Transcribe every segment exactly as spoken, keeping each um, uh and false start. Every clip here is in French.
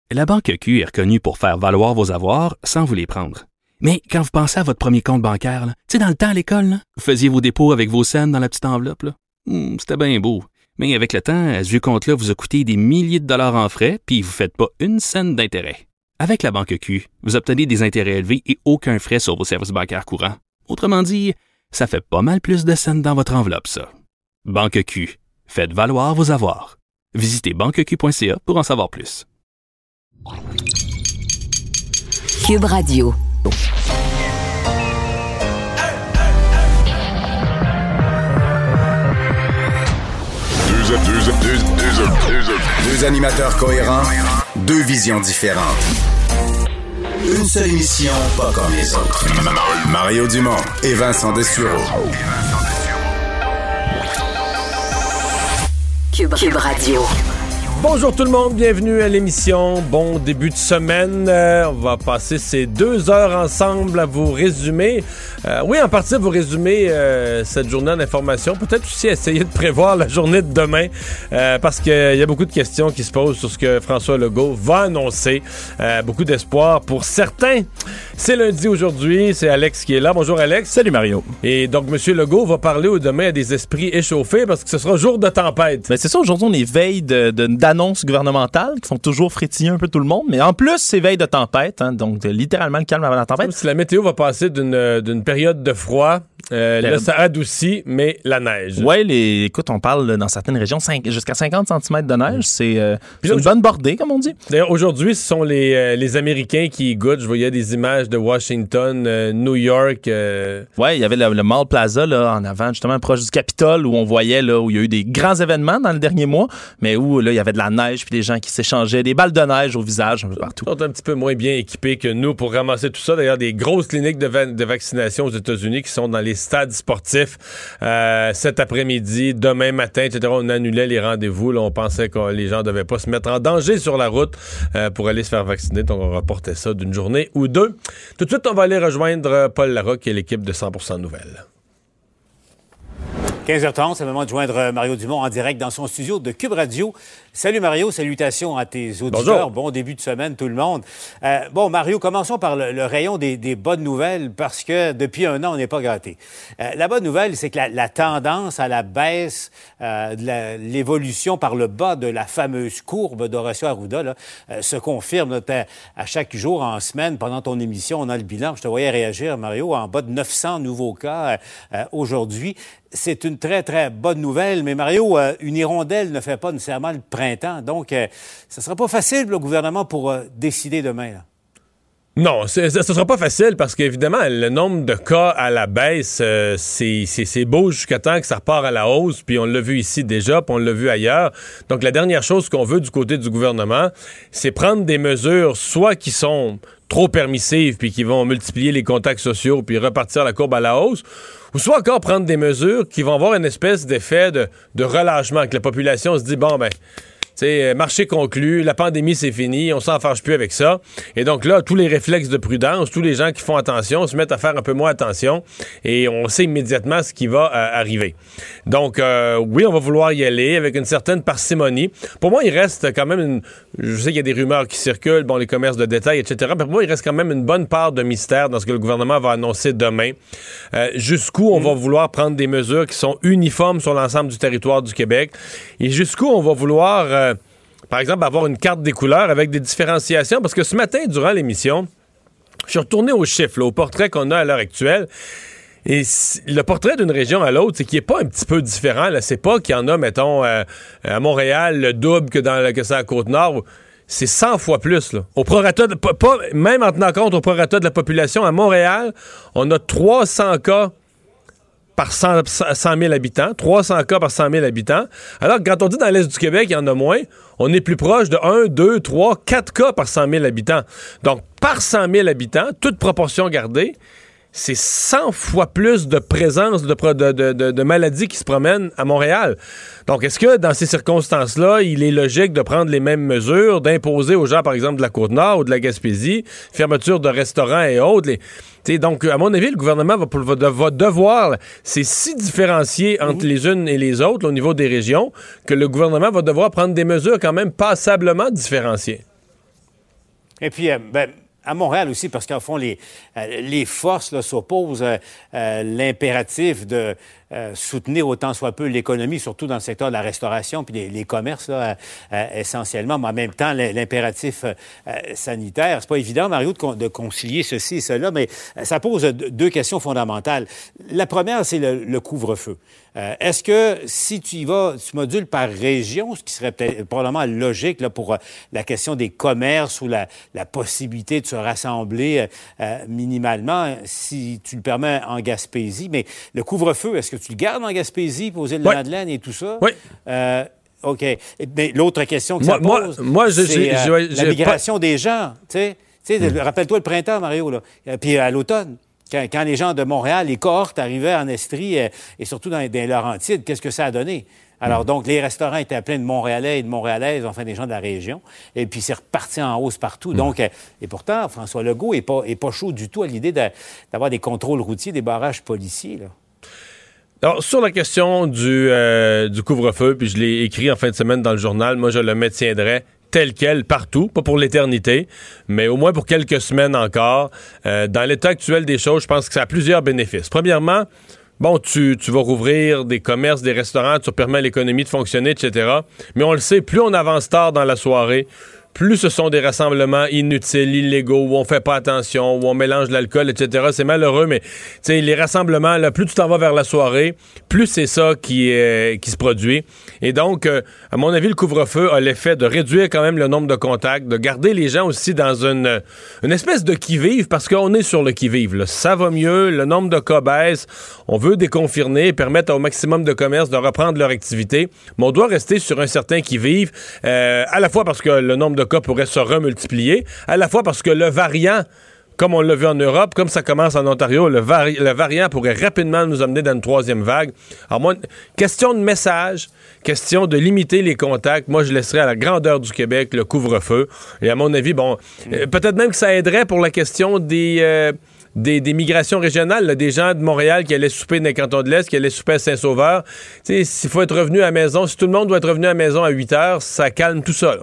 La Banque Q est reconnue pour faire valoir vos avoirs sans vous les prendre. Mais quand vous pensez à votre premier compte bancaire, tu sais, dans le temps à l'école, là, vous faisiez vos dépôts avec vos scènes dans la petite enveloppe. Là. Hum, c'était bien beau. Mais avec le temps, ce vieux compte-là vous a coûté des milliers de dollars en frais, puis vous ne faites pas une scène d'intérêt. Avec la Banque Q, vous obtenez des intérêts élevés et aucun frais sur vos services bancaires courants. Autrement dit, ça fait pas mal plus de scènes dans votre enveloppe, ça. Banque Q. Faites valoir vos avoirs. Visitez banque q point c a pour en savoir plus. Cube Radio. Deux, deux, deux, deux, deux, deux animateurs cohérents, deux visions différentes. Une seule émission, pas comme les autres. Mario Dumont et Vincent Dessureau. Cube, Cube Radio. Bonjour tout le monde, bienvenue à l'émission. Bon début de semaine. Euh, on va passer ces deux heures ensemble à vous résumer. Euh, oui, en partie à vous résumer euh, cette journée d'information. Peut-être aussi essayer de prévoir la journée de demain euh, parce qu'il y a beaucoup de questions qui se posent sur ce que François Legault va annoncer. Euh, beaucoup d'espoir pour certains. C'est lundi aujourd'hui, c'est Alex qui est là. Bonjour Alex. Salut Mario. Et donc M. Legault va parler demain à des esprits échauffés parce que ce sera jour de tempête. Ben c'est ça, aujourd'hui on est veille de, de, d'annonces gouvernementales qui font toujours frétiller un peu tout le monde, mais en plus c'est veille de tempête, hein, donc de, littéralement le calme avant la tempête. Si la météo va passer d'une, d'une période de froid, euh, là ça adoucit, mais la neige. Ouais, les, écoute, on parle dans certaines régions cinq, jusqu'à cinquante centimètres de neige, c'est, euh, c'est une bonne bordée comme on dit. D'ailleurs aujourd'hui ce sont les, euh, les Américains qui y goûtent. Je voyais des images de Washington, euh, New York. Euh... Ouais, il y avait le, le Mall Plaza là en avant, justement proche du Capitole, où on voyait là où il y a eu des grands événements dans le dernier mois, mais où là il y avait de la neige puis des gens qui s'échangeaient des balles de neige au visage un peu partout. Ils sont un petit peu moins bien équipés que nous pour ramasser tout ça. D'ailleurs, des grosses cliniques de, va- de vaccination aux États-Unis qui sont dans les stades sportifs euh, cet après-midi, demain matin, et cetera. On annulait les rendez-vous. Là, on pensait que les gens ne devaient pas se mettre en danger sur la route euh, pour aller se faire vacciner. Donc, on reportait ça d'une journée ou deux. Tout de suite, on va aller rejoindre Paul Larocque et l'équipe de cent pour cent Nouvelles. quinze heures trente, c'est le moment de joindre Mario Dumont en direct dans son studio de Cube Radio. Salut Mario, salutations à tes auditeurs. Bonjour. Bon début de semaine tout le monde. Euh, bon Mario, commençons par le, le rayon des, des bonnes nouvelles parce que depuis un an, on n'est pas gâtés. Euh, la bonne nouvelle, c'est que la, la tendance à la baisse euh, de la, l'évolution par le bas de la fameuse courbe d'Horacio Arruda là, euh, se confirme là, à chaque jour en semaine. Pendant ton émission, on a le bilan. Je te voyais réagir, Mario, en bas de neuf cents nouveaux cas euh, aujourd'hui. C'est une très, très bonne nouvelle. Mais Mario, euh, une hirondelle ne fait pas nécessairement le printemps. Donc, euh, ça ne sera pas facile pour le gouvernement pour euh, décider demain. Là. Non, ce ne sera pas facile parce qu'évidemment, le nombre de cas à la baisse, euh, c'est, c'est, c'est beau jusqu'à temps que ça repart à la hausse. Puis on l'a vu ici déjà, puis on l'a vu ailleurs. Donc, la dernière chose qu'on veut du côté du gouvernement, c'est prendre des mesures soit qui sont trop permissives puis qui vont multiplier les contacts sociaux puis repartir la courbe à la hausse, ou soit encore prendre des mesures qui vont avoir une espèce d'effet de, de relâchement, que la population se dit, bon, ben, tu sais, marché conclu, la pandémie, c'est fini, on s'en fâche plus avec ça. Et donc là, tous les réflexes de prudence, tous les gens qui font attention se mettent à faire un peu moins attention et on sait immédiatement ce qui va euh, arriver. Donc, euh, oui, on va vouloir y aller avec une certaine parcimonie. Pour moi, il reste quand même une... Je sais qu'il y a des rumeurs qui circulent, bon, les commerces de détail, et cetera. Mais pour moi, il reste quand même une bonne part de mystère dans ce que le gouvernement va annoncer demain. Euh, jusqu'où on mmh. va vouloir prendre des mesures qui sont uniformes sur l'ensemble du territoire du Québec et jusqu'où on va vouloir... Euh, par exemple, avoir une carte des couleurs avec des différenciations. Parce que ce matin, durant l'émission, je suis retourné aux chiffres, là, au portrait qu'on a à l'heure actuelle. Et le portrait d'une région à l'autre, c'est qu'il n'est pas un petit peu différent. Là. C'est pas qu'il y en a, mettons, euh, à Montréal, le double que dans que c'est à Côte-Nord. C'est cent fois plus. Là. Au prorata, de, pas, pas, même en tenant compte au prorata de la population, à Montréal, on a trois cents cas par cent mille habitants, trois cents cas par cent mille habitants. Alors que quand on dit dans l'Est du Québec, il y en a moins, on est plus proche de un, deux, trois, quatre cas par cent mille habitants. Donc, par cent mille habitants, toute proportion gardée, c'est cent fois plus de présence de, de, de, de, de maladies qui se promènent à Montréal. Donc, est-ce que dans ces circonstances-là, il est logique de prendre les mêmes mesures, d'imposer aux gens, par exemple, de la Côte-Nord ou de la Gaspésie, fermeture de restaurants et autres? Les... T'sais, donc, à mon avis, le gouvernement va, va, va devoir, là, c'est si différencié entre mmh. les unes et les autres là, au niveau des régions que le gouvernement va devoir prendre des mesures quand même passablement différenciées. Et puis, euh, ben, à Montréal aussi, parce qu'en fond, les, euh, les forces là, s'opposent à euh, l'impératif de euh, soutenir autant soit peu l'économie, surtout dans le secteur de la restauration puis les, les commerces, là, euh, essentiellement, mais en même temps, l'impératif euh, sanitaire. C'est pas évident, Mario, de, con- de concilier ceci et cela, mais ça pose deux questions fondamentales. La première, c'est le, le couvre-feu. Euh, est-ce que si tu y vas, tu modules par région, ce qui serait peut-être probablement logique là, pour euh, la question des commerces ou la, la possibilité de se rassembler euh, minimalement, si tu le permets en Gaspésie, mais le couvre-feu, est-ce que tu le gardes en Gaspésie, pour aux îles de oui. Madeleine et tout ça? Oui. Euh, OK. Mais l'autre question que moi, ça pose, moi, moi, c'est j'ai, euh, j'ai, la j'ai migration pas... des gens, tu sais. Tu sais, Hmm. rappelle-toi le printemps, Mario, là. Puis à l'automne. Quand, quand les gens de Montréal, les cohortes arrivaient en Estrie euh, et surtout dans, dans les Laurentides, qu'est-ce que ça a donné? Alors, donc, les restaurants étaient pleins de Montréalais et de Montréalaises, enfin, des gens de la région. Et puis, c'est reparti en hausse partout. Donc, euh, et pourtant, François Legault n'est pas, est pas chaud du tout à l'idée de, d'avoir des contrôles routiers, des barrages policiers, là. Alors, sur la question du, euh, du couvre-feu, puis je l'ai écrit en fin de semaine dans le journal, moi, je le maintiendrai tel quel, partout, pas pour l'éternité, mais au moins pour quelques semaines encore. Euh, dans l'état actuel des choses, je pense que ça a plusieurs bénéfices. Premièrement, bon, tu, tu vas rouvrir des commerces, des restaurants, tu permets à l'économie de fonctionner, et cetera. Mais on le sait, plus on avance tard dans la soirée, plus ce sont des rassemblements inutiles, illégaux, où on fait pas attention, où on mélange l'alcool, et cetera. C'est malheureux, mais les rassemblements, là, plus tu t'en vas vers la soirée, plus c'est ça qui, euh, qui se produit. Et donc, euh, à mon avis, le couvre-feu a l'effet de réduire quand même le nombre de contacts, de garder les gens aussi dans une, une espèce de qui-vive, parce qu'on est sur le qui-vive, là. Ça va mieux, le nombre de cas baisse, on veut déconfiner, permettre au maximum de commerces de reprendre leur activité, mais on doit rester sur un certain qui-vive, euh, à la fois parce que le nombre de cas pourrait se remultiplier, à la fois parce que le variant, comme on l'a vu en Europe, comme ça commence en Ontario, le, vari- le variant pourrait rapidement nous amener dans une troisième vague. Alors moi, question de message, question de limiter les contacts, moi je laisserais à la grandeur du Québec le couvre-feu. Et à mon avis, bon, euh, peut-être même que ça aiderait pour la question des... Euh, Des, des migrations régionales, là, des gens de Montréal qui allaient souper dans les cantons de l'Est, qui allaient souper à Saint-Sauveur. Tu sais, s'il faut être revenu à la maison, si tout le monde doit être revenu à la maison à huit heures, ça calme tout ça, là.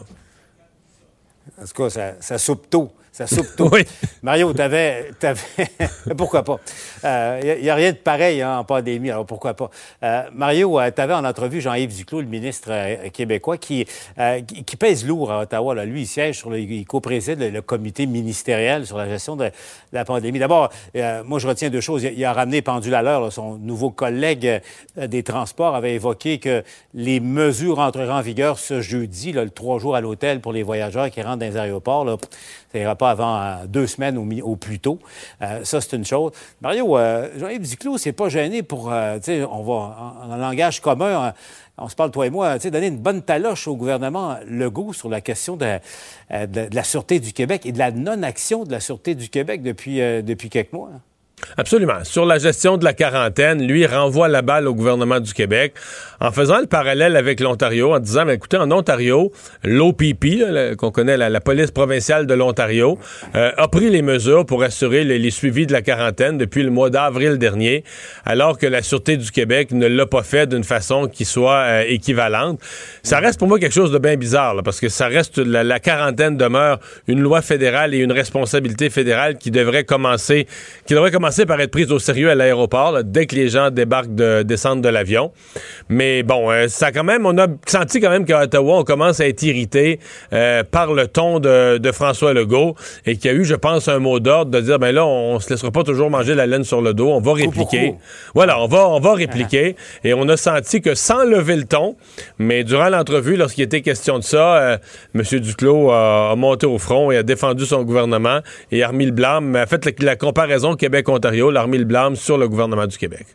En tout cas, ça, ça soupe tôt. Ça soupe tôt. Oui. Mario, t'avais... t'avais... pourquoi pas? Il euh, n'y a, a rien de pareil hein, en pandémie, alors pourquoi pas? Euh, Mario, euh, t'avais en entrevue Jean-Yves Duclos, le ministre euh, québécois, qui, euh, qui, qui pèse lourd à Ottawa. Là. Lui, il siège sur le... Il co-préside le, le comité ministériel sur la gestion de, de la pandémie. D'abord, euh, moi, je retiens deux choses. Il, il a ramené pendule à l'heure. Là, son nouveau collègue euh, des Transports avait évoqué que les mesures entreraient en vigueur ce jeudi, là, le trois jours à l'hôtel pour les voyageurs qui rentrent dans les aéroports. Là. Ça n'ira pas avant euh, deux semaines au, mi- au plus tôt. Euh, ça, c'est une chose. Mario, euh, Jean-Yves Duclos, c'est pas gêné pour, euh, tu sais, on va, en, en langage commun, hein, on se parle, toi et moi, tu sais, donner une bonne taloche au gouvernement Legault sur la question de, de, de la Sûreté du Québec et de la non-action de la Sûreté du Québec depuis, euh, depuis quelques mois. Hein. Absolument. Sur la gestion de la quarantaine, lui renvoie la balle au gouvernement du Québec en faisant le parallèle avec l'Ontario, en disant, mais écoutez, en Ontario, l'O P P, là, la, qu'on connaît, la, la police provinciale de l'Ontario, euh, a pris les mesures pour assurer les, les suivis de la quarantaine depuis le mois d'avril dernier, alors que la Sûreté du Québec ne l'a pas fait d'une façon qui soit euh, équivalente. Ça reste pour moi quelque chose de bien bizarre, là, parce que ça reste, la, la quarantaine demeure une loi fédérale et une responsabilité fédérale qui devrait commencer, qui devrait commencer par être prise au sérieux à l'aéroport, là, dès que les gens débarquent de, descendent de l'avion. Mais bon, euh, ça quand même, on a senti quand même qu'à Ottawa, on commence à être irrité euh, par le ton de, de François Legault et qu'il y a eu, je pense, un mot d'ordre de dire, ben là, on, on se laissera pas toujours manger la laine sur le dos, on va répliquer. Voilà, on va, on va répliquer. Et on a senti que sans lever le ton, mais durant l'entrevue, lorsqu'il était question de ça, euh, M. Duclos a, a monté au front et a défendu son gouvernement et a remis le blâme, a fait la, la comparaison Québec-Ontario, l'a remis le blâme sur le gouvernement du Québec.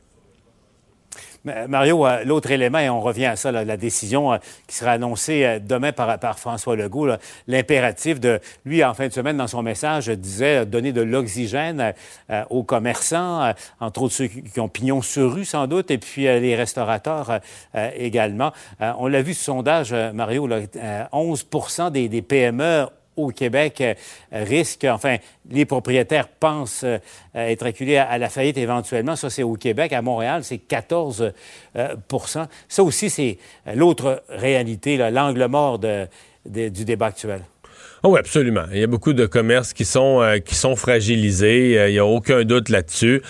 Mario, euh, l'autre élément, et on revient à ça, là, la décision euh, qui sera annoncée euh, demain par, par François Legault, là, l'impératif de, lui, en fin de semaine, dans son message, disait euh, donner de l'oxygène euh, aux commerçants, euh, entre autres ceux qui ont pignon sur rue, sans doute, et puis euh, les restaurateurs euh, euh, également. Euh, on l'a vu, ce sondage, euh, Mario, là, euh, onze pour cent des, des P M E au Québec euh, risquent, enfin, les propriétaires pensent euh, être acculés à, à la faillite éventuellement. Ça, c'est au Québec. À Montréal, c'est quatorze pour cent. Ça aussi, c'est l'autre réalité, là, l'angle mort de, de, du débat actuel. Oh oui, absolument. Il y a beaucoup de commerces qui sont, euh, qui sont fragilisés. Euh, il n'y a aucun doute là-dessus.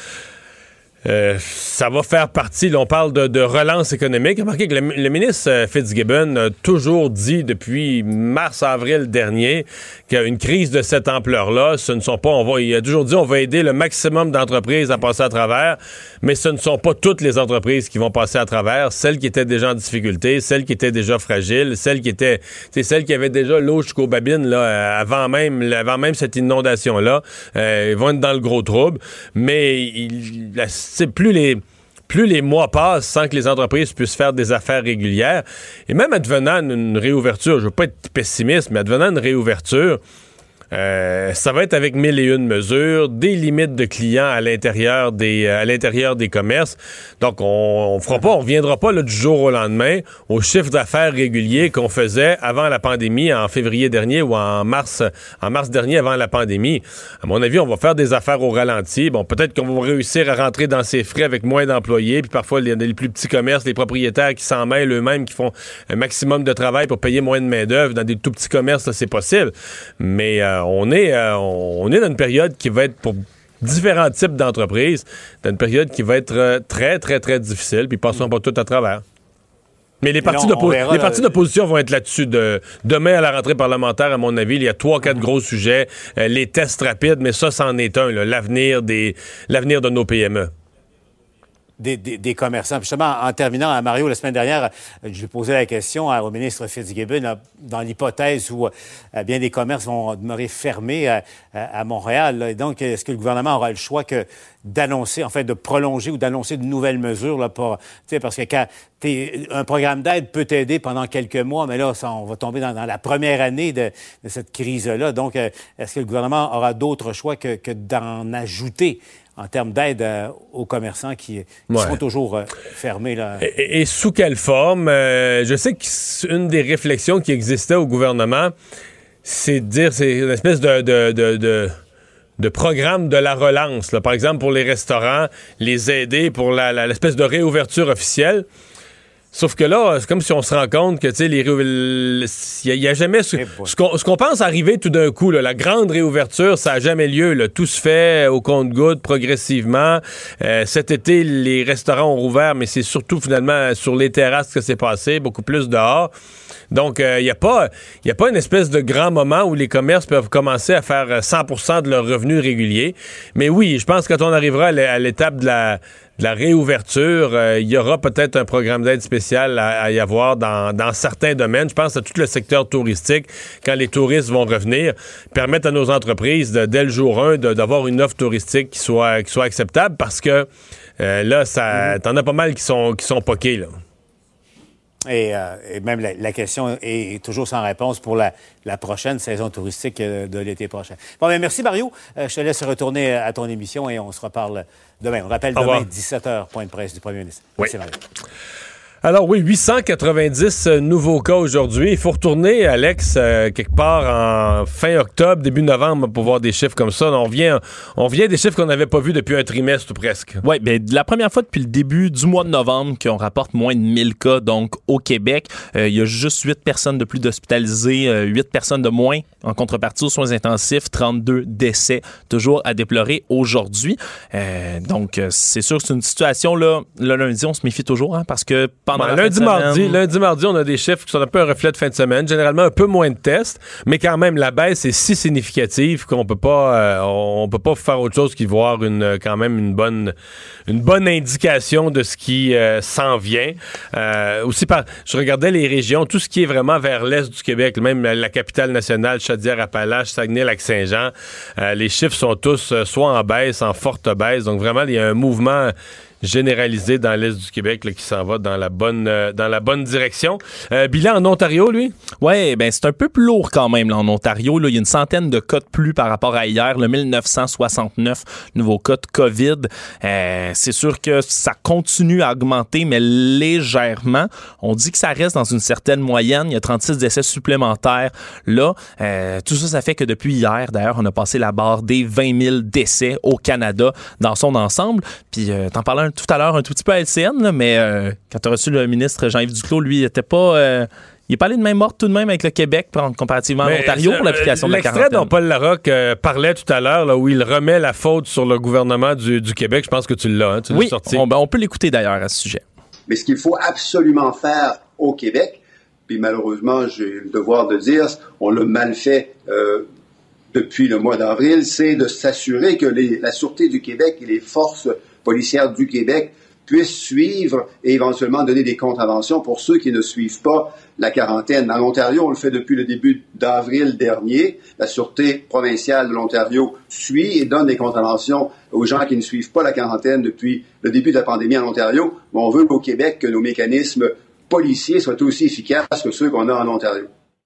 Euh, ça va faire partie, là, on parle de, de relance économique. Remarquez que le, le ministre Fitzgibbon a toujours dit depuis mars-avril dernier qu'une crise de cette ampleur-là, ce ne sont pas, on va, il a toujours dit on va aider le maximum d'entreprises à passer à travers, mais ce ne sont pas toutes les entreprises qui vont passer à travers, celles qui étaient déjà en difficulté, celles qui étaient déjà fragiles, celles qui étaient, c'est celles qui avaient déjà l'eau jusqu'aux babines là, avant même, avant même cette inondation-là, euh, ils vont être dans le gros trouble, mais il, la, c'est plus les plus les mois passent sans que les entreprises puissent faire des affaires régulières, et même advenant une réouverture, je veux pas être pessimiste, mais advenant une réouverture, Euh, ça va être avec mille et une mesures, des limites de clients à l'intérieur des à l'intérieur des commerces. Donc, on, on fera pas, on reviendra pas là, du jour au lendemain au chiffre d'affaires régulier qu'on faisait avant la pandémie, en février dernier ou en mars, en mars dernier avant la pandémie. À mon avis, on va faire des affaires au ralenti. Bon, peut-être qu'on va réussir à rentrer dans ces frais avec moins d'employés, puis parfois les, les plus petits commerces, les propriétaires qui s'en mêlent eux-mêmes, qui font un maximum de travail pour payer moins de main-d'œuvre. Dans des tout petits commerces, là, c'est possible. Mais euh, On est, euh, on est dans une période qui va être pour différents types d'entreprises, dans une période qui va être euh, très, très, très difficile, puis passons pas tout à travers. Mais les partis, d'oppo- verra, les partis d'opposition vont être là-dessus. De, demain, à la rentrée parlementaire, à mon avis, il y a trois, quatre gros sujets. Euh, les tests rapides, mais ça, c'en est un, là, l'avenir, des, l'avenir de nos P M E. Des, des, des commerçants. Justement, en terminant, à Mario, la semaine dernière, je lui posais la question au ministre Fitzgibbon, dans l'hypothèse où euh, bien des commerces vont demeurer fermés à, à Montréal. Là. Donc, est-ce que le gouvernement aura le choix que d'annoncer, en fait, de prolonger ou d'annoncer de nouvelles mesures là, pour, tu sais, parce que quand t'es, un programme d'aide peut t'aider pendant quelques mois, mais là, ça, on va tomber dans, dans la première année de, de cette crise-là. Donc, euh, est-ce que le gouvernement aura d'autres choix que, que d'en ajouter en termes d'aide euh, aux commerçants qui, qui ouais. seront toujours euh, fermés? Là. Et, et sous quelle forme? Euh, je sais qu'une des réflexions qui existait au gouvernement, c'est de dire, c'est une espèce de, de, de, de, de programme de la relance. Là. Par exemple, pour les restaurants, les aider pour la, la, l'espèce de réouverture officielle. Sauf que là, c'est comme si on se rend compte que, tu sais, les il n'y a, a jamais... Ce, ce, qu'on, ce qu'on pense arriver tout d'un coup, là, la grande réouverture, ça n'a jamais lieu. Là. Tout se fait au compte-gouttes, progressivement. Euh, cet été, les restaurants ont rouvert, mais c'est surtout, finalement, sur les terrasses que c'est passé, beaucoup plus dehors. Donc, il euh, n'y a pas, y a pas une espèce de grand moment où les commerces peuvent commencer à faire cent pour cent de leurs revenus réguliers. Mais oui, je pense que quand on arrivera à l'étape de la... de la réouverture, il euh, y aura peut-être un programme d'aide spécial à, à y avoir dans, dans certains domaines. Je pense à tout le secteur touristique, quand les touristes vont revenir, permettre à nos entreprises, de, dès le jour un, de, d'avoir une offre touristique qui soit, qui soit acceptable, parce que euh, là, ça, mm-hmm. t'en as pas mal qui sont, qui sont poqués, là. Et, euh, et même la, la question est toujours sans réponse pour la, la prochaine saison touristique de l'été prochain. Bon, bien, merci Mario. Euh, je te laisse retourner à ton émission et on se reparle demain. On rappelle demain, dix-sept heures, point de presse du premier ministre. Oui. Merci Mario. Alors oui, huit cent quatre-vingt-dix nouveaux cas aujourd'hui. Il faut retourner, Alex, euh, quelque part en fin octobre, début novembre, pour voir des chiffres comme ça. On vient, on vient des chiffres qu'on n'avait pas vus depuis un trimestre ou presque. Oui, bien, la première fois depuis le début du mois de novembre qu'on rapporte moins de mille cas, donc au Québec. Euh, il y a juste huit personnes de plus d'hospitalisés, euh, huit personnes de moins en contrepartie aux soins intensifs, trente-deux décès toujours à déplorer aujourd'hui. Euh, donc, c'est sûr que c'est une situation, là, le lundi, on se méfie toujours, hein, parce que pendant ouais, la lundi, fin de mardi, semaine... lundi, mardi, on a des chiffres qui sont un peu un reflet de fin de semaine. Généralement, un peu moins de tests, mais quand même, la baisse est si significative qu'on peut pas, euh, on peut pas faire autre chose qu'y voir une, quand même une bonne, une bonne indication de ce qui euh, s'en vient. Euh, aussi, par, je regardais les régions, tout ce qui est vraiment vers l'est du Québec, même la, la capitale nationale, Chaudière-Appalaches, Saguenay-Lac-Saint-Jean, euh, les chiffres sont tous euh, soit en baisse, en forte baisse. Donc vraiment, il y a un mouvement généralisé dans l'est du Québec là, qui s'en va dans la bonne euh, dans la bonne direction. Euh, bilan en Ontario, lui? Oui, ben c'est un peu plus lourd quand même là, en Ontario. Là, il y a une centaine de cas de plus par rapport à hier. Le mille neuf cent soixante-neuf nouveaux cas de COVID. Euh, c'est sûr que ça continue à augmenter, mais légèrement. On dit que ça reste dans une certaine moyenne. Il y a trente-six décès supplémentaires là. Euh, tout ça, ça fait que depuis hier, d'ailleurs, on a passé la barre des vingt mille décès au Canada dans son ensemble. Puis, euh, t'en parlais tout à l'heure un tout petit peu à L C N, là, mais euh, quand tu as reçu le ministre Jean-Yves Duclos, lui, il était pas... Euh, il n'est pas allé de même ordre tout de même avec le Québec comparativement à l'Ontario pour l'application de la quarantaine. L'extrait dont Paul Larocque euh, parlait tout à l'heure, là, où il remet la faute sur le gouvernement du, du Québec, je pense que tu l'as, hein, tu l'as oui, sorti. On, ben, on peut l'écouter d'ailleurs à ce sujet. Mais ce qu'il faut absolument faire au Québec, puis malheureusement, j'ai le devoir de dire, on l'a mal fait euh, depuis le mois d'avril, c'est de s'assurer que les, la Sûreté du Québec et les forces policières du Québec puissent suivre et éventuellement donner des contraventions pour ceux qui ne suivent pas la quarantaine. En Ontario, on le fait depuis le début d'avril dernier. La Sûreté provinciale de l'Ontario suit et donne des contraventions aux gens qui ne suivent pas la quarantaine depuis le début de la pandémie en Ontario. Mais on veut au Québec que nos mécanismes policiers soient aussi efficaces que ceux qu'on a en Ontario.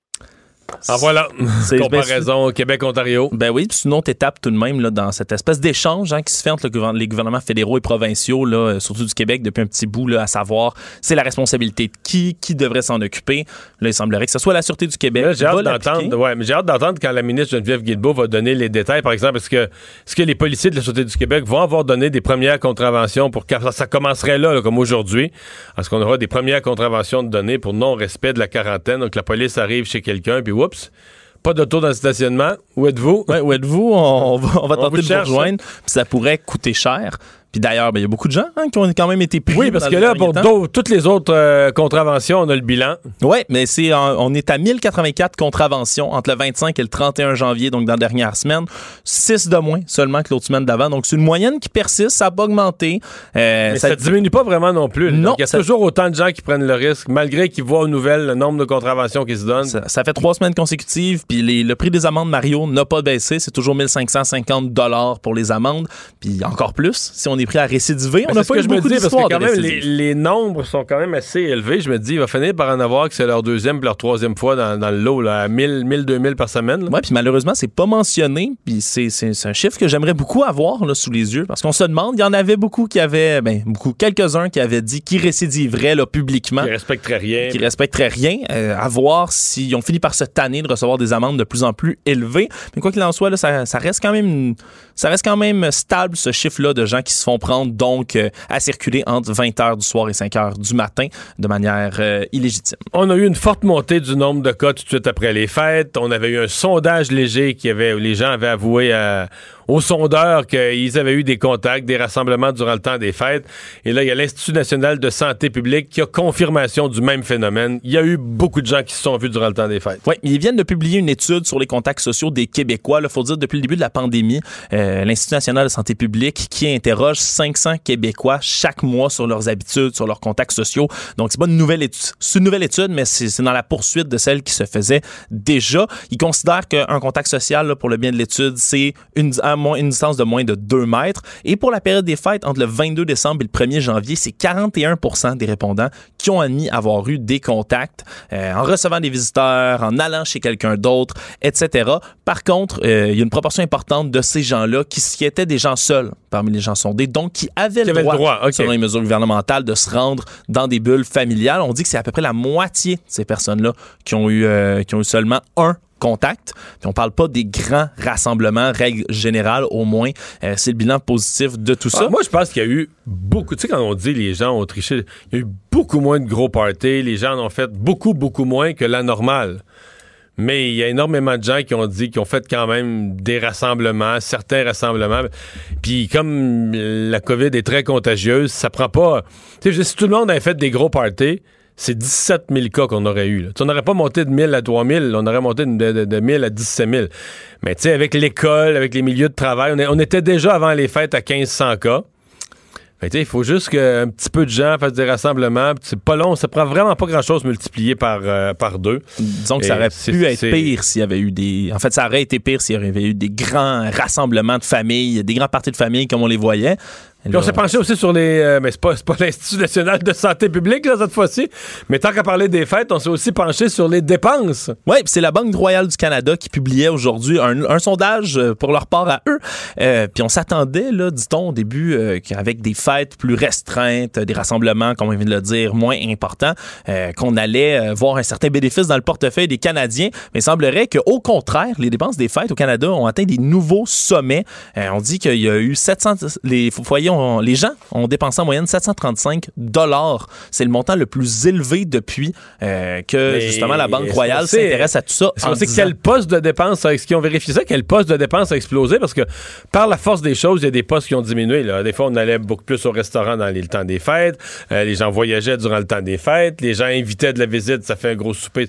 Ah voilà, c'est comparaison ben, Québec-Ontario. Ben oui, c'est une autre étape tout de même là, dans cette espèce d'échange hein, qui se fait entre le, les gouvernements fédéraux et provinciaux, là, surtout du Québec depuis un petit bout, là, à savoir c'est la responsabilité de qui, qui devrait s'en occuper. Là, il semblerait que ce soit la Sûreté du Québec. Là, j'ai, hâte d'entendre, ouais, mais j'ai hâte d'entendre quand la ministre Geneviève Guilbeault va donner les détails. Par exemple, est-ce que, est-ce que les policiers de la Sûreté du Québec vont avoir donné des premières contraventions pour que ça, ça commencerait là, là, comme aujourd'hui? Est-ce qu'on aura des premières contraventions de données pour non-respect de la quarantaine? Donc la police arrive chez quelqu'un, puis oups, pas d'auto dans le stationnement. Où êtes-vous? Ouais, où êtes-vous? On, on va, on va on tenter vous de cherche, vous rejoindre. Puis ça pourrait coûter cher. Puis d'ailleurs, ben, il y a beaucoup de gens hein, qui ont quand même été pris. Oui, parce que là, pour toutes les autres euh, contraventions, on a le bilan. Oui, mais c'est, on est à mille quatre-vingt-quatre contraventions entre le vingt-cinq et le trente et un janvier, donc dans la dernière semaine. six de moins seulement que l'autre semaine d'avant. Donc, c'est une moyenne qui persiste, ça n'a pas augmenté. Euh, mais ça ne diminue pas vraiment non plus. Non. Donc, il y a ça... toujours autant de gens qui prennent le risque, malgré qu'ils voient aux nouvelles le nombre de contraventions qui se donnent. Ça, ça fait trois semaines consécutives, puis les, le prix des amendes, Mario, n'a pas baissé. C'est toujours mille cinq cent cinquante dollars pour les amendes, puis encore plus si on est pris à récidiver. On a pas eu je me beaucoup dis, parce que quand même, les, les nombres sont quand même assez élevés. Je me dis, il va finir par en avoir que c'est leur deuxième puis leur troisième fois dans, dans le lot, là, à mille, mille, deux mille par semaine. Oui, puis malheureusement, c'est pas mentionné. Puis c'est, c'est, c'est un chiffre que j'aimerais beaucoup avoir là, sous les yeux. Parce qu'on se demande, il y en avait beaucoup qui avaient, ben, beaucoup, quelques-uns qui avaient dit qu'ils récidiveraient là, publiquement. Qui respecteraient rien. Qui respecteraient rien. Euh, à voir s'ils ont fini par se tanner de recevoir des amendes de plus en plus élevées. Mais quoi qu'il en soit, là, ça, ça reste quand même, ça reste quand même stable, ce chiffre-là de gens qui se font prendre, donc, euh, à circuler entre vingt heures du soir et cinq heures du matin de manière euh, illégitime. On a eu une forte montée du nombre de cas tout de suite après les fêtes. On avait eu un sondage léger qui avait, où les gens avaient avoué à, aux sondeurs qu'ils avaient eu des contacts, des rassemblements durant le temps des fêtes. Et là, il y a l'Institut national de santé publique qui a confirmation du même phénomène. Il y a eu beaucoup de gens qui se sont vus durant le temps des fêtes. Oui, ils viennent de publier une étude sur les contacts sociaux des Québécois. Il faut dire, depuis le début de la pandémie, euh, l'Institut national de santé publique qui interroge cinq cents Québécois chaque mois sur leurs habitudes, sur leurs contacts sociaux. Donc, c'est pas une nouvelle étude, c'est une nouvelle étude, mais c'est, c'est dans la poursuite de celle qui se faisait déjà. Ils considèrent qu'un contact social, là, pour le bien de l'étude, c'est une, une distance de moins de deux mètres. Et pour la période des fêtes, entre le vingt-deux décembre et le premier janvier, c'est quarante et un pour cent des répondants qui ont admis avoir eu des contacts euh, en recevant des visiteurs, en allant chez quelqu'un d'autre, et cetera. Par contre, euh, il y a une proportion importante de ces gens-là qui, qui étaient des gens seuls parmi les gens sondés, donc qui avaient le droit, le droit okay. selon les mesures gouvernementales, de se rendre dans des bulles familiales. On dit que c'est à peu près la moitié de ces personnes-là qui ont eu, euh, qui ont eu seulement un contact. Puis on parle pas des grands rassemblements, règle générale au moins. Euh, c'est le bilan positif de tout ça. Ah, moi, je pense qu'il y a eu beaucoup... Tu sais, quand on dit les gens ont triché, il y a eu beaucoup moins de gros parties. Les gens en ont fait beaucoup, beaucoup moins que la normale. Mais il y a énormément de gens qui ont dit, qui ont fait quand même des rassemblements, certains rassemblements. Puis comme la COVID est très contagieuse, ça prend pas... Tu sais, si tout le monde avait fait des gros parties, c'est dix-sept mille cas qu'on aurait eu. Là. On n'aurait pas monté de mille à trois mille, on aurait monté de, de, de mille à dix-sept mille. Mais tu sais, avec l'école, avec les milieux de travail, on, est, on était déjà avant les fêtes à quinze cents cas. Il faut juste qu'un petit peu de gens fassent des rassemblements. C'est pas long, ça prend vraiment pas grand-chose multiplié par, euh, par deux. Disons que ça aurait pu être pire s'il y avait eu des... En fait, ça aurait été pire s'il y avait eu des grands rassemblements de famille, des grands parties de famille comme on les voyait. Puis on s'est penché aussi sur les... Euh, mais c'est pas, c'est pas l'Institut national de santé publique, là, cette fois-ci. Mais tant qu'à parler des fêtes, on s'est aussi penché sur les dépenses. Oui, puis c'est la Banque royale du Canada qui publiait aujourd'hui un, un sondage pour leur part à eux. Euh, puis on s'attendait, là, dit-on, au début, euh, qu'avec des fêtes plus restreintes, des rassemblements, comme on vient de le dire, moins importants, euh, qu'on allait euh, voir un certain bénéfice dans le portefeuille des Canadiens. Mais il semblerait qu'au contraire, les dépenses des fêtes au Canada ont atteint des nouveaux sommets. Euh, on dit qu'il y a eu sept cents... Les foyers ont, les gens ont dépensé en moyenne sept cent trente-cinq dollars. C'est le montant le plus élevé depuis euh, que, Mais justement, la Banque Royale s'intéresse à tout ça. On sait quel poste de dépense, est-ce qu'ils ont vérifié ça, quel poste de dépense a explosé? Parce que par la force des choses, il y a des postes qui ont diminué. Là. Des fois, on allait beaucoup plus au restaurant dans le temps des fêtes. Euh, les gens voyageaient durant le temps des fêtes. Les gens invitaient de la visite, ça fait un gros souper.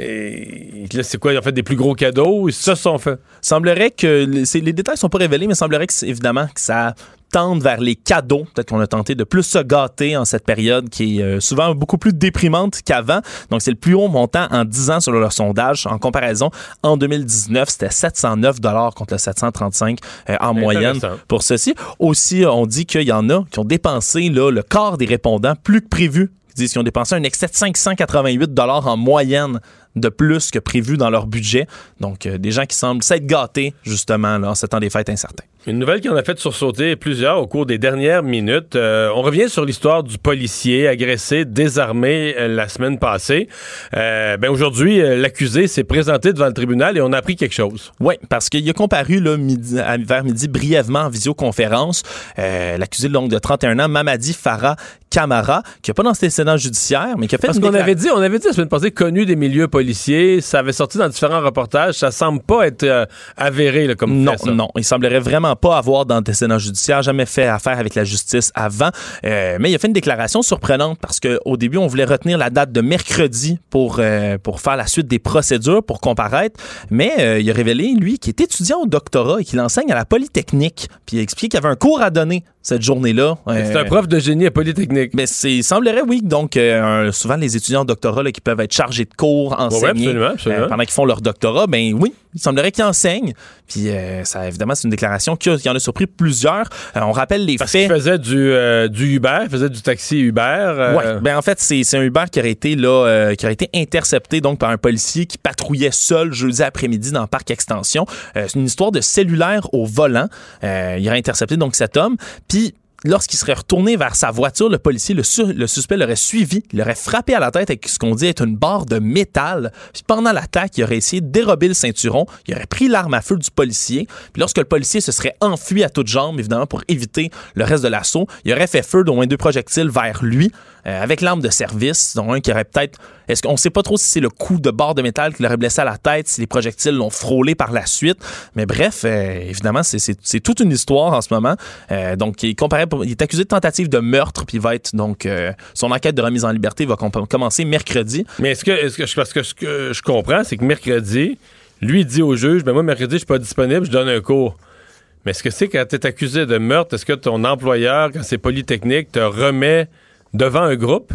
Et là, c'est quoi? Ils ont fait des plus gros cadeaux? Ils se sont fait. Semblerait que... Les, les détails ne sont pas révélés, mais semblerait que, évidemment, que ça tende vers les cadeaux. Peut-être qu'on a tenté de plus se gâter en cette période qui est euh, souvent beaucoup plus déprimante qu'avant. Donc, c'est le plus haut montant en dix ans selon leur sondage. En comparaison, en deux mille dix-neuf, c'était sept cent neuf dollars contre le sept cent trente-cinq euh, en moyenne pour ceci. Aussi, on dit qu'il y en a qui ont dépensé là, le quart des répondants plus que prévu. Ils disent qu'ils ont dépensé un excès de cinq cent quatre-vingt-huit dollars en moyenne de plus que prévu dans leur budget. Donc, euh, des gens qui semblent s'être gâtés, justement, là, en ce temps des fêtes incertains. Une nouvelle qui en a fait sursauter plusieurs au cours des dernières minutes. Euh, on revient sur l'histoire du policier agressé, désarmé euh, la semaine passée. Euh, ben aujourd'hui, euh, l'accusé s'est présenté devant le tribunal et on a appris quelque chose. Oui, parce qu'il a comparu là, midi, à, vers midi brièvement en visioconférence. Euh, l'accusé donc, de trente et un ans, Mamadi Farah Camara, qui n'a pas d'antécédent judiciaire, mais qui a fait Parce une qu'on déclaration. avait dit, on avait dit la semaine passée, connu des milieux policiers, ça avait sorti dans différents reportages, ça semble pas être euh, avéré là, comme non, fait, ça. Non, il semblerait vraiment pas avoir d'antécédent judiciaire, jamais fait affaire avec la justice avant, euh, mais il a fait une déclaration surprenante parce qu'au début, on voulait retenir la date de mercredi pour, euh, pour faire la suite des procédures, pour comparaître, mais euh, il a révélé, lui, qu'il est étudiant au doctorat et qu'il enseigne à la Polytechnique, puis il a expliqué qu'il y avait un cours à donner cette journée-là. Euh, c'est un prof de génie à Polytechnique. Mais c'est, il semblerait, oui. Donc, euh, souvent, les étudiants au doctorat là, qui peuvent être chargés de cours, enseigner ouais, absolument, absolument. Euh, pendant qu'ils font leur doctorat, ben oui, il semblerait qu'ils enseignent. Puis, euh, ça, évidemment, c'est une déclaration qui, qui en a surpris plusieurs. Euh, on rappelle les Parce faits. Parce qu'il faisait du, euh, du Uber, il faisait du taxi Uber. Euh... Oui, ben en fait, c'est, c'est un Uber qui aurait été là, euh, qui aurait été intercepté donc par un policier qui patrouillait seul jeudi après-midi dans le parc Extension. Euh, c'est une histoire de cellulaire au volant. Euh, il aurait intercepté donc cet homme. Puis lorsqu'il serait retourné vers sa voiture, le policier, le, su- le suspect l'aurait suivi, l'aurait frappé à la tête avec ce qu'on dit être une barre de métal. Puis pendant l'attaque, il aurait essayé de dérober le ceinturon, il aurait pris l'arme à feu du policier. Puis lorsque le policier se serait enfui à toutes jambes, évidemment, pour éviter le reste de l'assaut, il aurait fait feu d'au moins deux projectiles vers lui, euh, avec l'arme de service, dont un qui aurait peut-être... Est-ce qu'on ne sait pas trop si c'est le coup de barre de métal qui l'aurait blessé à la tête, si les projectiles l'ont frôlé par la suite. Mais bref, euh, évidemment, c'est, c'est, c'est toute une histoire en ce moment. Euh, donc, il, comparé, il est accusé de tentative de meurtre, puis il va être donc euh, son enquête de remise en liberté va com- commencer mercredi. Mais est-ce que, est-ce que, parce que ce que je comprends, c'est que mercredi, lui il dit au juge, ben moi mercredi je suis pas disponible, je donne un cours. Mais est-ce que c'est quand tu es accusé de meurtre, est-ce que ton employeur, quand c'est Polytechnique, te remet devant un groupe?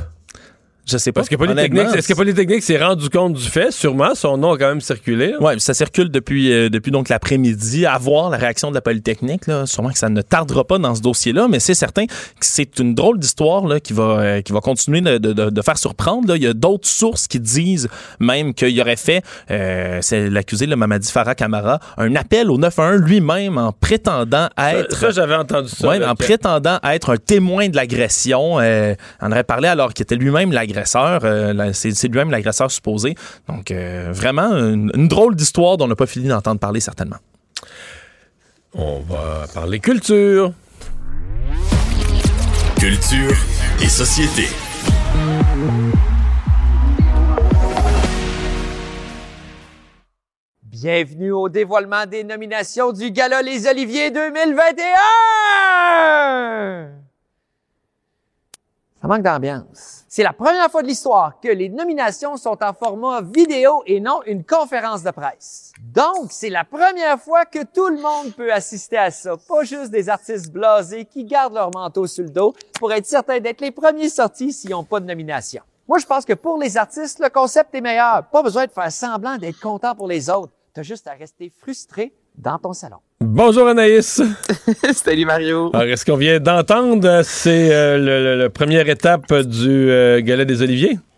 Je sais pas. Parce que Polytechnique, est-ce que Polytechnique s'est rendu compte du fait? Sûrement, son nom a quand même circulé. Oui, ça circule depuis, euh, depuis donc l'après-midi. À voir la réaction de la Polytechnique. Là. Sûrement que ça ne tardera pas dans ce dossier-là, mais c'est certain que c'est une drôle d'histoire là, qui, va, euh, qui va continuer de, de, de faire surprendre. Là. Il y a d'autres sources qui disent même qu'il aurait fait, euh, c'est l'accusé, le Mamadi Farah Camara, un appel au neuf un un lui-même en prétendant être... Ça, ça j'avais entendu ça. Oui, en prétendant être un témoin de l'agression. Euh, on aurait parlé alors qu'il était lui-même l'agresseur. Euh, c'est, c'est lui-même l'agresseur supposé. Donc, euh, vraiment, une, une drôle d'histoire dont on n'a pas fini d'entendre parler, certainement. On va parler culture. Culture et société. Bienvenue au dévoilement des nominations du Gala Les Oliviers deux mille vingt et un! Ça manque d'ambiance. C'est la première fois de l'histoire que les nominations sont en format vidéo et non une conférence de presse. Donc, c'est la première fois que tout le monde peut assister à ça, pas juste des artistes blasés qui gardent leur manteau sur le dos pour être certains d'être les premiers sortis s'ils n'ont pas de nomination. Moi, je pense que pour les artistes, le concept est meilleur. Pas besoin de faire semblant d'être content pour les autres. T'as juste à rester frustré dans ton salon. Bonjour Anaïs. Salut Mario. Alors, est-ce qu'on vient d'entendre, c'est euh, le, le, le première étape du euh, Gala des Oliviers?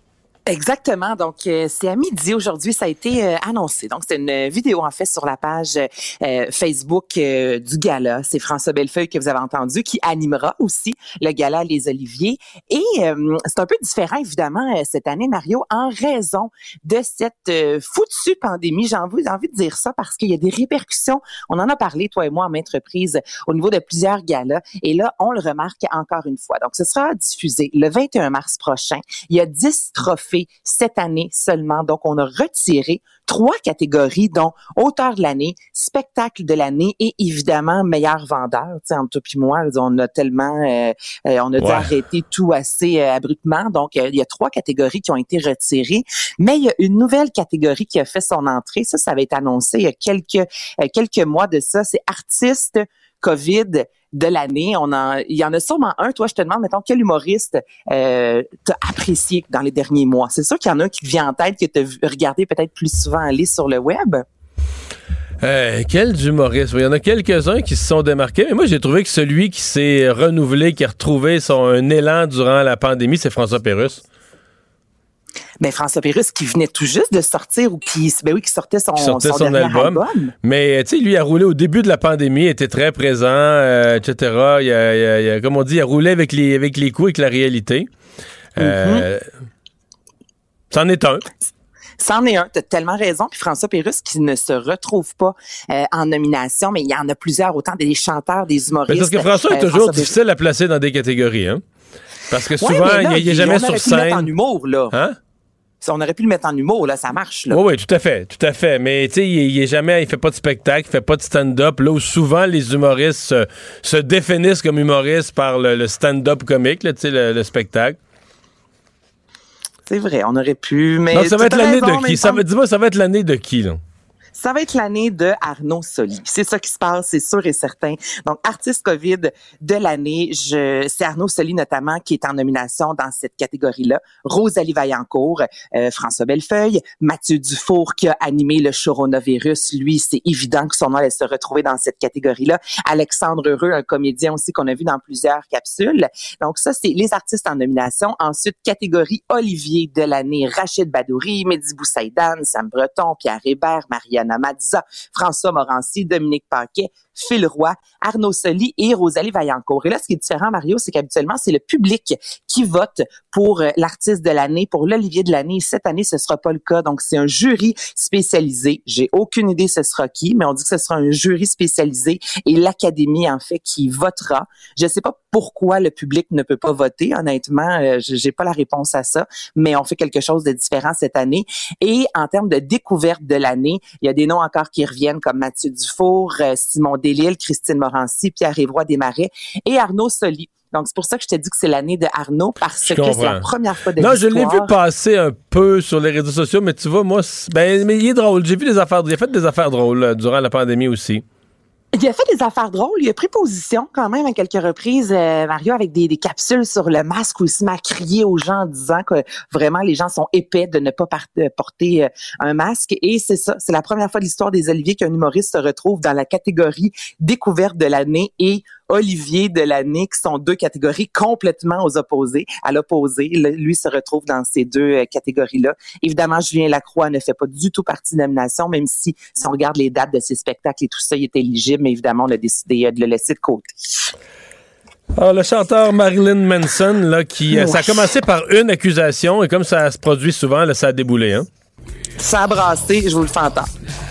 Exactement. Donc, euh, c'est à midi aujourd'hui, ça a été euh, annoncé. Donc, c'est une vidéo, en fait, sur la page euh, Facebook euh, du gala. C'est François Bellefeuille que vous avez entendu, qui animera aussi le gala Les Oliviers. Et euh, c'est un peu différent, évidemment, euh, cette année, Mario, en raison de cette euh, foutue pandémie. J'ai envie, j'ai envie de dire ça parce qu'il y a des répercussions. On en a parlé, toi et moi, à maintes reprises, au niveau de plusieurs galas. Et là, on le remarque encore une fois. Donc, ce sera diffusé le vingt et un mars prochain. Il y a dix trophées cette année seulement. Donc, on a retiré trois catégories, dont auteur de l'année, spectacle de l'année et évidemment meilleur vendeur. Tu sais, entre toi et moi, on a tellement, euh, euh, on a dû ouais. arrêter tout assez euh, abruptement. Donc, euh, il y a trois catégories qui ont été retirées. Mais il y a une nouvelle catégorie qui a fait son entrée. Ça, ça avait été annoncé il y a quelques, euh, quelques mois de ça. C'est artiste COVID de l'année. On en, il y en a sûrement un. Toi, je te demande, mettons, quel humoriste euh, t'as apprécié dans les derniers mois? C'est sûr qu'il y en a un qui te vient en tête, que t'as regardé peut-être plus souvent aller sur le web. Euh, quel humoriste? Il y en a quelques-uns qui se sont démarqués, mais moi, j'ai trouvé que celui qui s'est renouvelé, qui a retrouvé son un élan durant la pandémie, c'est François Pérusse. Mais François Pérusse qui venait tout juste de sortir ou qui, ben oui, qui sortait son, qui sortait son, son dernier album. album. Mais tu sais, lui a roulé au début de la pandémie, était très présent, euh, et cetera. Il a, il a, il a, comme on dit, il a roulé avec les avec les coups, avec la réalité. Euh, mm-hmm. C'en est un. C'en est un, t'as tellement raison. Puis François Pérusse qui ne se retrouve pas euh, en nomination, mais il y en a plusieurs, autant des chanteurs, des humoristes. Mais parce que François euh, est toujours François difficile Pérusse. à placer dans des catégories, hein? Parce que souvent, ouais, là, il n'est jamais sur scène. On aurait pu le mettre en humour, là. Hein? On aurait pu le mettre en humour, là, ça marche, là. Oui, oui, tout à fait, tout à fait. Mais, tu sais, il, il est jamais, il fait pas de spectacle, il fait pas de stand-up. Là où souvent les humoristes se, se définissent comme humoristes par le, le stand-up comique, tu sais, le, le spectacle. C'est vrai, on aurait pu, mais... Donc, ça va être l'année de qui? Ça va, dis-moi, ça va être l'année de qui, là? Ça va être l'année de Arnaud Soli. C'est ça qui se passe, c'est sûr et certain. Donc, artiste COVID de l'année, je, c'est Arnaud Soli notamment qui est en nomination dans cette catégorie-là. Rosalie Vaillancourt, euh, François Bellefeuille, Mathieu Dufour qui a animé le Coronavirus. Lui, c'est évident que son nom allait se retrouver dans cette catégorie-là. Alexandre Heureux, un comédien aussi qu'on a vu dans plusieurs capsules. Donc, ça, c'est les artistes en nomination. Ensuite, catégorie Olivier de l'année, Rachid Badouri, Mehdi Boussaïdan, Sam Breton, Pierre Hébert, Mariana Mazza, François Morancy, Dominique Paquet, Phil Roy, Arnaud Soli et Rosalie Vaillancourt. Et là, ce qui est différent, Mario, c'est qu'habituellement, c'est le public qui vote pour euh, l'artiste de l'année, pour l'Olivier de l'année. Cette année, ce sera pas le cas. Donc, c'est un jury spécialisé. J'ai aucune idée ce sera qui, mais on dit que ce sera un jury spécialisé et l'Académie, en fait, qui votera. Je sais pas pourquoi le public ne peut pas voter. Honnêtement, euh, j'ai pas la réponse à ça, mais on fait quelque chose de différent cette année. Et en termes de découverte de l'année, il y a des noms encore qui reviennent comme Mathieu Dufour, euh, Simon Delille, Christine Morancy, Pierre-Évroy Desmarais et Arnaud Soli. Donc, c'est pour ça que je te dis que c'est l'année de Arnaud, parce que c'est la première fois de non, l'histoire. Non, je l'ai vu passer un peu sur les réseaux sociaux, mais tu vois, moi, ben, mais il est drôle. J'ai vu des affaires, il a fait des affaires drôles là, durant la pandémie aussi. Il a fait des affaires drôles. Il a pris position quand même à quelques reprises, euh, Mario, avec des, des capsules sur le masque où il se met à crier aux gens en disant que vraiment les gens sont épais de ne pas par- de porter euh, un masque. Et c'est ça, c'est la première fois de l'histoire des Oliviers qu'un humoriste se retrouve dans la catégorie découverte de l'année et Olivier de l'année, qui sont deux catégories complètement aux opposés, à l'opposé. Lui se retrouve dans ces deux euh, catégories-là. Évidemment, Julien Lacroix ne fait pas du tout partie de la nomination, même si, si on regarde les dates de ses spectacles et tout ça, il est éligible, mais évidemment, on a décidé euh, de le laisser de côté. Alors, le chanteur Marilyn Manson, là, qui, ouais. ça a commencé par une accusation, et comme ça se produit souvent, là, ça a déboulé, hein? Ça a brassé, je vous le fais entendre.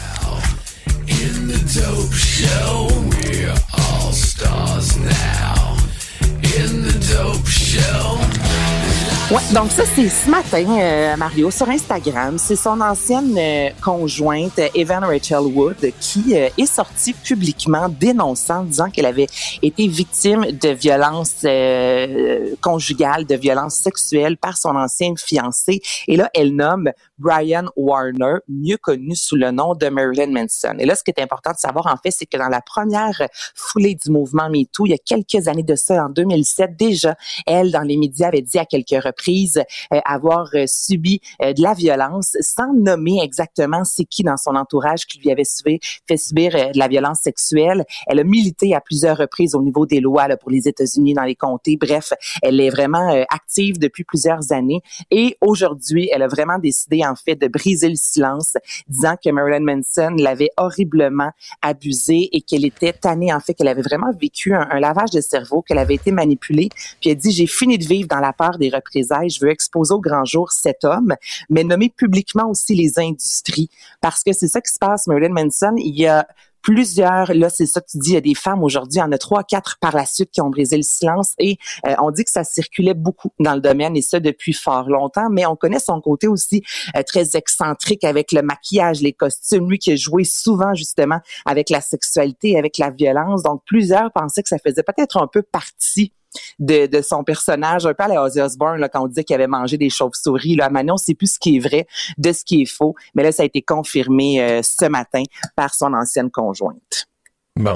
Ouais, donc ça, c'est ce matin, euh, Mario, sur Instagram. C'est son ancienne euh, conjointe, Evan Rachel Wood, qui euh, est sortie publiquement dénonçant, disant qu'elle avait été victime de violences euh, conjugales, de violences sexuelles par son ancien fiancé. Et là, elle nomme Brian Warner, mieux connu sous le nom de Marilyn Manson. Et là, ce qui est important de savoir, en fait, c'est que dans la première foulée du mouvement MeToo, il y a quelques années de ça, en deux mille sept, déjà, elle, dans les médias, avait dit à quelques reprises euh, avoir euh, subi euh, de la violence, sans nommer exactement c'est qui dans son entourage qui lui avait subi, fait subir euh, de la violence sexuelle. Elle a milité à plusieurs reprises au niveau des lois là, pour les États-Unis, dans les comtés. Bref, elle est vraiment euh, active depuis plusieurs années. Et aujourd'hui, elle a vraiment décidé, en fait, de briser le silence, disant que Marilyn Manson l'avait horriblement abusée et qu'elle était tannée, en fait, qu'elle avait vraiment vécu un, un lavage de cerveau, qu'elle avait été manipulée. Puis elle dit, j'ai fini de vivre dans la peur des représailles. Je veux exposer au grand jour cet homme, mais nommer publiquement aussi les industries. Parce que c'est ça qui se passe, Marilyn Manson. Il y a plusieurs, là, c'est ça que tu dis, il y a des femmes aujourd'hui, il y en a trois, quatre par la suite qui ont brisé le silence et euh, on dit que ça circulait beaucoup dans le domaine et ça depuis fort longtemps, mais on connaît son côté aussi euh, très excentrique avec le maquillage, les costumes, lui qui a joué souvent justement avec la sexualité, avec la violence, donc plusieurs pensaient que ça faisait peut-être un peu partie de, de son personnage, un peu à la Ozzy Osbourne, là, quand on disait qu'il avait mangé des chauves-souris. Là, maintenant, on ne sait plus ce qui est vrai de ce qui est faux. Mais là, ça a été confirmé euh, ce matin par son ancienne conjointe. Bon.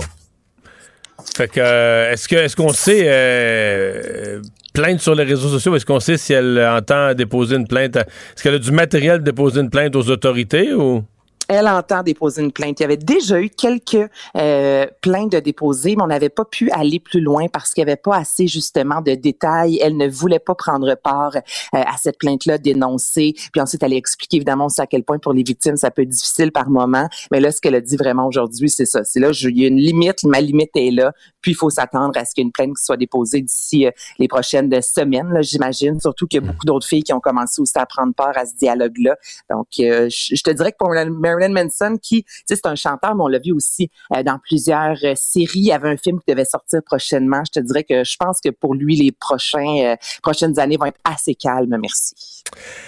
Fait que, euh, est-ce que, est-ce qu'on sait euh, plainte sur les réseaux sociaux? Est-ce qu'on sait si elle entend déposer une plainte? À, est-ce qu'elle a du matériel de déposer une plainte aux autorités ou? Elle entend déposer une plainte. Il y avait déjà eu quelques euh, plaintes de déposer, mais on n'avait pas pu aller plus loin parce qu'il n'y avait pas assez justement de détails. Elle ne voulait pas prendre part euh, à cette plainte-là, dénoncer. Puis ensuite, elle a expliqué évidemment aussi à quel point pour les victimes, ça peut être difficile par moment. Mais là, ce qu'elle a dit vraiment aujourd'hui, c'est ça. C'est là, il y a une limite, ma limite est là. Puis il faut s'attendre à ce qu'il y ait une plainte qui soit déposée d'ici euh, les prochaines semaines, là, j'imagine. Surtout qu'il y a beaucoup d'autres filles qui ont commencé aussi à prendre part à ce dialogue-là. Donc, euh, je, je te dirais que pour Marilyn Manson, qui, tu sais, c'est un chanteur, mais on l'a vu aussi euh, dans plusieurs euh, séries. Il y avait un film qui devait sortir prochainement. Je te dirais que je pense que pour lui, les prochains euh, prochaines années vont être assez calmes. Merci.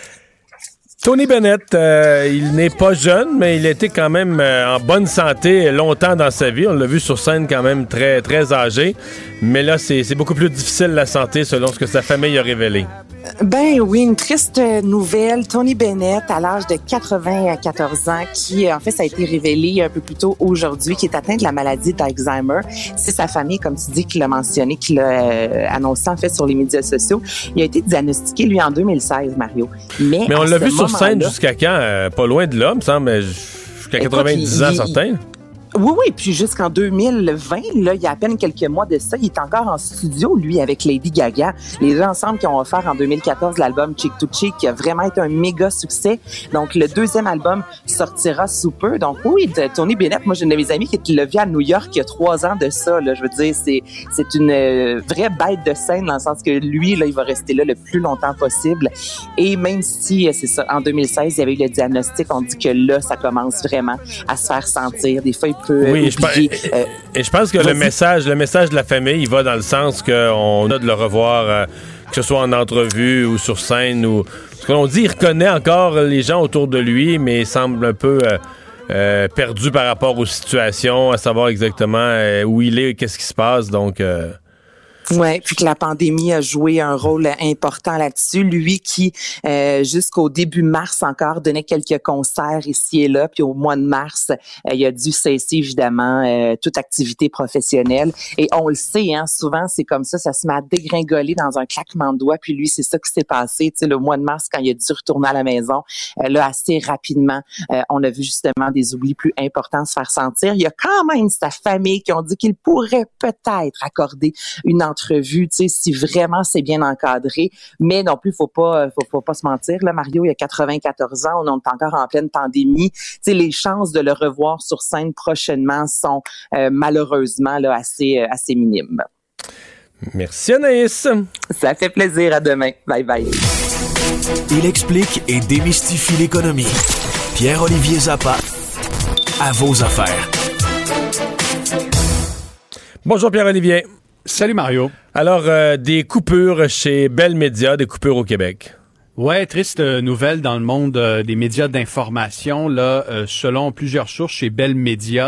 Tony Bennett, euh, il n'est pas jeune, mais il était quand même euh, en bonne santé longtemps dans sa vie. On l'a vu sur scène quand même très, très âgé. Mais là, c'est, c'est beaucoup plus difficile la santé selon ce que sa famille a révélé. Ben oui, une triste nouvelle. Tony Bennett, à l'âge de quatre-vingt-quatorze ans, qui, en fait, ça a été révélé un peu plus tôt aujourd'hui, qui est atteint de la maladie d'Alzheimer. C'est sa famille, comme tu dis, qui l'a mentionné, qui l'a euh, annoncé, en fait, sur les médias sociaux. Il a été diagnostiqué, lui, en deux mille seize, Mario. Mais, Mais on l'a vu sur scène jusqu'à quand? Euh, pas loin de là, me semble, jusqu'à quatre-vingt-dix ans, certains. Oui, oui, puis jusqu'en deux mille vingt, là, il y a à peine quelques mois de ça, il est encore en studio, lui, avec Lady Gaga. Les deux ensemble qui ont offert en deux mille quatorze l'album Cheek to Cheek, qui a vraiment été un méga succès. Donc, le deuxième album sortira sous peu. Donc, oui, Tony Bennett, moi, j'ai une de mes amies qui l'a vu à New York il y a trois ans de ça, là. Je veux dire, c'est, c'est une euh, vraie bête de scène, dans le sens que lui, là, il va rester là le plus longtemps possible. Et même si, c'est ça, en deux mille seize, il y avait eu le diagnostic, on dit que là, ça commence vraiment à se faire sentir. Des fois, il peut oui, oublier, je, euh, et je pense que le message, le message de la famille, il va dans le sens qu'on a de le revoir, euh, que ce soit en entrevue ou sur scène. Ou, parce qu'on dit qu'il reconnaît encore les gens autour de lui, mais il semble un peu euh, euh, perdu par rapport aux situations, à savoir exactement euh, où il est, qu'est-ce qui se passe. Donc... Euh Ouais, puis que la pandémie a joué un rôle important là-dessus. Lui qui, euh, jusqu'au début mars encore, donnait quelques concerts ici et là, puis au mois de mars, euh, il a dû cesser évidemment euh, toute activité professionnelle. Et on le sait, hein, souvent c'est comme ça, ça se met à dégringoler dans un claquement de doigts. Puis lui, c'est ça qui s'est passé, tu sais, le mois de mars quand il a dû retourner à la maison. Euh, là, assez rapidement, euh, on a vu justement des oublis plus importants se faire sentir. Il y a quand même sa famille qui ont dit qu'il pourrait peut-être accorder une entrevue revue, tu sais, si vraiment c'est bien encadré. Mais non plus, faut pas, faut, faut pas se mentir. Là, Mario, il a quatre-vingt-quatorze ans, on est encore en pleine pandémie. Tu sais, les chances de le revoir sur scène prochainement sont euh, malheureusement là assez, assez minimes. Merci Anaïs. Ça fait plaisir. À demain. Bye bye. Il explique et démystifie l'économie. Pierre-Olivier Zappa, à vos affaires. Bonjour Pierre-Olivier. Salut Mario. Alors, euh, des coupures chez Bell Media, des coupures au Québec. Ouais, triste nouvelle dans le monde euh, des médias d'information. Là, euh, selon plusieurs sources chez Bell Media,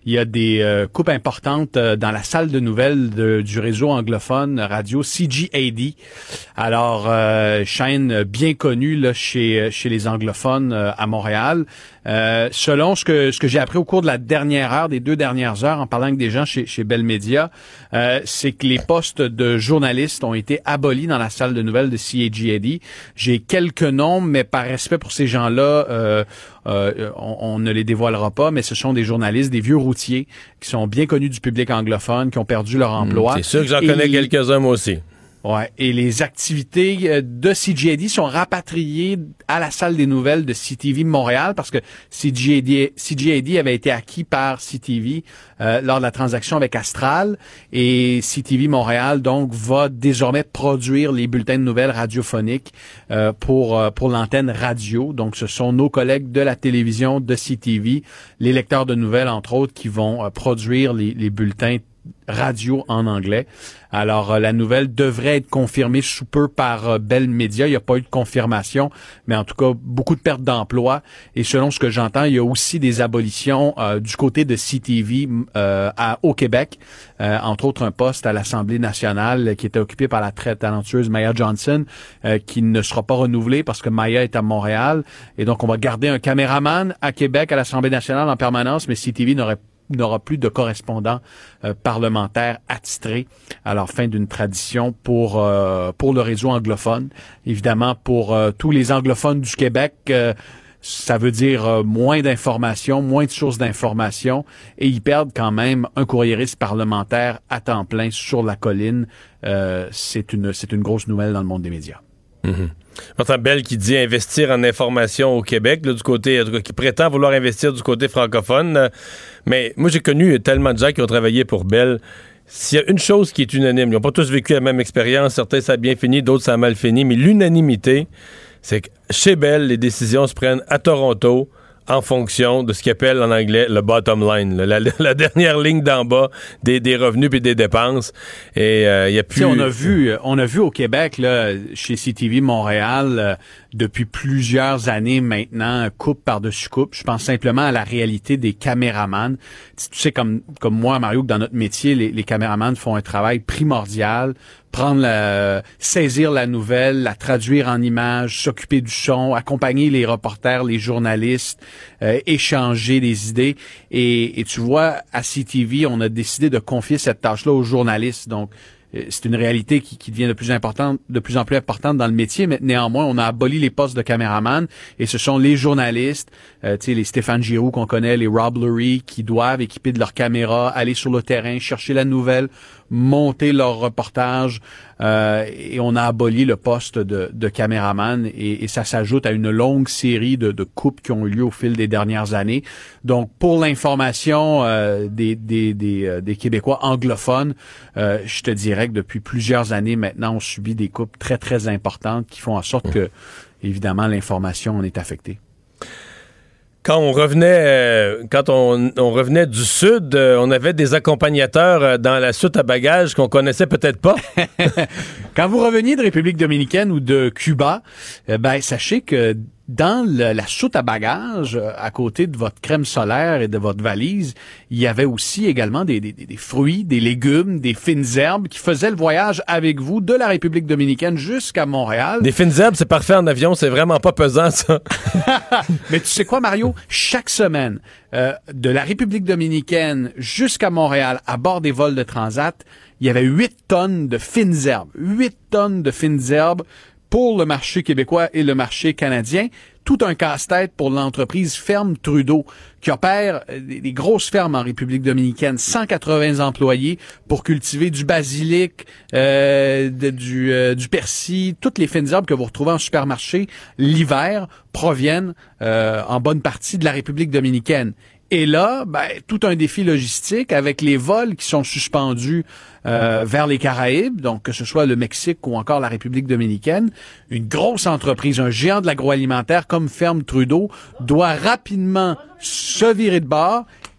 il y a des euh, coupes importantes euh, dans la salle de nouvelles de, du réseau anglophone radio C G A D. Alors, euh, chaîne bien connue là, chez, chez les anglophones euh, à Montréal. Euh, selon ce que ce que j'ai appris au cours de la dernière heure, des deux dernières heures, en parlant avec des gens chez, chez Bell Media, euh, c'est que les postes de journalistes ont été abolis dans la salle de nouvelles de C G A D. J'ai quelques noms, mais par respect pour ces gens-là, euh, euh, on, on ne les dévoilera pas, mais ce sont des journalistes, des vieux routiers qui sont bien connus du public anglophone, qui ont perdu leur emploi. Mmh, c'est sûr que j'en connais Et... quelques-uns, moi aussi. Ouais, et les activités de C G A D sont rapatriées à la salle des nouvelles de C T V Montréal parce que C G A D, C G A D avait été acquis par C T V euh, lors de la transaction avec Astral et C T V Montréal donc va désormais produire les bulletins de nouvelles radiophoniques euh, pour euh, pour l'antenne radio. Donc ce sont nos collègues de la télévision de C T V, les lecteurs de nouvelles entre autres qui vont euh, produire les, les bulletins radio en anglais. Alors, euh, la nouvelle devrait être confirmée sous peu par euh, Bell Media. Il n'y a pas eu de confirmation, mais en tout cas, beaucoup de pertes d'emplois. Et selon ce que j'entends, il y a aussi des abolitions euh, du côté de C T V euh, à, au Québec. Euh, entre autres, un poste à l'Assemblée nationale qui était occupé par la très talentueuse Maya Johnson, euh, qui ne sera pas renouvelé parce que Maya est à Montréal. Et donc, on va garder un caméraman à Québec, à l'Assemblée nationale en permanence, mais C T V n'aurait n'aura plus de correspondants euh, parlementaires attitrés. Alors, fin d'une tradition pour euh, pour le réseau anglophone. Évidemment, pour euh, tous les anglophones du Québec, euh, ça veut dire euh, moins d'informations, moins de sources d'informations, et ils perdent quand même un courriériste parlementaire à temps plein sur la colline. Euh, c'est une c'est une grosse nouvelle dans le monde des médias. Mm-hmm. J'entends Bell qui dit investir en information au Québec, là, du côté, en tout cas, qui prétend vouloir investir du côté francophone. Euh, mais moi, j'ai connu tellement de gens qui ont travaillé pour Bell. S'il y a une chose qui est unanime, ils n'ont pas tous vécu la même expérience. Certains, ça a bien fini, d'autres, ça a mal fini. Mais l'unanimité, c'est que chez Bell, les décisions se prennent à Toronto en fonction de ce qu'ils appellent en anglais le bottom line, la, la, la dernière ligne d'en bas des, des revenus puis des dépenses. Et il euh, y a plus. T'sais, on a vu, on a vu au Québec là, chez C T V Montréal euh, depuis plusieurs années maintenant, coupe par-dessus coupe. Je pense simplement à la réalité des caméramans. Tu sais comme comme moi, Mario, que dans notre métier, les, les caméramans font un travail primordial. Prendre la, saisir la nouvelle, la traduire en images, s'occuper du son, accompagner les reporters, les journalistes, euh, échanger des idées. Et, et tu vois, à C T V, on a décidé de confier cette tâche-là aux journalistes. Donc, c'est une réalité qui, qui devient de plus importante, de plus en plus importante dans le métier, mais néanmoins, on a aboli les postes de caméraman et ce sont les journalistes, euh, tu sais, les Stéphane Giroux qu'on connaît, les Rob Lurie, qui doivent, équipés de leur caméra, aller sur le terrain, chercher la nouvelle, monter leur reportage, euh, et on a aboli le poste de, de caméraman et, et ça s'ajoute à une longue série de, de coupes qui ont eu lieu au fil des dernières années. Donc, pour l'information euh, des, des, des, euh, des Québécois anglophones, euh, je te dirais que depuis plusieurs années maintenant, on subit des coupes très, très importantes qui font en sorte que, évidemment, l'information en est affectée. Quand on revenait, euh, quand on, on revenait du Sud, euh, on avait des accompagnateurs euh, dans la soute à bagages qu'on connaissait peut-être pas. Quand vous reveniez de République dominicaine ou de Cuba, euh, ben sachez que dans le, la soute à bagages, à côté de votre crème solaire et de votre valise, il y avait aussi également des, des, des fruits, des légumes, des fines herbes qui faisaient le voyage avec vous de la République dominicaine jusqu'à Montréal. Des fines herbes, c'est parfait en avion, c'est vraiment pas pesant, ça. Mais tu sais quoi, Mario? Chaque semaine, euh, de la République dominicaine jusqu'à Montréal, à bord des vols de Transat, il y avait huit tonnes de fines herbes. huit tonnes de fines herbes pour le marché québécois et le marché canadien. Tout un casse-tête pour l'entreprise Ferme Trudeau, qui opère des, des grosses fermes en République dominicaine, cent quatre-vingts employés pour cultiver du basilic, euh, de, du, euh, du persil, toutes les fines herbes que vous retrouvez en supermarché l'hiver proviennent euh, en bonne partie de la République dominicaine. Et là, ben, tout un défi logistique avec les vols qui sont suspendus euh, vers les Caraïbes, donc que ce soit le Mexique ou encore la République dominicaine. Une grosse entreprise, un géant de l'agroalimentaire comme Ferme Trudeau, doit rapidement se virer de bord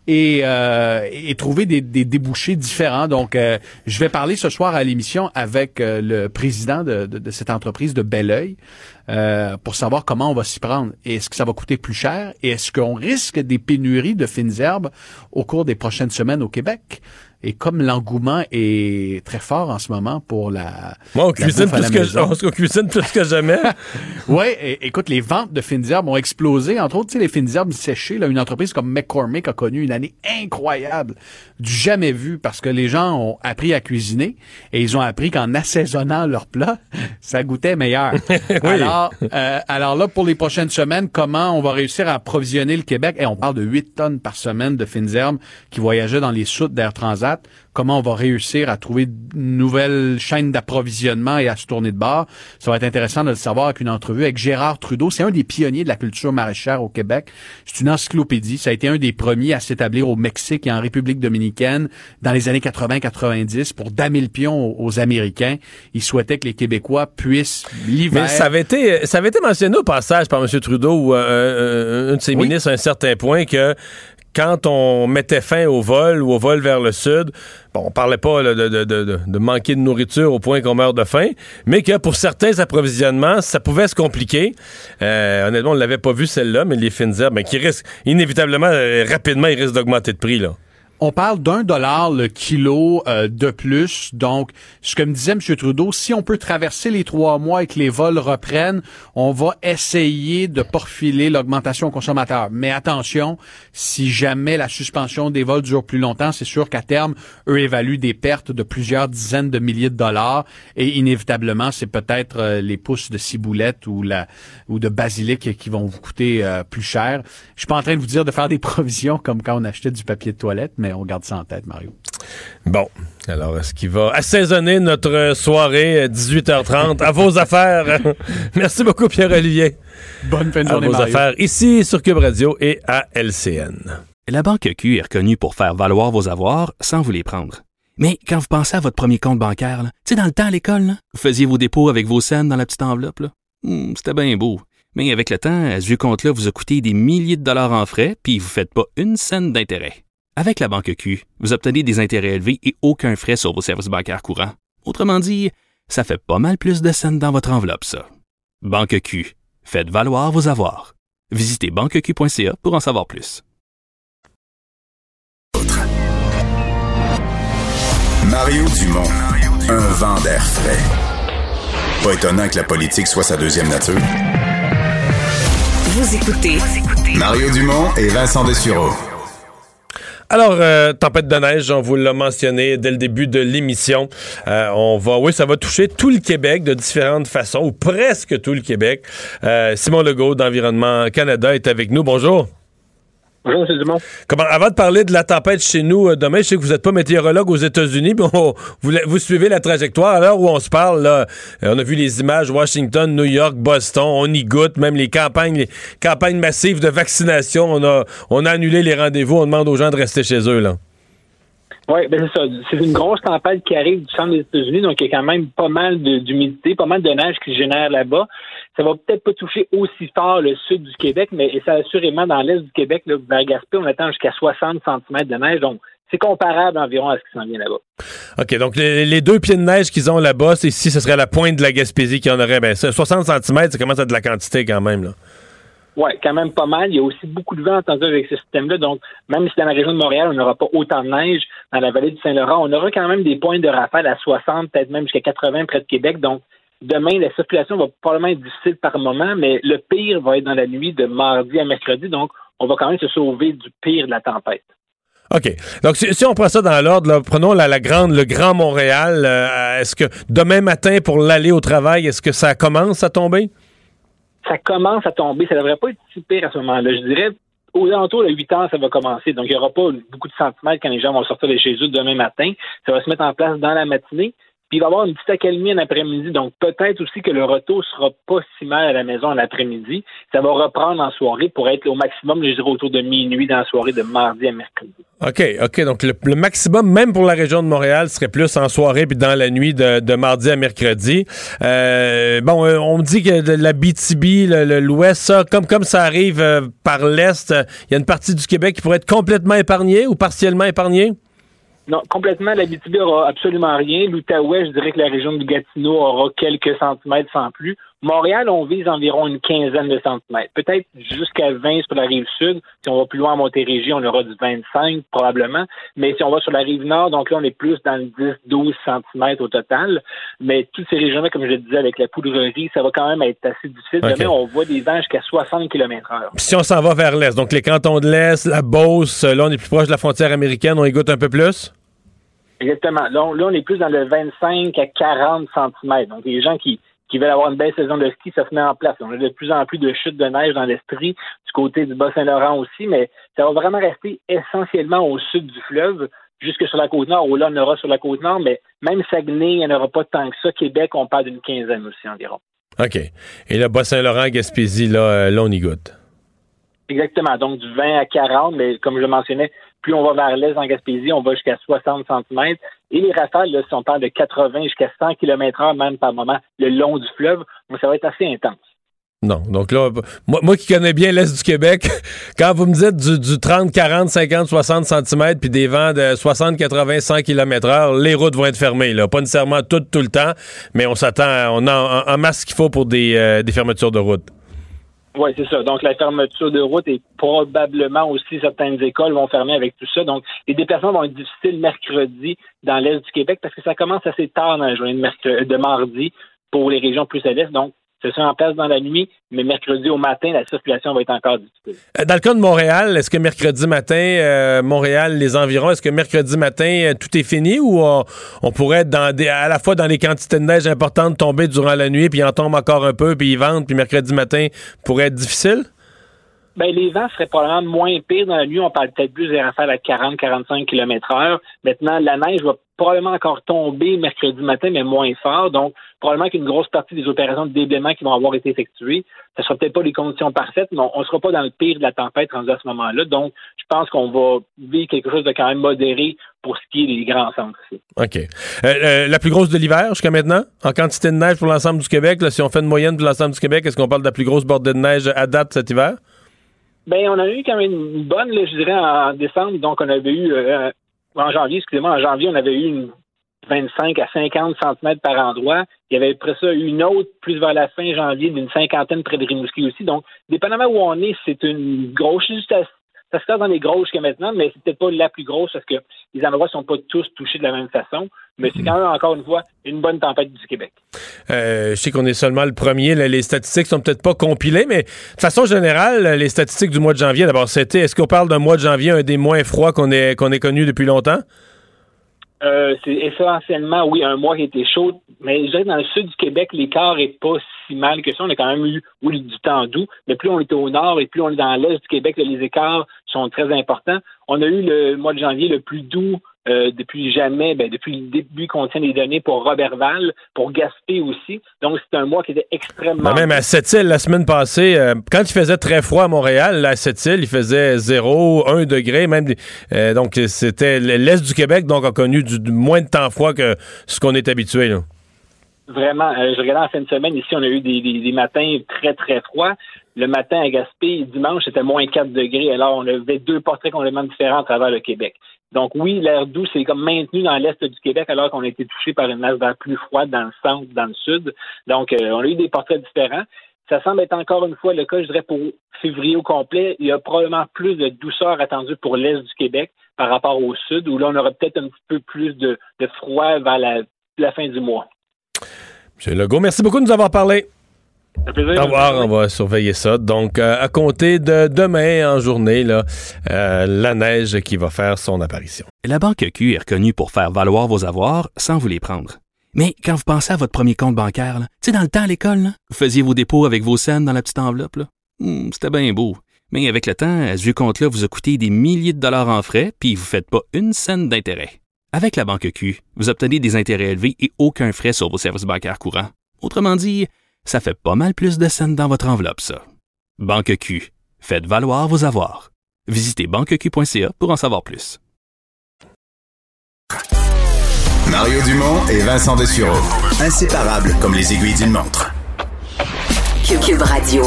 et, euh, et trouver des, des débouchés différents. Donc, euh, je vais parler ce soir à l'émission avec euh, le président de, de, de cette entreprise de Belleuil euh, pour savoir comment on va s'y prendre. Et est-ce que ça va coûter plus cher? Et est-ce qu'on risque des pénuries de fines herbes au cours des prochaines semaines au Québec? Et comme l'engouement est très fort en ce moment pour la... Moi, on cuisine plus que, on, on cuisine plus que jamais. Oui, écoute, les ventes de fines herbes ont explosé. Entre autres, tu sais, les fines herbes séchées, là, une entreprise comme McCormick a connu une année incroyable, du jamais vu, parce que les gens ont appris à cuisiner et ils ont appris qu'en assaisonnant leurs plats, ça goûtait meilleur. Oui. Alors, euh, alors là, pour les prochaines semaines, comment on va réussir à approvisionner le Québec? Et on parle de huit tonnes par semaine de fines herbes qui voyageaient dans les soutes d'Air Transat. Comment on va réussir à trouver une nouvelle chaîne d'approvisionnement et à se tourner de bord. Ça va être intéressant de le savoir avec une entrevue avec Gérard Trudeau. C'est un des pionniers de la culture maraîchère au Québec. C'est une encyclopédie. Ça a été un des premiers à s'établir au Mexique et en République dominicaine dans les années quatre-vingts quatre-vingt-dix pour damer le pion aux, aux Américains. Il souhaitait que les Québécois puissent l'hiver... Mais ça avait été, ça avait été mentionné au passage par M. Trudeau ou euh, un de ses oui. ministres à un certain point que quand on mettait fin au vol ou au vol vers le sud, bon, on parlait pas là, de, de, de, de manquer de nourriture au point qu'on meurt de faim, mais que pour certains approvisionnements, ça pouvait se compliquer. Euh, honnêtement, on l'avait pas vu celle-là, mais les fines herbes, mais qui risquent inévitablement, euh, rapidement, ils risquent d'augmenter de prix, là. On parle d'un dollar le kilo euh, de plus. Donc, ce que me disait M. Trudeau, si on peut traverser les trois mois et que les vols reprennent, on va essayer de profiler l'augmentation aux consommateurs. Mais attention, si jamais la suspension des vols dure plus longtemps, c'est sûr qu'à terme, eux évaluent des pertes de plusieurs dizaines de milliers de dollars. Et inévitablement, c'est peut-être euh, les pousses de ciboulette ou la ou de basilic qui vont vous coûter euh, plus cher. Je suis pas en train de vous dire de faire des provisions comme quand on achetait du papier de toilette, mais on garde ça en tête, Mario. Bon, alors est-ce qu'il va assaisonner notre soirée dix-huit heures trente à vos affaires? Merci beaucoup, Pierre-Olivier. Bonne fin de journée, à vos Mario. affaires ici sur Cube Radio et à L C N. La Banque Q est reconnue pour faire valoir vos avoirs sans vous les prendre. Mais quand vous pensez à votre premier compte bancaire, tu sais, dans le temps à l'école, là, vous faisiez vos dépôts avec vos scènes dans la petite enveloppe. Là. Hum, c'était bien beau. Mais avec le temps, à ce compte-là vous a coûté des milliers de dollars en frais, puis vous ne faites pas une scène d'intérêt. Avec la Banque Q, vous obtenez des intérêts élevés et aucun frais sur vos services bancaires courants. Autrement dit, ça fait pas mal plus de scènes dans votre enveloppe, ça. Banque Q, faites valoir vos avoirs. Visitez banque q point c a pour en savoir plus. Mario Dumont, un vent d'air frais. Pas étonnant que la politique soit sa deuxième nature. Vous écoutez Mario Dumont et Vincent Dessureau. Alors, euh, tempête de neige, on vous l'a mentionné dès le début de l'émission. Euh, on va, oui, ça va toucher tout le Québec de différentes façons, ou presque tout le Québec. Euh, Simon Legault d'Environnement Canada est avec nous. Bonjour. Bonjour, M. Dumont. Comment, avant de parler de la tempête chez nous euh, demain, je sais que vous n'êtes pas météorologue aux États-Unis, mais on, vous, vous suivez la trajectoire. À l'heure où on se parle, là, on a vu les images Washington, New York, Boston, on y goûte, même les campagnes, les campagnes massives de vaccination. On a, on a annulé les rendez-vous, on demande aux gens de rester chez eux, là. Oui, ben c'est ça. C'est une grosse tempête qui arrive du centre des États-Unis, donc il y a quand même pas mal de, d'humidité, pas mal de neige qui se génère là-bas. Ça va peut-être pas toucher aussi fort le sud du Québec, mais ça assurément dans l'est du Québec, là, vers Gaspé, on attend jusqu'à soixante centimètres de neige, donc c'est comparable environ à ce qui s'en vient là-bas. OK, donc les, les deux pieds de neige qu'ils ont là-bas, c'est ici, ce serait la pointe de la Gaspésie qui en aurait. Ben, soixante centimètres, ça commence à être de la quantité quand même, là. Oui, quand même pas mal. Il y a aussi beaucoup de vent entendu avec ce système-là. Donc, même si dans la région de Montréal, on n'aura pas autant de neige, dans la vallée du Saint-Laurent, on aura quand même des pointes de rafale à soixante, peut-être même jusqu'à quatre-vingts près de Québec. Donc, demain, la circulation va probablement être difficile par moment, mais le pire va être dans la nuit de mardi à mercredi. Donc, on va quand même se sauver du pire de la tempête. OK. Donc, si, si on prend ça dans l'ordre, là, prenons la, la grande, le Grand Montréal. Euh, est-ce que demain matin, pour l'aller au travail, est-ce que ça commence à tomber? Ça commence à tomber. Ça ne devrait pas être si pire à ce moment-là. Je dirais, aux alentours de huit heures, ça va commencer. Donc, il n'y aura pas beaucoup de centimètres quand les gens vont sortir de chez eux demain matin. Ça va se mettre en place dans la matinée. Puis il va y avoir une petite accalmie en après-midi, donc peut-être aussi que le retour sera pas si mal à la maison en après-midi. Ça va reprendre en soirée pour être au maximum, je dirais, autour de minuit dans la soirée de mardi à mercredi. OK, OK. Donc le, le maximum, même pour la région de Montréal, serait plus en soirée puis dans la nuit de, de mardi à mercredi. Euh, bon, euh, on dit que de la B T B, le, le, l'Ouest, ça, comme, comme ça arrive euh, par l'Est, il euh, y a une partie du Québec qui pourrait être complètement épargnée ou partiellement épargnée? Non, complètement, la B T B aura absolument rien. L'Outaouais, je dirais que la région du Gatineau aura quelques centimètres sans plus. Montréal, on vise environ une quinzaine de centimètres. Peut-être jusqu'à vingt sur la rive sud. Si on va plus loin à Montérégie, on aura du vingt-cinq probablement. Mais si on va sur la rive nord, donc là, on est plus dans le dix à douze centimètres au total. Mais toutes ces régions-là, comme je le disais, avec la poudrerie, ça va quand même être assez difficile. Okay. Jamais on voit des vents jusqu'à soixante kilomètres heure. Si on s'en va vers l'est, donc les cantons de l'Est, la Beauce, là, on est plus proche de la frontière américaine, on y goûte un peu plus? Exactement. Là, on, là, on est plus dans le vingt-cinq à quarante centimètres. Donc, les gens qui, qui veulent avoir une belle saison de ski, ça se met en place. On a de plus en plus de chutes de neige dans l'Estrie, du côté du Bas-Saint-Laurent aussi, mais ça va vraiment rester essentiellement au sud du fleuve, jusque sur la Côte-Nord, où là, on aura sur la Côte-Nord, mais même Saguenay, il n'y en aura pas tant que ça. Québec, on parle d'une quinzaine aussi environ. OK. Et là, Bas-Saint-Laurent, Gaspésie, là, là, on y goûte. Exactement. Donc, du vingt à quarante, mais comme je le mentionnais, plus on va vers l'est en Gaspésie, on va jusqu'à soixante centimètres. Et les rafales, là, si on parle de quatre-vingts jusqu'à cent kilomètres heure, même par moment, le long du fleuve, donc ça va être assez intense. Non. Donc là, moi, moi qui connais bien l'Est du Québec, quand vous me dites du, du trente, quarante, cinquante, soixante centimètres puis des vents de soixante, quatre-vingts, cent kilomètres heure, les routes vont être fermées. Là. Pas nécessairement toutes, tout le temps, mais on s'attend, on a en, en masse ce qu'il faut pour des, euh, des fermetures de route. Oui, c'est ça. Donc, la fermeture de route et probablement aussi certaines écoles vont fermer avec tout ça. Donc, les déplacements vont être difficiles mercredi dans l'Est du Québec parce que ça commence assez tard dans la journée de, mercredi, de mardi pour les régions plus à l'Est. Donc, ça sera en place dans la nuit, mais mercredi au matin, la circulation va être encore difficile. Dans le cas de Montréal, est-ce que mercredi matin, euh, Montréal, les environs, est-ce que mercredi matin, euh, tout est fini ou on, on pourrait être dans des, à la fois dans les quantités de neige importantes tomber durant la nuit, puis il en tombe encore un peu, puis il vente, puis mercredi matin pourrait être difficile? Ben, les vents seraient probablement moins pires dans la nuit. On parle peut-être plus des rafales à quarante à quarante-cinq kilomètres heure. Maintenant, la neige va probablement encore tomber mercredi matin, mais moins fort. Donc, probablement qu'une grosse partie des opérations de déblaiement qui vont avoir été effectuées, ça ne sera peut-être pas les conditions parfaites, mais on ne sera pas dans le pire de la tempête rendu à ce moment-là. Donc, je pense qu'on va vivre quelque chose de quand même modéré pour ce qui est des grands centres ici. OK. Euh, euh, la plus grosse de l'hiver jusqu'à maintenant, en quantité de neige pour l'ensemble du Québec, là, si on fait une moyenne pour l'ensemble du Québec, est-ce qu'on parle de la plus grosse bordée de neige à date cet hiver? Ben, on a eu quand même une bonne, là, je dirais, en décembre. Donc, on avait eu, euh, en janvier, excusez-moi, en janvier, on avait eu une vingt-cinq à cinquante centimètres par endroit. Il y avait après ça une autre, plus vers la fin janvier, d'une cinquantaine près de Rimouski aussi. Donc, dépendamment où on est, c'est une grosse, ça, ça se passe dans les grosses jusqu'à maintenant, mais c'est peut-être pas la plus grosse parce que les endroits sont pas tous touchés de la même façon. Mais c'est quand même, encore une fois, une bonne tempête du Québec. Euh, je sais qu'on est seulement le premier. Là, les statistiques sont peut-être pas compilées, mais de façon générale, les statistiques du mois de janvier, d'abord, c'était, est-ce qu'on parle d'un mois de janvier, un des moins froids qu'on ait, qu'on ait connu depuis longtemps? Euh, c'est essentiellement, oui, un mois qui était chaud, mais je dirais que dans le sud du Québec, l'écart est pas si mal que ça. On a quand même eu, oui, du temps doux, mais plus on est au nord et plus on est dans l'est du Québec, là, les écarts sont très importants. On a eu le mois de janvier le plus doux euh, depuis jamais, ben, depuis le début qu'on tient les données pour Roberval, pour Gaspé aussi. Donc, c'est un mois qui était extrêmement... Ben même à Sept-Îles, la semaine passée, euh, quand il faisait très froid à Montréal, là, à Sept-Îles, il faisait zéro, un degré, même. Euh, donc, c'était l'est du Québec, donc a connu du, du moins de temps froid que ce qu'on est habitué, là. Vraiment, euh, je regardais en fin de semaine, ici, on a eu des, des, des matins très, très froids. Le matin à Gaspé, dimanche, c'était moins quatre degrés. Alors, on avait deux portraits complètement différents à travers le Québec. Donc oui, l'air doux, c'est comme maintenu dans l'est du Québec alors qu'on a été touché par une masse d'air plus froide dans le centre, dans le sud. Donc, euh, on a eu des portraits différents. Ça semble être encore une fois le cas, je dirais, pour février au complet. Il y a probablement plus de douceur attendue pour l'est du Québec par rapport au sud, où là, on aura peut-être un petit peu plus de, de froid vers la, la fin du mois. M. Legault, merci beaucoup de nous avoir parlé. Un plaisir. Au revoir, on va surveiller ça. Donc, euh, à compter de demain en journée, là, euh, la neige qui va faire son apparition. La Banque Q est reconnue pour faire valoir vos avoirs sans vous les prendre. Mais quand vous pensez à votre premier compte bancaire, tu sais, dans le temps à l'école, là, vous faisiez vos dépôts avec vos scènes dans la petite enveloppe. Là. Hum, c'était bien beau. Mais avec le temps, ce vieux compte-là vous a coûté des milliers de dollars en frais, puis vous ne faites pas une scène d'intérêt. Avec la banque Q, vous obtenez des intérêts élevés et aucun frais sur vos services bancaires courants. Autrement dit, ça fait pas mal plus de scènes dans votre enveloppe, ça. Banque Q, faites valoir vos avoirs. Visitez banque q point c a pour en savoir plus. Mario Dumont et Vincent Dessureau. Inséparables comme les aiguilles d'une montre. Cube Radio.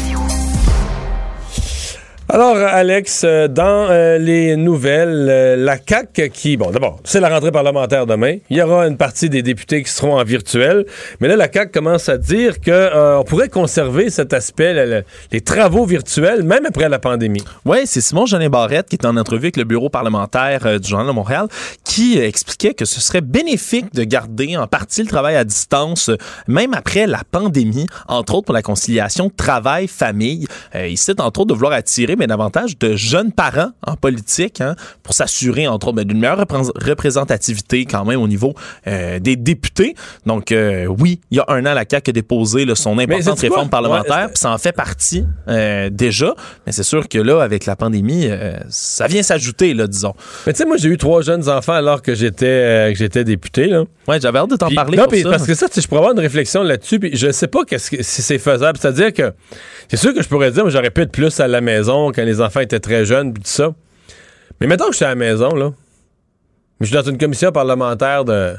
Alors, Alex, dans euh, les nouvelles, euh, la C A Q qui... Bon, d'abord, c'est la rentrée parlementaire demain. Il y aura une partie des députés qui seront en virtuel. Mais là, la C A Q commence à dire qu'on euh, pourrait conserver cet aspect, le, le, les travaux virtuels, même après la pandémie. Oui, c'est Simon-Jeanin Barrette qui est en entrevue avec le bureau parlementaire euh, du Journal de Montréal qui euh, expliquait que ce serait bénéfique de garder en partie le travail à distance, euh, même après la pandémie, entre autres pour la conciliation travail-famille. Euh, il cite entre autres de vouloir attirer mais davantage de jeunes parents en politique hein, pour s'assurer, entre autres, ben, d'une meilleure repré- représentativité quand même au niveau euh, des députés. Donc, euh, oui, il y a un an, la C A Q a déposé là, son importante réforme parlementaire, puis ça en fait partie euh, déjà. Mais c'est sûr que là, avec la pandémie, euh, ça vient s'ajouter, là, disons. Mais tu sais, moi, j'ai eu trois jeunes enfants alors que j'étais, euh, que j'étais député. Là. Ouais, j'avais hâte de t'en puis, parler non, pour puis, ça. Parce que ça, tu sais, je pourrais avoir une réflexion là-dessus, puis je sais pas qu'est-ce que, si c'est faisable. C'est-à-dire que c'est sûr que je pourrais dire, moi, j'aurais pu être plus à la maison quand les enfants étaient très jeunes, puis tout ça. Mais mettons que je suis à la maison, là, mais je suis dans une commission parlementaire de,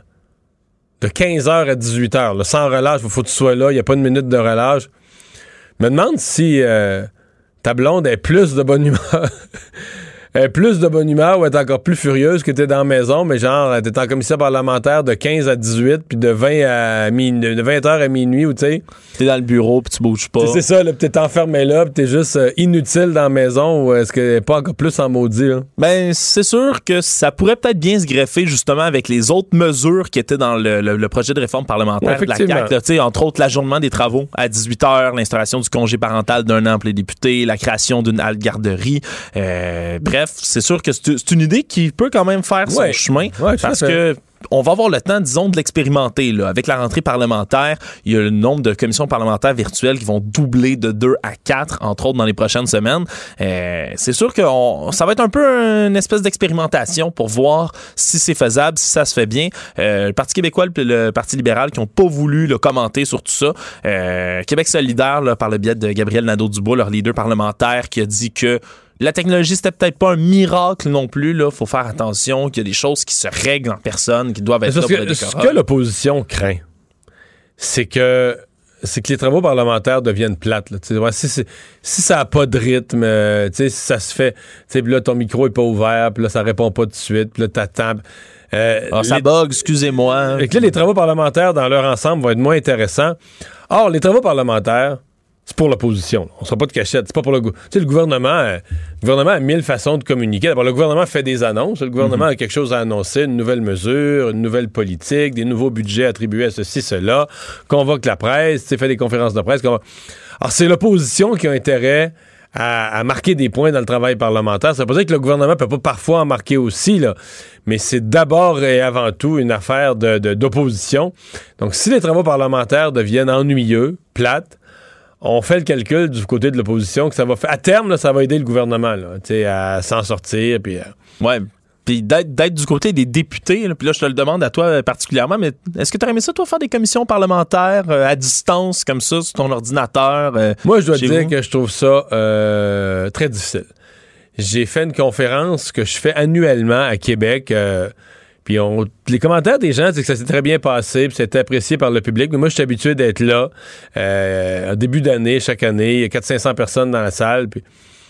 de quinze heures à dix-huit heures, là, sans relâche, il faut que tu sois là, il n'y a pas une minute de relâche. Je me demande si euh, ta blonde est plus de bonne humeur... Euh, plus de bonne humeur ou être encore plus furieuse que t'es dans la maison, mais genre, t'es en commission parlementaire de quinze à dix-huit, puis de vingt à minuit, de vingt heures à minuit, ou tu sais. T'es dans le bureau, puis tu bouges pas. C'est ça, là, pis t'es enfermé là, pis t'es juste euh, inutile dans la maison, ou est-ce qu'elle est pas encore plus en maudit, là? Ben, c'est sûr que ça pourrait peut-être bien se greffer, justement, avec les autres mesures qui étaient dans le, le, le projet de réforme parlementaire ouais, de la C A Q, là, tu sais, entre autres, l'ajournement des travaux à dix-huit heures, l'instauration du congé parental d'un an pour les députés, la création d'une halte garderie. Euh, bref, c'est sûr que c'est c'est une idée qui peut quand même faire son ouais. chemin Ouais, parce que on va avoir le temps, disons, de l'expérimenter. Là. Avec la rentrée parlementaire, il y a le nombre de commissions parlementaires virtuelles qui vont doubler de deux à quatre, entre autres, dans les prochaines semaines. Euh, c'est sûr que on, ça va être un peu une espèce d'expérimentation pour voir si c'est faisable, si ça se fait bien. Euh, le Parti québécois et le Parti libéral qui n'ont pas voulu là, commenter sur tout ça. Euh, Québec solidaire, là, par le biais de Gabriel Nadeau-Dubois, leur leader parlementaire, qui a dit que la technologie, c'était peut-être pas un miracle non plus. Il faut faire attention qu'il y a des choses qui se règlent en personne, qui doivent être là pour le décorum. Ce que l'opposition craint, c'est que c'est que les travaux parlementaires deviennent plates. Là. Ouais, si, si, si ça n'a pas de rythme, euh, si ça se fait, puis là, ton micro n'est pas ouvert, puis là, ça répond pas tout de suite, puis là, t'attends. Euh, Alors, ça les... bug, excusez-moi. Et que là, les travaux parlementaires, dans leur ensemble, vont être moins intéressants. Or, les travaux parlementaires, c'est pour l'opposition. On ne sera pas de cachette. C'est pas pour le gouvernement. Tu sais, le gouvernement, euh, le gouvernement a mille façons de communiquer. D'abord, le gouvernement fait des annonces. Le gouvernement mm-hmm. a quelque chose à annoncer, une nouvelle mesure, une nouvelle politique, des nouveaux budgets attribués à ceci, cela, convoque la presse, tu sais, fait des conférences de presse. Convoque... Alors, c'est l'opposition qui a intérêt à, à marquer des points dans le travail parlementaire. Ça veut pas dire que le gouvernement peut pas parfois en marquer aussi, là. Mais c'est d'abord et avant tout une affaire de, de, d'opposition. Donc, si les travaux parlementaires deviennent ennuyeux, plates, on fait le calcul du côté de l'opposition que ça va faire. À terme, là, ça va aider le gouvernement là, à s'en sortir. Puis, euh... ouais. Puis d'être, d'être du côté des députés, là, puis là, je te le demande à toi particulièrement, mais est-ce que tu aurais aimé ça, toi, faire des commissions parlementaires euh, à distance, comme ça, sur ton ordinateur? Euh, Moi, je dois te dire vous? que je trouve ça euh, très difficile. J'ai fait une conférence que je fais annuellement à Québec. Euh, Puis on, les commentaires des gens, c'est que ça s'est très bien passé, puis c'était apprécié par le public. Mais moi, je suis habitué d'être là, euh, en début d'année, chaque année, il y a quatre cents à cinq cents personnes dans la salle. Puis,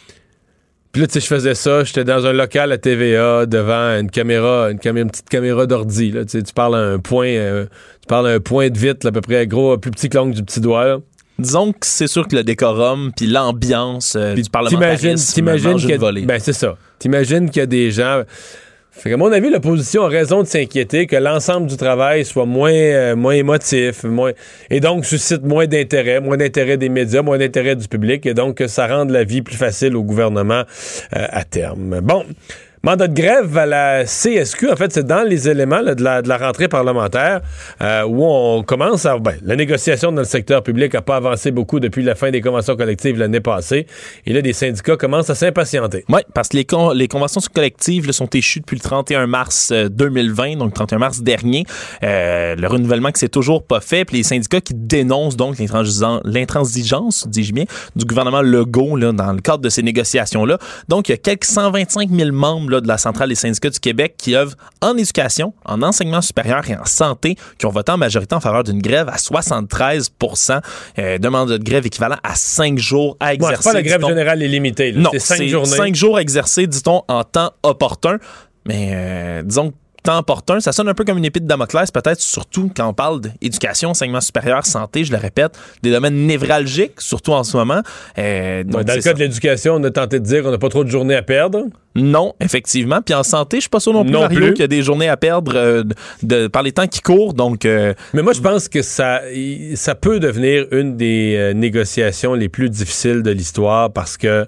puis là, tu sais, je faisais ça, j'étais dans un local à T V A, devant une caméra, une, caméra, une petite caméra d'ordi. Là, tu sais, tu parles à un point, euh, tu parles à un point de vitre, là, à peu près gros, plus petit que l'ongle du petit doigt. Là. Disons que c'est sûr que le décorum puis l'ambiance euh, du parlementarisme t'imagines qu'il y a, volée. Ben, c'est ça. T'imagines qu'il y a des gens... Fait qu'à mon avis, l'opposition a raison de s'inquiéter que l'ensemble du travail soit moins, euh, moins émotif, moins, et donc suscite moins d'intérêt, moins d'intérêt des médias, moins d'intérêt du public, et donc que ça rende la vie plus facile au gouvernement euh, à terme. Bon, Mandat de grève à la C S Q, en fait, c'est dans les éléments là, de, la, de la rentrée parlementaire euh, où on commence à... Ben, la négociation dans le secteur public n'a pas avancé beaucoup depuis la fin des conventions collectives l'année passée. Et là, des syndicats commencent à s'impatienter. Oui, parce que les, con- les conventions collectives là, sont échues depuis le trente et un mars deux mille vingt, donc le trente et un mars dernier. Euh, le renouvellement qui s'est toujours pas fait. Puis les syndicats qui dénoncent donc l'intransigeance, l'intransigeance dis-je bien, du gouvernement Legault là, dans le cadre de ces négociations-là. Donc, il y a quelques cent vingt-cinq mille membres là, de la Centrale des syndicats du Québec qui œuvrent en éducation, en enseignement supérieur et en santé, qui ont voté en majorité en faveur d'une grève à soixante-treize pour cent, euh, de mandat de grève équivalent à cinq jours à exercer. Ouais, c'est pas la grève dit-on. générale illimitée. Là. Non, c'est cinq c'est journées. cinq jours exercés, dit-on, en temps opportun. Mais euh, disons que temps opportun, ça sonne un peu comme une épée de Damoclès, peut-être, surtout quand on parle d'éducation, enseignement supérieur, santé, je le répète, des domaines névralgiques, surtout en ce moment. Euh, donc ouais, dans le cas ça. de l'éducation, on a tenté de dire qu'on n'a pas trop de journées à perdre. Non, effectivement. Puis en santé, je suis pas sûr non plus, non Mario, plus. qu'il y a des journées à perdre euh, de, de, par les temps qui courent. Donc, euh, Mais moi, je pense que ça, ça peut devenir une des euh, négociations les plus difficiles de l'histoire parce que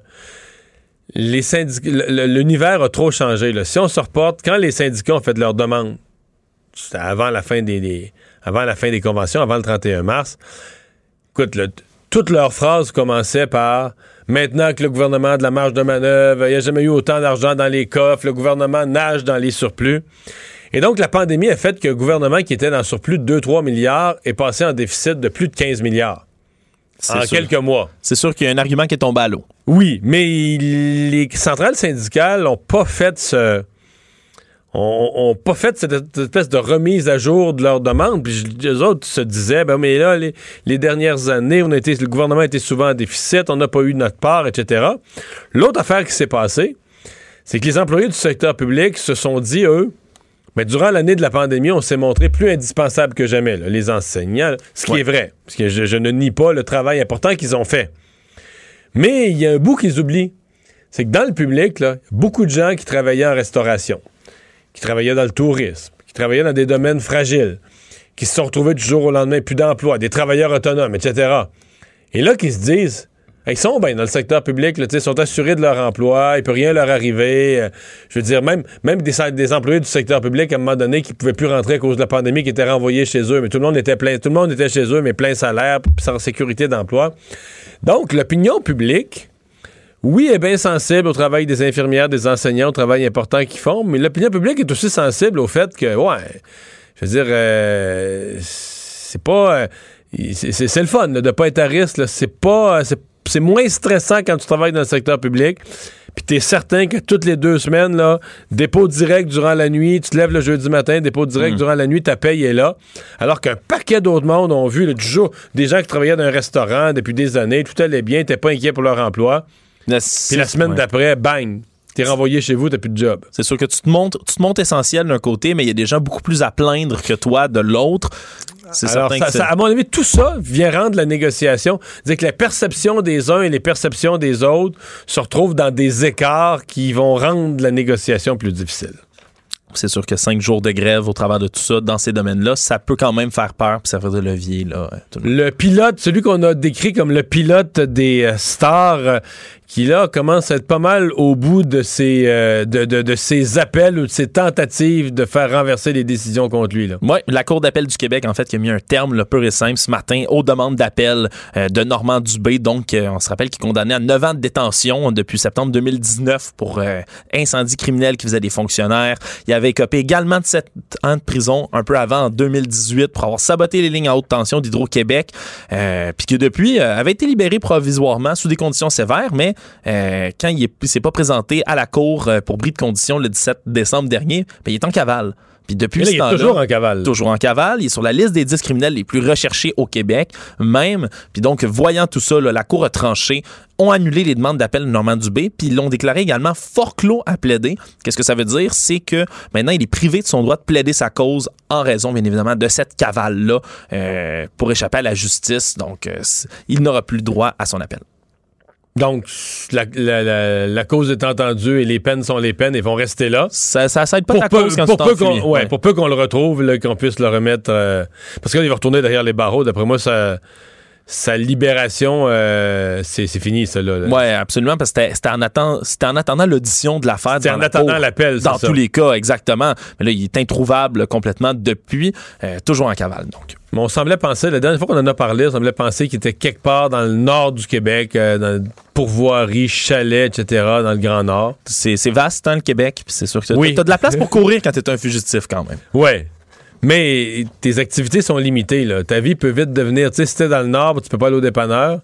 les syndicats, l'univers a trop changé. Là. Si on se reporte, quand les syndicats ont fait leur demande, c'était avant la fin des, des avant la fin des conventions, avant le trente et un mars, écoute, le, toutes leurs phrases commençaient par « Maintenant que le gouvernement a de la marge de manœuvre, il n'y a jamais eu autant d'argent dans les coffres, le gouvernement nage dans les surplus. » Et donc, la pandémie a fait qu'un gouvernement qui était dans surplus de deux à trois milliards est passé en déficit de plus de quinze milliards en sûr. quelques mois. C'est sûr qu'il y a un argument qui est tombé à l'eau. Oui, mais les centrales syndicales n'ont pas fait ce... ont, ont pas fait cette espèce de remise à jour de leurs demandes. Puis les autres se disaient, ben mais là, les, les dernières années, on a été, le gouvernement était souvent en déficit, on n'a pas eu notre part, et cetera. L'autre affaire qui s'est passée, c'est que les employés du secteur public se sont dit, eux, mais durant l'année de la pandémie, on s'est montré plus indispensable que jamais, là, les enseignants, là, ce qui ouais. est vrai, parce que je, je ne nie pas le travail important qu'ils ont fait. Mais il y a un bout qu'ils oublient, c'est que dans le public, là, beaucoup de gens qui travaillaient en restauration, qui travaillaient dans le tourisme, qui travaillaient dans des domaines fragiles, qui se sont retrouvés du jour au lendemain plus d'emploi, des travailleurs autonomes, et cetera. Et là, qui se disent... Ils sont bien dans le secteur public, là, ils sont assurés de leur emploi, il ne peut rien leur arriver. Euh, je veux dire, même, même des, des employés du secteur public, à un moment donné, qui ne pouvaient plus rentrer à cause de la pandémie, qui étaient renvoyés chez eux, mais tout le monde était plein, tout le monde était chez eux, mais plein salaire, sans sécurité d'emploi. Donc, l'opinion publique, oui, est bien sensible au travail des infirmières, des enseignants, au travail important qu'ils font, mais l'opinion publique est aussi sensible au fait que, ouais, je veux dire, euh, c'est pas... Euh, c'est, c'est, c'est le fun là, de ne pas être à risque, là, c'est pas... C'est, C'est moins stressant quand tu travailles dans le secteur public. Puis t'es certain que toutes les deux semaines, là, dépôt direct durant la nuit, tu te lèves le jeudi matin, dépôt direct mmh. durant la nuit, ta paye est là. Alors qu'un paquet d'autres mondes ont vu, là, du jour, des gens qui travaillaient dans un restaurant depuis des années, tout allait bien, t'es pas inquiet pour leur emploi. Puis la semaine ouais. d'après, bang! T'es renvoyé chez vous, t'as plus de job. C'est sûr que tu te montres, tu te montres essentiel d'un côté, mais il y a des gens beaucoup plus à plaindre que toi de l'autre. C'est Alors, certain ça, que c'est... ça, à mon avis, tout ça vient rendre la négociation. C'est-à-dire que la perception des uns et les perceptions des autres se retrouvent dans des écarts qui vont rendre la négociation plus difficile. C'est sûr que cinq jours de grève au travers de tout ça, dans ces domaines-là, ça peut quand même faire peur puis servir de levier. Là, le pilote, celui qu'on a décrit comme le pilote des euh, stars, euh, qui là commence à être pas mal au bout de ses, euh, de, de, de ses appels ou de ses tentatives de faire renverser les décisions contre lui. Oui, la Cour d'appel du Québec, en fait, qui a mis un terme là, pur et simple ce matin aux demandes d'appel euh, de Normand Dubé. Donc, euh, on se rappelle qu'il est condamné à neuf ans de détention depuis septembre deux mille dix-neuf pour euh, incendie criminel qui faisait des fonctionnaires. Il avait écopé également de sept ans de prison un peu avant, en deux mille dix-huit, pour avoir saboté les lignes à haute tension d'Hydro-Québec. Euh, puis que depuis, euh, avait été libéré provisoirement sous des conditions sévères, mais Euh, quand il ne s'est pas présenté à la cour euh, pour bris de conditions le dix-sept décembre dernier, ben, il est en cavale. Puis depuis là, ce il est temps-là, toujours en cavale. Toujours en cavale. Il est sur la liste des dix criminels les plus recherchés au Québec, même. Puis donc, voyant tout ça, là, la Cour a tranché, ont annulé les demandes d'appel de Normand Dubé, puis ils l'ont déclaré également forclos à plaider. Qu'est-ce que ça veut dire? C'est que maintenant, il est privé de son droit de plaider sa cause en raison, bien évidemment, de cette cavale-là euh, pour échapper à la justice. Donc, euh, il n'aura plus le droit à son appel. Donc, la, la, la, la cause est entendue et les peines sont les peines et vont rester là. Ça, ça, ça aide pas pour ta peu, cause quand pour tu peu t'enfuis. qu'on, ouais, ouais. Pour peu qu'on le retrouve, là, qu'on puisse le remettre... Euh, parce que là, il va retourner derrière les barreaux. D'après moi, ça... sa libération, euh, c'est, c'est fini, ça, là. Oui, absolument, parce que c'était, c'était, en attend, c'était en attendant l'audition de l'affaire. C'était en attendant cour, l'appel, c'est Dans ça. tous les cas, exactement. Mais là, il est introuvable complètement depuis, euh, toujours en cavale, donc. Mais on semblait penser, la dernière fois qu'on en a parlé, on semblait penser qu'il était quelque part dans le nord du Québec, euh, dans pourvoirie, chalet, et cetera, dans le Grand Nord. C'est, c'est vaste, hein, le Québec, puis c'est sûr que oui. t'as de la place pour courir quand t'es un fugitif, quand même. Ouais. Mais tes activités sont limitées, là. Ta vie peut vite devenir... Tu sais, si t'es dans le Nord, tu peux pas aller au dépanneur,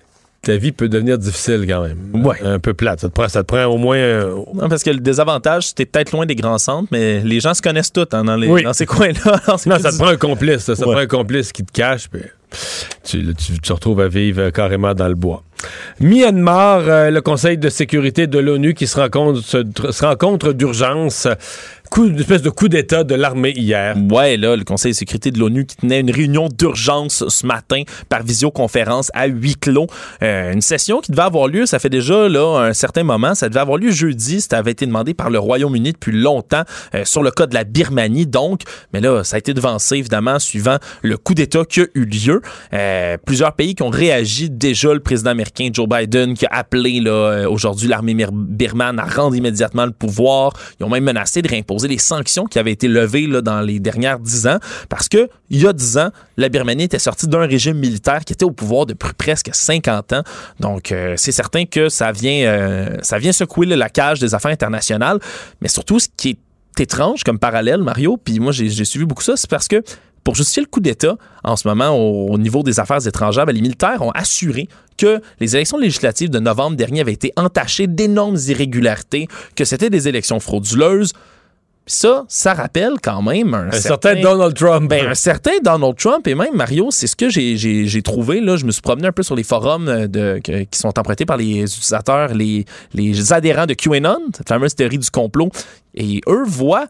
ta vie peut devenir difficile quand même. Ouais. Un peu plate. Ça te prend, ça te prend au moins... Un... Non, parce que le désavantage, c'était peut-être loin des grands centres, mais les gens se connaissent tous hein, dans, les, oui. dans ces coins-là. Dans ces non, ça te prend un complice. Ça, ça ouais. te prend un complice qui te cache, puis tu, là, tu, tu te retrouves à vivre carrément dans le bois. Myanmar, euh, le Conseil de sécurité de l'ONU qui se rencontre, se, se rencontre d'urgence. Coup, une espèce de coup d'État de l'armée hier. Ouais, là, le Conseil de sécurité de l'ONU qui tenait une réunion d'urgence ce matin par visioconférence à huis clos. Euh, une session qui devait avoir lieu, ça fait déjà là un certain moment, ça devait avoir lieu jeudi, ça avait été demandé par le Royaume-Uni depuis longtemps euh, sur le cas de la Birmanie, donc, mais là, ça a été devancé, évidemment, suivant le coup d'État qui a eu lieu. Euh, plusieurs pays qui ont réagi, déjà le président américain Joe Biden qui a appelé là, aujourd'hui l'armée birmane à rendre immédiatement le pouvoir. Ils ont même menacé de réimposer les sanctions qui avaient été levées là, dans les dernières dix ans, parce que il y a dix ans, la Birmanie était sortie d'un régime militaire qui était au pouvoir depuis presque cinquante ans. Donc, euh, c'est certain que ça vient, euh, ça vient secouer là, la cage des affaires internationales, mais surtout, ce qui est étrange comme parallèle, Mario, puis moi, j'ai, j'ai suivi beaucoup ça, c'est parce que pour justifier le coup d'État, en ce moment, au, au niveau des affaires étrangères, ben, les militaires ont assuré que les élections législatives de novembre dernier avaient été entachées d'énormes irrégularités, que c'était des élections frauduleuses. Ça, ça rappelle quand même un, un certain, certain Donald Trump. Ben, un certain Donald Trump. Et même, Mario, c'est ce que j'ai, j'ai, j'ai trouvé. Là, je me suis promené un peu sur les forums de, que, qui sont empruntés par les utilisateurs, les, les adhérents de QAnon, cette fameuse théorie du complot. Et eux voient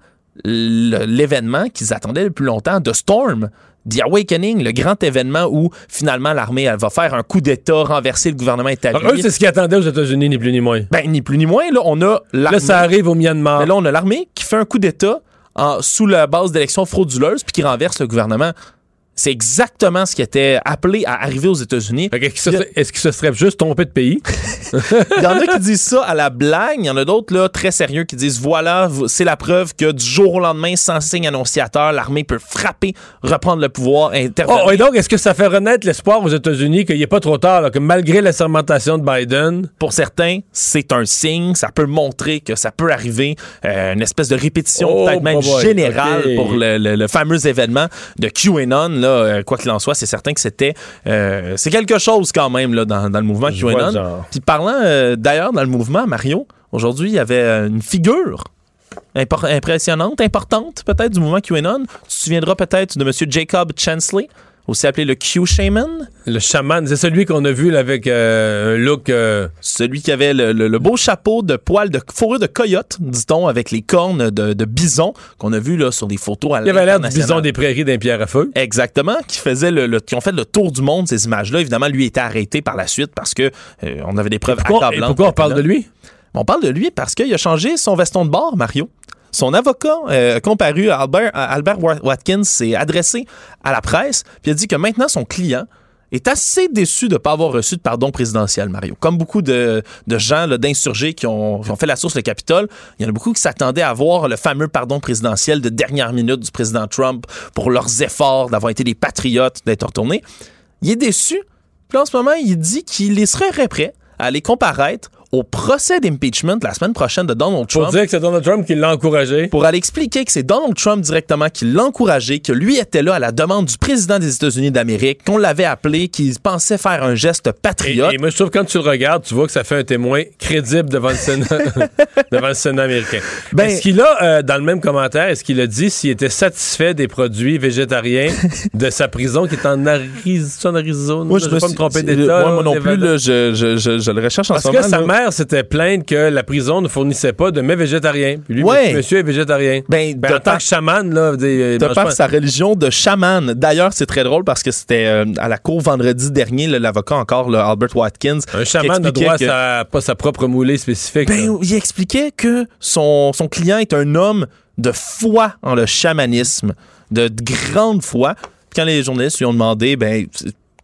l'événement qu'ils attendaient le plus longtemps, The Storm, The Awakening, le grand événement où finalement l'armée elle va faire un coup d'État, renverser le gouvernement italien. Alors, eux, c'est ce qu'ils attendaient aux États-Unis, ni plus ni moins. Ben, ni plus ni moins. Là, on a l'armée. Là, ça arrive au Myanmar. Mais là, on a l'armée qui fait un coup d'État en, sous la base d'élections frauduleuses puis qui renverse le gouvernement. C'est exactement ce qui était appelé à arriver aux États-Unis. Est-ce qu'il se serait, est-ce qu'il se serait juste trompé de pays? Il y en a qui disent ça à la blague. Il y en a d'autres là très sérieux qui disent voilà, c'est la preuve que du jour au lendemain, sans signe annonciateur, l'armée peut frapper, reprendre le pouvoir, intervenir. Oh, et donc, est-ce que ça fait renaître l'espoir aux États-Unis qu'il n'est pas trop tard, là, que malgré la sermentation de Biden... Pour certains, c'est un signe. Ça peut montrer que ça peut arriver. Euh, une espèce de répétition oh, peut-être même boy, générale okay. pour le, le, le fameux événement de QAnon. Là, euh, quoi qu'il en soit, c'est certain que c'était... Euh, c'est quelque chose quand même là, dans, dans le mouvement Je QAnon. Puis parlant euh, d'ailleurs dans le mouvement, Mario, aujourd'hui, il y avait une figure impor- impressionnante, importante peut-être du mouvement QAnon. Tu te souviendras peut-être de M. Jacob Chansley, aussi appelé le Q-Shaman. Le chaman, c'est celui qu'on a vu là, avec euh, un look... Euh... Celui qui avait le, le, le beau chapeau de poils de fourrure de coyote, dit-on, avec les cornes de, de bison qu'on a vu là, sur des photos à Il avait l'air du bison des prairies d'un pierre à feu. Exactement, qui faisait le, le, qui ont fait le tour du monde, ces images-là. Évidemment, lui était arrêté par la suite parce que euh, on avait des preuves accablantes. Et pourquoi on parle de lui? On parle de lui parce qu'il a changé son veston de bord, Mario. Son avocat euh, comparu, Albert, Albert Watkins, s'est adressé à la presse puis a dit que maintenant son client est assez déçu de ne pas avoir reçu de pardon présidentiel, Mario. Comme beaucoup de, de gens, là, d'insurgés qui ont, qui ont fait la source le Capitole, il y en a beaucoup qui s'attendaient à voir le fameux pardon présidentiel de dernière minute du président Trump pour leurs efforts d'avoir été des patriotes, d'être retournés. Il est déçu. Puis là, en ce moment, il dit qu'il serait prêt à aller comparaître au procès d'impeachment la semaine prochaine de Donald Trump. Pour dire que c'est Donald Trump qui l'a encouragé. Pour aller expliquer que c'est Donald Trump directement qui l'a encouragé, que lui était là à la demande du président des États-Unis d'Amérique, qu'on l'avait appelé, qu'il pensait faire un geste patriote. Et, et moi, je trouve que quand tu le regardes, tu vois que ça fait un témoin crédible devant le Sénat, devant le Sénat américain. Ben, est-ce qu'il a, euh, dans le même commentaire, est-ce qu'il a dit s'il était satisfait des produits végétariens de sa prison qui est en, Ariz- en Arizona? Moi, je ne vais pas me tromper d'État. Moi, moi non plus, là, je, je, je, je le recherche en Parce ce moment. Parce que sa mère s'était plainte que la prison ne fournissait pas de mets végétariens. Puis lui, ouais. monsieur est végétarien. Ben, ben, en tant que chaman, là... Des, de par pas... sa religion de chaman. D'ailleurs, c'est très drôle parce que c'était euh, à la cour vendredi dernier, là, l'avocat encore, là, Albert Watkins... Un chaman n'a droit que... à sa, pas sa propre moulée spécifique. Ben, il expliquait que son, son client est un homme de foi en le chamanisme, de, de grande foi. Puis quand les journalistes lui ont demandé... ben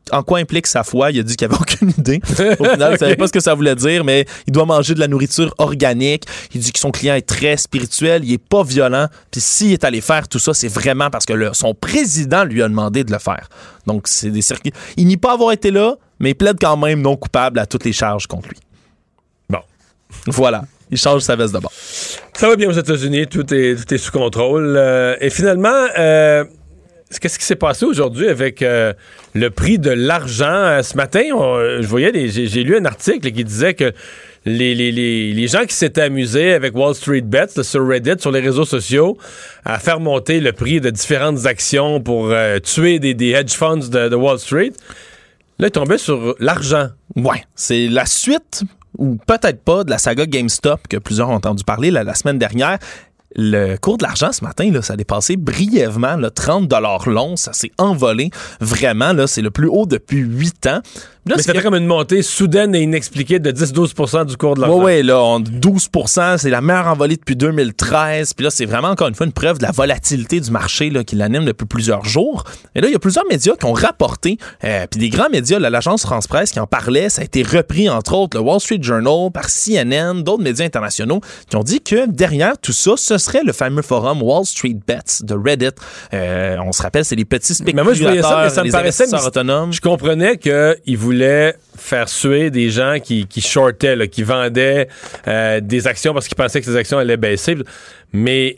en quoi implique sa foi. Il a dit qu'il n'avait aucune idée. Au final, il ne savait pas ce que ça voulait dire, mais il doit manger de la nourriture organique. Il dit que son client est très spirituel, il n'est pas violent. Puis s'il est allé faire tout ça, c'est vraiment parce que le, son président lui a demandé de le faire. Donc, c'est des circuits. Il nie pas avoir été là, mais il plaide quand même non coupable à toutes les charges contre lui. Bon. Voilà. Il change sa veste de bord. Ça va bien aux États-Unis. Tout est, tout est sous contrôle. Euh, et finalement... Euh Qu'est-ce qui s'est passé aujourd'hui avec euh, le prix de l'argent? Euh, ce matin, on, je voyais, des, j'ai, j'ai lu un article qui disait que les, les, les, les gens qui s'étaient amusés avec Wall Street Bets là, sur Reddit, sur les réseaux sociaux, à faire monter le prix de différentes actions pour euh, tuer des, des hedge funds de, de Wall Street, là, ils tombaient sur l'argent. Ouais, c'est la suite, ou peut-être pas, de la saga GameStop que plusieurs ont entendu parler là, la semaine dernière. Le cours de l'argent ce matin, là, ça a dépassé brièvement là, trente dollars l'once. Ça s'est envolé. Vraiment, là, c'est le plus haut depuis huit ans. Là, mais c'était comme une montée soudaine et inexpliquée de dix à douze pour cent du cours de l'argent. Oui, oui, là, on, douze pour cent, c'est la meilleure envolée depuis deux mille treize. Puis là, c'est vraiment, encore une fois, une preuve de la volatilité du marché là, qui l'anime depuis plusieurs jours. Et là, il y a plusieurs médias qui ont rapporté, euh, puis des grands médias, là, l'agence France Presse qui en parlait, ça a été repris, entre autres, le Wall Street Journal, par C N N, d'autres médias internationaux, qui ont dit que derrière tout ça, ce serait le fameux forum Wall Street Bets de Reddit. Euh, on se rappelle, c'est les petits spéculateurs, mais moi, je voyais ça, mais ça me les paraissait investisseurs autonomes. Je comprenais qu'ils voulaient faire suer des gens qui, qui shortaient, là, qui vendaient euh, des actions parce qu'ils pensaient que ces actions allaient baisser. Mais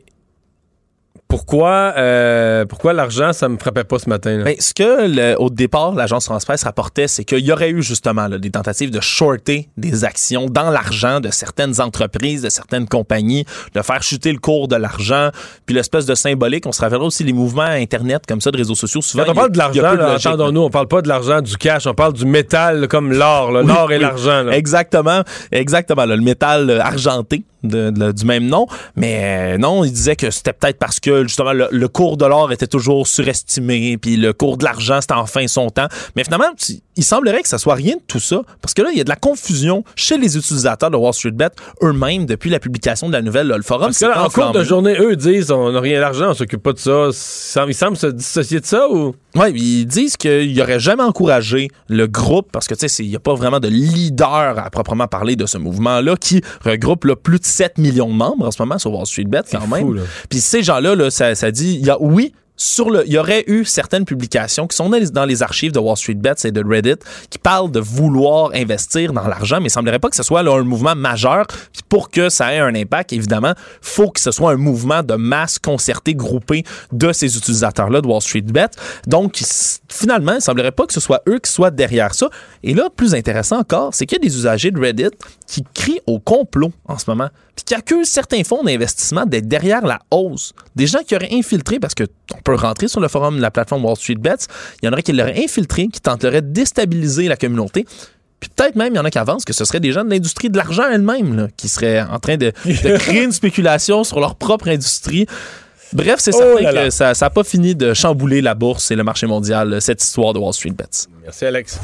pourquoi, euh, pourquoi l'argent, ça me frappait pas ce matin? Là? Ben, ce que, le, au départ, l'agence France Presse rapportait, c'est qu'il y aurait eu justement là, des tentatives de shorter des actions dans l'argent de certaines entreprises, de certaines compagnies, de faire chuter le cours de l'argent, puis l'espèce de symbolique. On se rappellera aussi les mouvements Internet comme ça, de réseaux sociaux. Souvent, quand on parle de l'argent, là, entendons-nous, on parle pas de l'argent du cash, on parle du métal là, comme l'or, là, oui, l'or et oui, l'argent. Là. Exactement, exactement, là, le métal euh, argenté. De, de, du même nom, mais euh, non, il disait que c'était peut-être parce que justement le, le cours de l'or était toujours surestimé, puis le cours de l'argent c'était enfin son temps, mais finalement il semblerait que ça soit rien de tout ça, parce que là il y a de la confusion chez les utilisateurs de Wall Street Bet eux-mêmes depuis la publication de la nouvelle, là, le forum. Parce que là, en cours de journée, eux disent on n'a rien d'argent, on s'occupe pas de ça. Ils semblent se dissocier de ça ou? Oui, ils disent qu'ils n'auraient jamais encouragé le groupe, parce que tu sais, il n'y a pas vraiment de leader à proprement parler de ce mouvement-là, qui regroupe là, plus de sept millions de membres en ce moment sur Wall Street Bet, quand même. Fou, puis ces gens-là, là, ça, ça dit, il y a, oui, sur le, il y aurait eu certaines publications qui sont dans les, dans les archives de Wall Street Bets et de Reddit qui parlent de vouloir investir dans l'argent, mais il semblerait pas que ce soit là, un mouvement majeur. Puis pour que ça ait un impact, évidemment, faut que ce soit un mouvement de masse concerté, groupé de ces utilisateurs-là de Wall Street Bet. Donc, finalement, il semblerait pas que ce soit eux qui soient derrière ça. Et là, plus intéressant encore, c'est qu'il y a des usagers de Reddit qui crient au complot en ce moment, puis qui accusent certains fonds d'investissement d'être derrière la hausse. Des gens qui auraient infiltré, parce que on peut rentrer sur le forum de la plateforme Wall Street Bets, il y en aurait qui l'auraient infiltré, qui tenteraient de déstabiliser la communauté. Puis peut-être même, il y en a qui avancent que ce seraient des gens de l'industrie de l'argent elle-même, là, qui seraient en train de, de créer une spéculation sur leur propre industrie. Bref, c'est certain oh là là. que ça n'a pas fini de chambouler la bourse et le marché mondial, cette histoire de Wall Street Bets. Merci, Alex.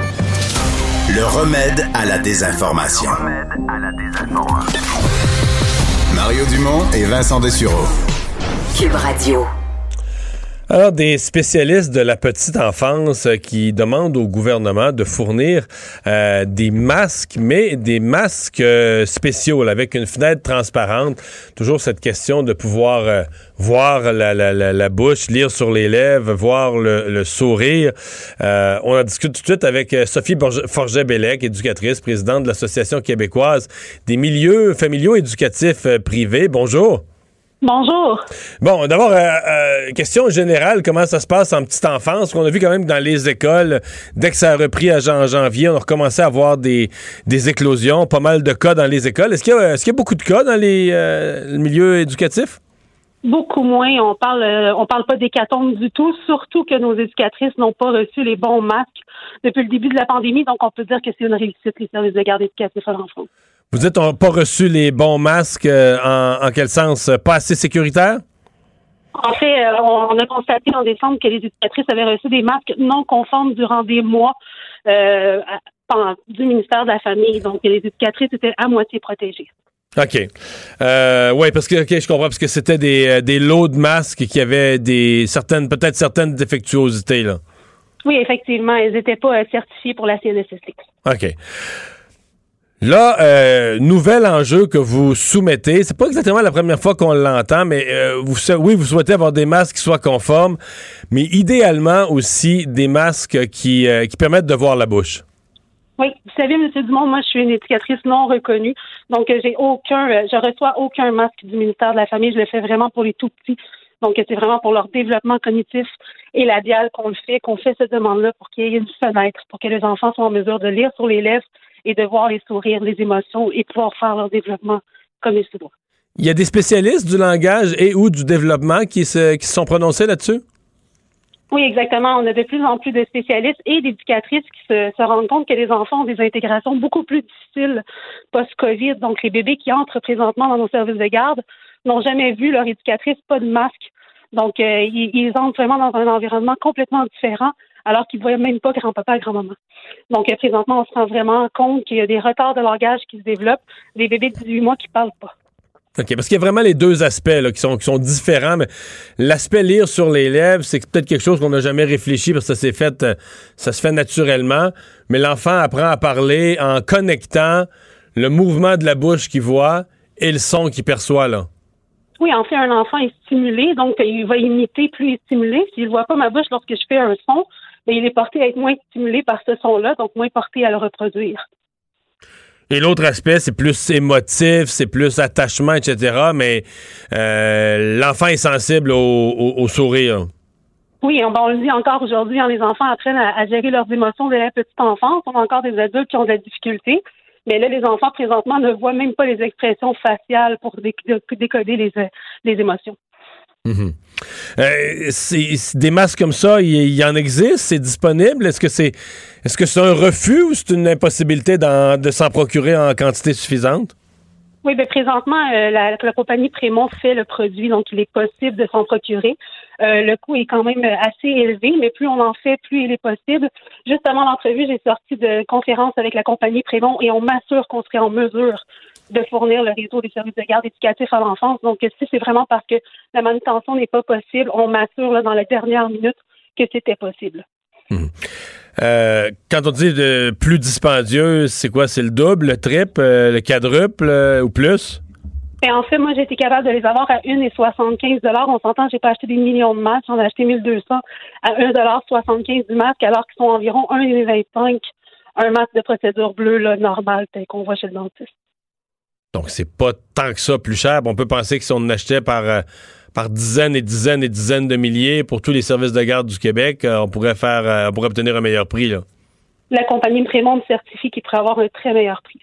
Le remède à la désinformation. Le remède à la désinformation. Mario Dumont et Vincent Dessureau. Cube Radio. Alors, des spécialistes de la petite enfance qui demandent au gouvernement de fournir euh, des masques, mais des masques euh, spéciaux, là, avec une fenêtre transparente. Toujours cette question de pouvoir euh, voir la, la, la, la bouche, lire sur les lèvres, voir le, le sourire. Euh, on en discute tout de suite avec Sophie Forget-Bellec, éducatrice, présidente de l'Association québécoise des milieux familiaux éducatifs euh, privés. Bonjour. Bonjour. Bon, d'abord, euh, euh, question générale, comment ça se passe en petite enfance? On a vu quand même dans les écoles, dès que ça a repris à jan- janvier, on a recommencé à avoir des, des éclosions, pas mal de cas dans les écoles. Est-ce qu'il y a, est-ce qu'il y a beaucoup de cas dans les euh, milieux éducatifs? Beaucoup moins. On parle, euh, on parle pas d'hécatombe du tout, surtout que nos éducatrices n'ont pas reçu les bons masques depuis le début de la pandémie, donc on peut dire que c'est une réussite, les services de garde éducatifs à l'enfance. Vous dites qu'on n'a pas reçu les bons masques, euh, en, en quel sens? Pas assez sécuritaires? En fait, euh, on a constaté en décembre que les éducatrices avaient reçu des masques non conformes durant des mois euh, à, du ministère de la Famille. Donc, les éducatrices étaient à moitié protégées. OK. Euh, oui, parce que okay, je comprends, parce que c'était des, des lots de masques qui avaient des certaines, peut-être certaines défectuosités, là. Oui, effectivement, elles n'étaient pas euh, certifiées pour la C N S S T. OK. Là, euh, nouvel enjeu que vous soumettez, c'est pas exactement la première fois qu'on l'entend, mais euh, vous, oui, vous souhaitez avoir des masques qui soient conformes, mais idéalement aussi des masques qui, euh, qui permettent de voir la bouche. Oui, vous savez, M. Dumont, moi, je suis une éducatrice non reconnue, donc euh, j'ai aucun, euh, je reçois aucun masque du ministère de la Famille. Je le fais vraiment pour les tout petits. Donc, c'est vraiment pour leur développement cognitif et labial qu'on le fait, qu'on fait cette demande-là pour qu'il y ait une fenêtre, pour que les enfants soient en mesure de lire sur les lèvres et de voir les sourires, les émotions et pouvoir faire leur développement comme il se doit. Il y a des spécialistes du langage et ou du développement qui se, qui se sont prononcés là-dessus? Oui, exactement. On a de plus en plus de spécialistes et d'éducatrices qui se, se rendent compte que les enfants ont des intégrations beaucoup plus difficiles post-COVID. Donc, les bébés qui entrent présentement dans nos services de garde n'ont jamais vu leur éducatrice, pas de masque. Donc, euh, ils, ils entrent vraiment dans un environnement complètement différent alors qu'ils ne voient même pas grand-papa et grand-maman. Donc, euh, présentement, on se rend vraiment compte qu'il y a des retards de langage qui se développent, des bébés de dix-huit mois qui ne parlent pas. OK, parce qu'il y a vraiment les deux aspects là, qui sont, qui sont différents, mais l'aspect lire sur les lèvres, c'est peut-être quelque chose qu'on n'a jamais réfléchi parce que ça s'est fait, ça se fait naturellement, mais l'enfant apprend à parler en connectant le mouvement de la bouche qu'il voit et le son qu'il perçoit, là. Oui, en fait, un enfant est stimulé, donc il va imiter plus il est stimulé. S'il ne voit pas ma bouche lorsque je fais un son, bien, il est porté à être moins stimulé par ce son-là, donc moins porté à le reproduire. Et l'autre aspect, c'est plus émotif, c'est plus attachement, et cetera, mais euh, l'enfant est sensible au, au, au sourire. Oui, on, on le dit encore aujourd'hui, hein, les enfants apprennent à, à gérer leurs émotions dès la petite enfance. On a encore des adultes qui ont de la difficulté. Mais là, les enfants, présentement, ne voient même pas les expressions faciales pour dé- décoder les, les émotions. Mmh. Euh, c'est, c'est des masques comme ça, il, il y en existe, c'est disponible. Est-ce que c'est, est-ce que c'est un refus ou c'est une impossibilité de s'en procurer en quantité suffisante? Oui, bien présentement, euh, la, la compagnie Prémont fait le produit, donc il est possible de s'en procurer. Euh, le coût est quand même assez élevé, mais plus on en fait, plus il est possible. Juste avant l'entrevue, j'ai sorti de conférence avec la compagnie Prémont et on m'assure qu'on serait en mesure de fournir le réseau des services de garde éducatifs à l'enfance. Donc, si c'est vraiment parce que la manutention n'est pas possible, on m'assure là, dans la dernière minute que c'était possible. Mmh. Euh, quand on dit de plus dispendieux, c'est quoi? C'est le double, le triple, euh, le quadruple euh, ou plus? Et en fait, moi, j'ai été capable de les avoir à un virgule soixante-quinze dollars. On s'entend, j'ai pas acheté des millions de masques. J'en ai acheté mille deux cents à un virgule soixante-quinze dollars du masque, alors qu'ils sont environ un virgule vingt-cinq un masque de procédure bleue là, normal, tel qu'on voit chez le dentiste. Donc, c'est pas tant que ça plus cher. On peut penser que si on en achetait par, euh, par dizaines et dizaines et dizaines de milliers pour tous les services de garde du Québec, euh, on pourrait faire, euh, on pourrait obtenir un meilleur prix, là. La compagnie Prémont me certifie qu'il pourrait avoir un très meilleur prix.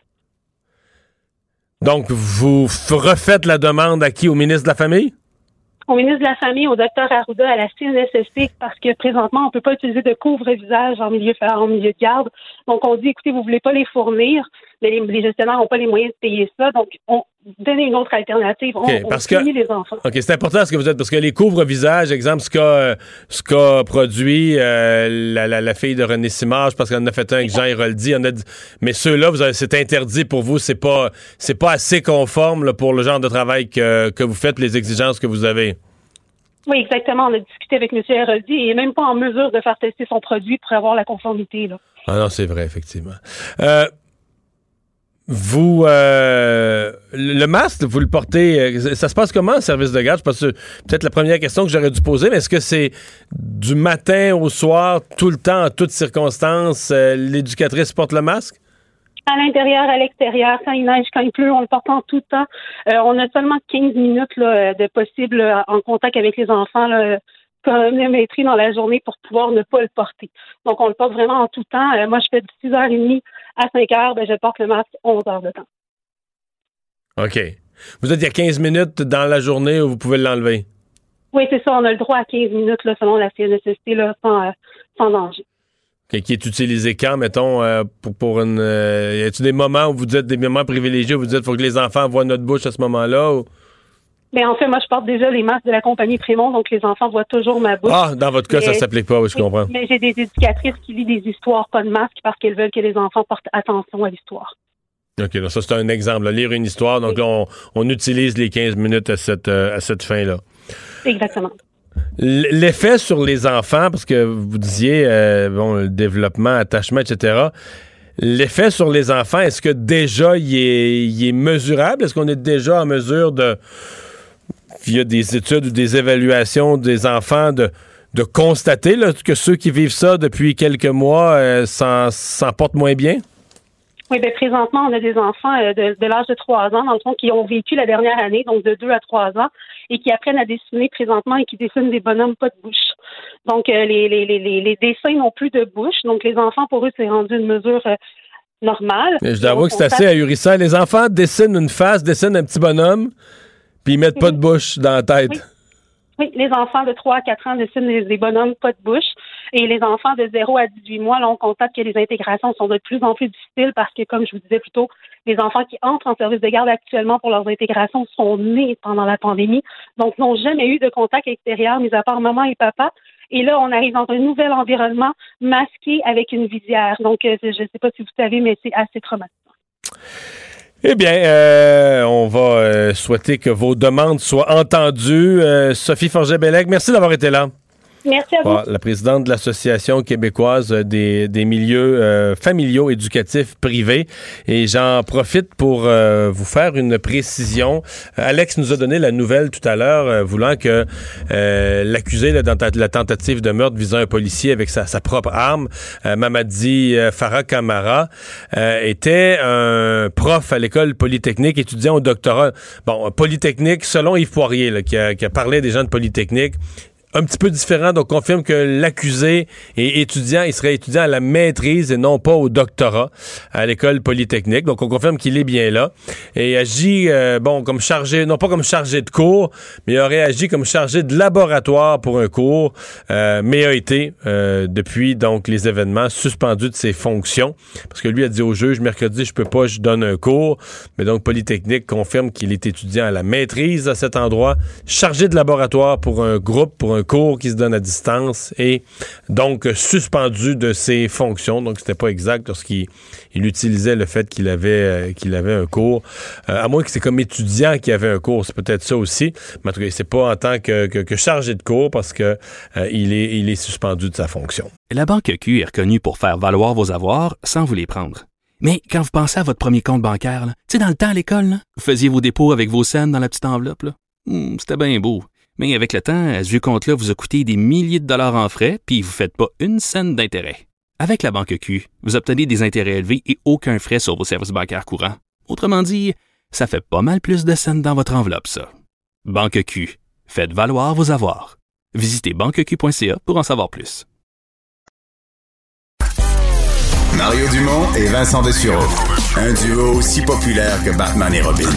Donc, vous f- refaites la demande à qui? Au ministre de la Famille? Au ministre de la Famille, au docteur Arruda, à la C N S S T, parce que présentement, on ne peut pas utiliser de couvre-visage en milieu, en milieu de garde. Donc, on dit, écoutez, vous ne voulez pas les fournir, mais les, les gestionnaires n'ont pas les moyens de payer ça. Donc, on donnez une autre alternative. On, Okay, on parce punit que, les enfants. OK, c'est important ce que vous êtes, parce que les couvre-visages, exemple, ce qu'a, euh, ce qu'a produit euh, la, la, la fille de René Simard, parce qu'elle en a fait un avec Jean Héroldi, on a dit, mais ceux-là, vous avez, c'est interdit pour vous, c'est pas, c'est pas assez conforme là, pour le genre de travail que, que vous faites, les exigences que vous avez. Oui, exactement. On a discuté avec M. Héroldi et il n'est même pas en mesure de faire tester son produit pour avoir la conformité, là. Ah non, c'est vrai, effectivement. Euh, vous, euh, le masque, vous le portez, ça se passe comment, en service de garde? Je pense que c'est peut-être la première question que j'aurais dû poser, mais est-ce que c'est du matin au soir, tout le temps, en toutes circonstances, euh, l'éducatrice porte le masque? À l'intérieur, à l'extérieur, quand il neige, quand il pleut, on le porte en tout temps. Euh, on a seulement quinze minutes là, de possible là, en contact avec les enfants, là, chronométrés dans la journée pour pouvoir ne pas le porter. Donc, on le porte vraiment en tout temps. Euh, moi, je fais de six heures trente à cinq heures, ben, je porte le masque onze heures de temps. OK. Vous êtes il y a quinze minutes dans la journée où vous pouvez l'enlever? Oui, c'est ça. On a le droit à quinze minutes là, selon la C N S S T là, sans, euh, sans danger. Okay, qui est utilisé quand, mettons, euh, pour, pour une... Euh, y a-t-il des moments où vous dites, des moments privilégiés, où vous dites qu'il faut que les enfants voient notre bouche à ce moment-là? Ou... Bien, en fait, moi, je porte déjà les masques de la compagnie Prémont, donc les enfants voient toujours ma bouche. Ah, dans votre cas, mais, ça s'applique pas, oui, je comprends. Mais j'ai des éducatrices qui lisent des histoires, pas de masque, parce qu'elles veulent que les enfants portent attention à l'histoire. OK, donc ça, c'est un exemple. Là, lire une histoire, donc oui. Là, on, on utilise les quinze minutes à cette, euh, à cette fin-là. Exactement. l'effet sur les enfants, parce que vous disiez, euh, bon, le développement, attachement, et cetera, l'effet sur les enfants, est-ce que déjà il est, il est mesurable? Est-ce qu'on est déjà en mesure de, via des études ou des évaluations des enfants, de, de constater là, que ceux qui vivent ça depuis quelques mois euh, s'en, s'en portent moins bien? Oui, bien présentement, on a des enfants euh, de, de l'âge de trois ans, dans le fond, qui ont vécu la dernière année, donc de deux à trois ans, et qui apprennent à dessiner présentement et qui dessinent des bonhommes pas de bouche. Donc, euh, les, les, les, les dessins n'ont plus de bouche. Donc, les enfants, pour eux, c'est rendu une mesure euh, normale. Mais je dois avouer que c'est assez ahurissant. Les enfants dessinent une face, dessinent un petit bonhomme, puis ils mettent pas de bouche dans la tête. Oui. Oui, les enfants de trois à quatre ans dessinent des, des bonhommes pas de bouche. Et les enfants de zéro à dix-huit mois, là, on constate que les intégrations sont de plus en plus difficiles parce que, comme je vous disais plus tôt, les enfants qui entrent en service de garde actuellement pour leurs intégrations sont nés pendant la pandémie, donc n'ont jamais eu de contact extérieur, mis à part maman et papa. Et là, on arrive dans un nouvel environnement masqué avec une visière. Donc, euh, je ne sais pas si vous savez, mais c'est assez traumatisant. Eh bien, euh, on va euh, souhaiter que vos demandes soient entendues. Euh, Sophie Forget-Bellec, merci d'avoir été là. Merci à vous. Bon, la présidente de l'Association québécoise des, des milieux euh, familiaux éducatifs privés. Et j'en profite pour euh, vous faire une précision. Alex nous a donné la nouvelle tout à l'heure, euh, voulant que euh, l'accusé là, dans la tentative de meurtre visant un policier avec sa, sa propre arme, euh, Mamadi euh, Farah Kamara, euh, était un prof à l'école polytechnique, étudiant au doctorat. Bon, Polytechnique, selon Yves Poirier, là, qui, a, qui a parlé des gens de Polytechnique, un petit peu différent, donc confirme que l'accusé est étudiant, il serait étudiant à la maîtrise et non pas au doctorat à l'école polytechnique. Donc on confirme qu'il est bien là et agit euh, bon comme chargé, non pas comme chargé de cours, mais il aurait agi comme chargé de laboratoire pour un cours, euh, mais a été euh, depuis donc les événements suspendu de ses fonctions parce que lui a dit au juge mercredi je peux pas, je donne un cours, mais donc Polytechnique confirme qu'il est étudiant à la maîtrise à cet endroit, chargé de laboratoire pour un groupe, pour un cours qui se donne à distance et donc suspendu de ses fonctions. Donc, c'était pas exact lorsqu'il il utilisait le fait qu'il avait, euh, qu'il avait un cours. Euh, à moins que c'est comme étudiant qui avait un cours. C'est peut-être ça aussi. Mais en tout cas, c'est pas en tant que, que, que chargé de cours parce que euh, il est, il est suspendu de sa fonction. La Banque Q est reconnue pour faire valoir vos avoirs sans vous les prendre. Mais quand vous pensez à votre premier compte bancaire, tu sais, dans le temps à l'école, là, vous faisiez vos dépôts avec vos scènes dans la petite enveloppe. Là. Hum, c'était bien beau. Mais avec le temps, à ce compte-là vous a coûté des milliers de dollars en frais, puis vous ne faites pas une scène d'intérêt. Avec la Banque Q, vous obtenez des intérêts élevés et aucun frais sur vos services bancaires courants. Autrement dit, ça fait pas mal plus de scènes dans votre enveloppe, ça. Banque Q, faites valoir vos avoirs. Visitez banque q point c a pour en savoir plus. Mario Dumont et Vincent Dessureau. Un duo aussi populaire que Batman et Robin.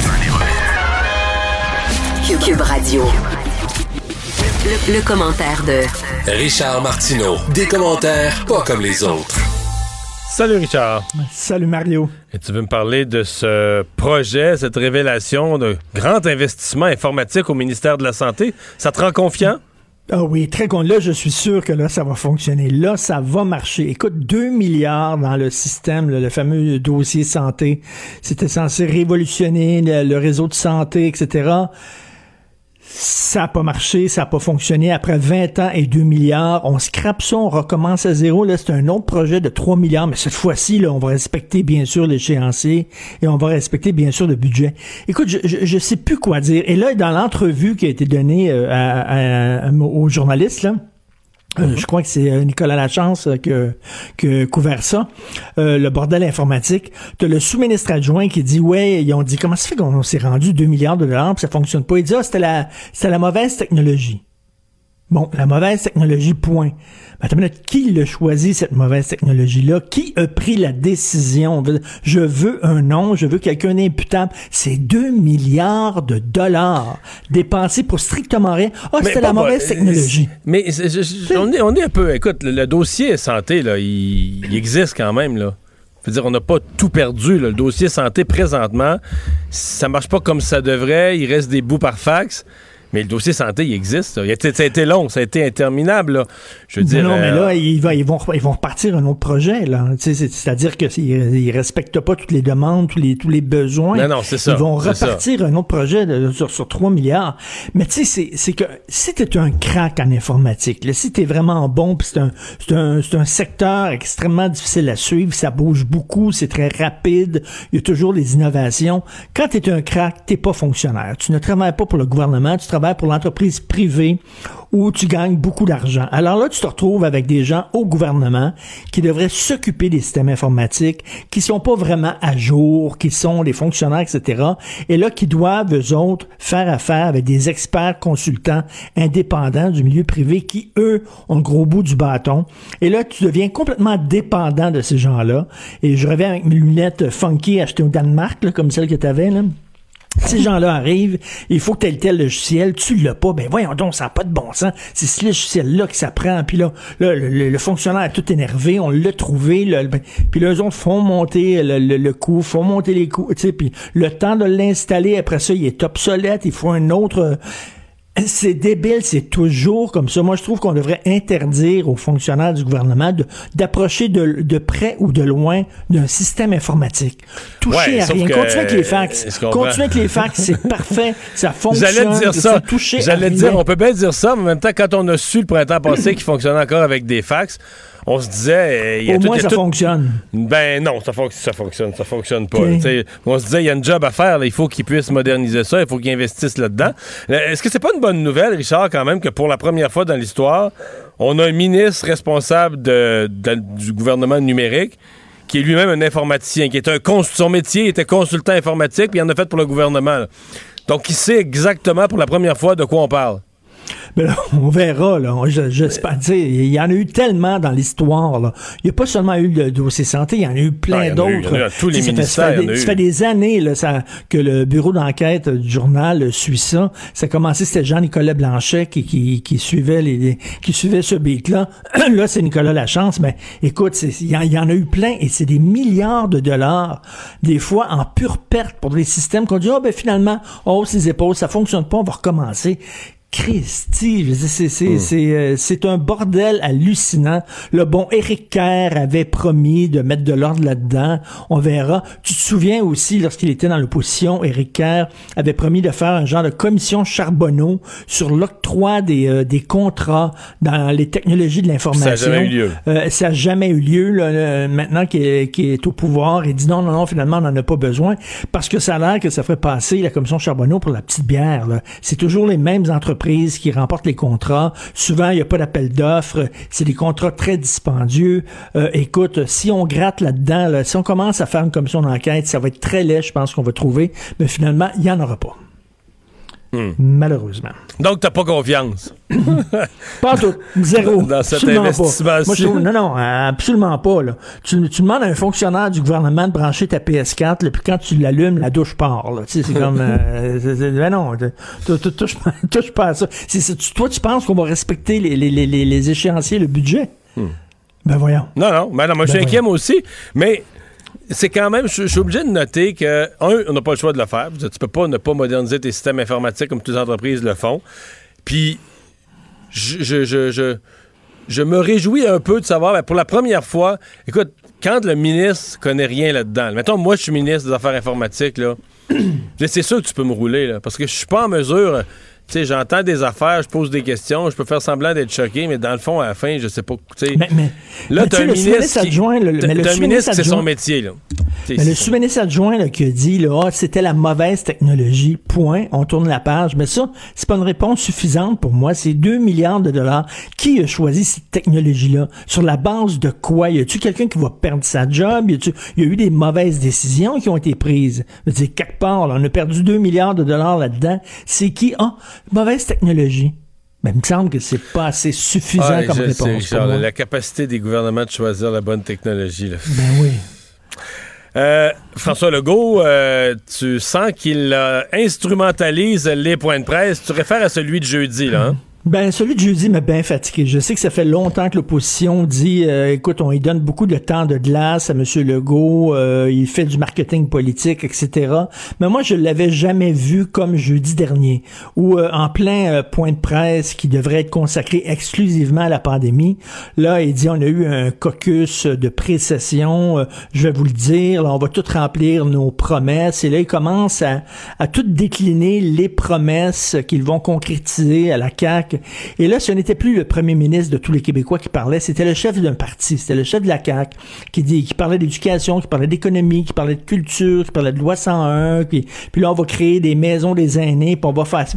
Cube Radio. Le, le commentaire de Richard Martineau. Des commentaires pas comme les autres. Salut Richard. Salut Mario. Et tu veux me parler de ce projet, cette révélation de grand investissement informatique au ministère de la Santé. Ça te rend confiant? Ah oui, très content. Là, je suis sûr que là, ça va fonctionner. Là, ça va marcher. Écoute, deux milliards dans le système, là, le fameux dossier santé. C'était censé révolutionner le, le réseau de santé, et cetera. Ça n'a pas marché, ça n'a pas fonctionné. Après vingt ans et deux milliards, on scrape ça, on recommence à zéro. Là, c'est un autre projet de trois milliards, mais cette fois-ci, là, on va respecter bien sûr l'échéancier et on va respecter bien sûr le budget. Écoute, je, je, je sais plus quoi dire. Et là, dans l'entrevue qui a été donnée euh, à, à, à, aux journalistes, là, Euh, je crois que c'est Nicolas Lachance euh, que, que couvert ça, euh, le bordel informatique. T'as le sous-ministre adjoint qui dit, ouais, ils ont dit, comment ça fait qu'on s'est rendu deux milliards de dollars pis ça fonctionne pas? Il dit, ah, c'était la, c'était la mauvaise technologie. Bon, la mauvaise technologie, point. Mais attends une minute, qui l'a choisi, cette mauvaise technologie-là? Qui a pris la décision? Je veux un nom, je veux quelqu'un d'imputable. C'est deux milliards de dollars dépensés pour strictement rien. Ah, oh, c'était la mauvaise bah, technologie. Mais c'est, c'est, on, est, on est un peu... Écoute, le, le dossier santé, là, il, il existe quand même, là. Je veux dire, on n'a pas tout perdu, là. Le dossier santé, présentement, ça marche pas comme ça devrait. Il reste des bouts par fax. Mais le dossier santé, il existe. Ça a été, ça a été long, ça a été interminable. Là. Je veux dire, non, euh... mais là, ils, va, ils, vont, ils vont repartir un autre projet. Là. C'est, c'est-à-dire qu'ils ne respectent pas toutes les demandes, tous les, tous les besoins. Non, non, c'est ça. Ils vont c'est repartir ça. un autre projet de, sur, sur trois milliards. Mais tu sais, c'est, c'est que si tu es un crack en informatique, là, si tu es vraiment bon, puis c'est un, c'est, un, c'est un secteur extrêmement difficile à suivre, ça bouge beaucoup, c'est très rapide, il y a toujours des innovations. Quand tu es un crack, tu n'es pas fonctionnaire. Tu ne travailles pas pour le gouvernement, tu travailles pour l'entreprise privée où tu gagnes beaucoup d'argent. Alors là, tu te retrouves avec des gens au gouvernement qui devraient s'occuper des systèmes informatiques, qui sont pas vraiment à jour, qui sont des fonctionnaires, et cetera. Et là, qui doivent, eux autres, faire affaire avec des experts consultants indépendants du milieu privé qui, eux, ont le gros bout du bâton. Et là, tu deviens complètement dépendant de ces gens-là. Et je reviens avec mes lunettes funky achetées au Danemark, là, comme celles que tu avais, là. Ces gens-là arrivent, il faut que tu aies tel logiciel, tu l'as pas, ben voyons donc, ça n'a pas de bon sens. C'est ce logiciel-là que ça prend, puis là, là le, le, le fonctionnaire est tout énervé, on l'a trouvé, là, puis là, eux autres font monter le, le, le coût, font monter les coûts, tu sais, puis le temps de l'installer, après ça, il est obsolète, il faut un autre... C'est débile, c'est toujours comme ça. Moi, je trouve qu'on devrait interdire aux fonctionnaires du gouvernement de, d'approcher de, de près ou de loin d'un système informatique. Toucher ouais, à rien. Que, Continuez avec les fax. Continuez avec les fax, c'est parfait, ça fonctionne. J'allais dire ça. Toucher J'allais à dire, rien. on peut bien dire ça, mais en même temps, quand on a su le printemps passé qu'il fonctionnait encore avec des fax, on se disait... Y a Au tout, moins, y a ça tout... fonctionne. Ben non, ça, fon- ça fonctionne, ça fonctionne pas. Okay. On se disait, il y a une job à faire, là, il faut qu'ils puissent moderniser ça, il faut qu'ils investissent là-dedans. Est-ce que c'est pas une bonne nouvelle, Richard, quand même, que pour la première fois dans l'histoire, on a un ministre responsable de, de, du gouvernement numérique qui est lui-même un informaticien, qui est un cons- son métier, il était consultant informatique, puis il en a fait pour le gouvernement. Là. Donc, il sait exactement pour la première fois de quoi on parle. Mais là, on verra, là. Je, je sais pas, tu sais, il y en a eu tellement dans l'histoire, là. Il n'y a pas seulement eu le dossier santé, il y en a eu plein non, d'autres. Il y en a eu, il y en a eu tous les ça ministères. Fait, ça, fait, ça fait des années, là, ça, que le bureau d'enquête du journal suit ça. Ça a commencé, c'était Jean-Nicolas Blanchet qui, qui, qui suivait les, les qui suivait ce beat-là. Là, c'est Nicolas Lachance, mais écoute, il y, y en a eu plein et c'est des milliards de dollars, des fois en pure perte pour des systèmes qu'on dit, oh, ben, finalement, on hausse les épaules, ça fonctionne pas, on va recommencer. Christy, c'est, c'est, mm. c'est, euh, c'est un bordel hallucinant. Le bon Éric Kerr avait promis de mettre de l'ordre là-dedans. On verra. Tu te souviens aussi, lorsqu'il était dans l'opposition, Éric Kerr avait promis de faire un genre de commission Charbonneau sur l'octroi des, euh, des contrats dans les technologies de l'information. Ça n'a jamais eu lieu. Euh, ça n'a jamais eu lieu. Là, là, maintenant qu'il est, qu'il est au pouvoir, il dit non, non, non, finalement, on n'en a pas besoin. Parce que ça a l'air que ça ferait passer la commission Charbonneau pour la petite bière. Là. C'est toujours les mêmes entreprises qui remportent les contrats. Souvent, il n'y a pas d'appel d'offres. C'est des contrats très dispendieux. Euh, écoute, si on gratte là-dedans, là, si on commence à faire une commission d'enquête, ça va être très laid, je pense qu'on va trouver. Mais finalement, il n'y en aura pas. Hmm. Malheureusement. Donc, t'as pas confiance? Pas tout. Zéro. Dans cet absolument investissement-ci? Moi, je trouve, non, non, absolument pas. Là. Tu, tu demandes à un fonctionnaire du gouvernement de brancher ta P S quatre, là, puis quand tu l'allumes, la douche part. Là. Tu sais, c'est comme... Euh, c'est, c'est, ben non, touche, touche pas à ça. C'est, c'est, tu, toi, tu penses qu'on va respecter les, les, les, les échéanciers, le budget? Hmm. Ben voyons. Non, non, ben non, moi, je suis ben inquiet, moi aussi, mais... C'est quand même, je suis obligé de noter que, un, on n'a pas le choix de le faire. Tu peux pas ne pas moderniser tes systèmes informatiques comme toutes les entreprises le font. Puis, je, je, je, je, je me réjouis un peu de savoir, ben, pour la première fois, écoute, quand le ministre connaît rien là-dedans, mettons, moi, je suis ministre des Affaires informatiques, là, c'est sûr que tu peux me rouler, là, parce que je suis pas en mesure... Tu sais, j'entends des affaires, je pose des questions, je peux faire semblant d'être choqué, mais dans le fond, à la fin, je sais pas. Tu sais, mais, mais, là, mais t'as un le ministre. Qui, adjoint, le, mais le t'as un ministre, c'est adjoint, son métier, là. Mais le sous-ministre adjoint là, qui a dit là, oh, c'était la mauvaise technologie, point, on tourne la page. Mais ça, c'est pas une réponse suffisante pour moi. C'est deux milliards de dollars. Qui a choisi cette technologie-là? Sur la base de quoi? Y a-tu quelqu'un qui va perdre sa job? Y a-tu, y a eu des mauvaises décisions qui ont été prises? Je veux dire, quelque part, là, on a perdu deux milliards de dollars là-dedans. C'est qui? Ah, mauvaise technologie. Mais il me semble que c'est pas assez suffisant ah, comme réponse. Sais, Richard, la capacité des gouvernements de choisir la bonne technologie. Là. Ben oui. Euh, François Legault, euh, tu sens qu'il euh, instrumentalise les points de presse. Tu réfères à celui de jeudi, là, hein? Ben, celui de jeudi m'a bien fatigué. Je sais que ça fait longtemps que l'opposition dit, euh, écoute, on lui donne beaucoup de temps de glace à M. Legault, euh, il fait du marketing politique, et cetera. Mais moi, je l'avais jamais vu comme jeudi dernier, où euh, en plein euh, point de presse qui devrait être consacré exclusivement à la pandémie, là, il dit, on a eu un caucus de pré-session, euh, je vais vous le dire, là, on va tout remplir nos promesses. Et là, il commence à, à tout décliner les promesses qu'ils vont concrétiser à la C A Q. Et là, ce n'était plus le premier ministre de tous les Québécois qui parlait, c'était le chef d'un parti, c'était le chef de la C A Q qui, dit, qui parlait d'éducation, qui parlait d'économie, qui parlait de culture, qui parlait de loi cent un, puis, puis là, on va créer des maisons des aînés, puis on va faire...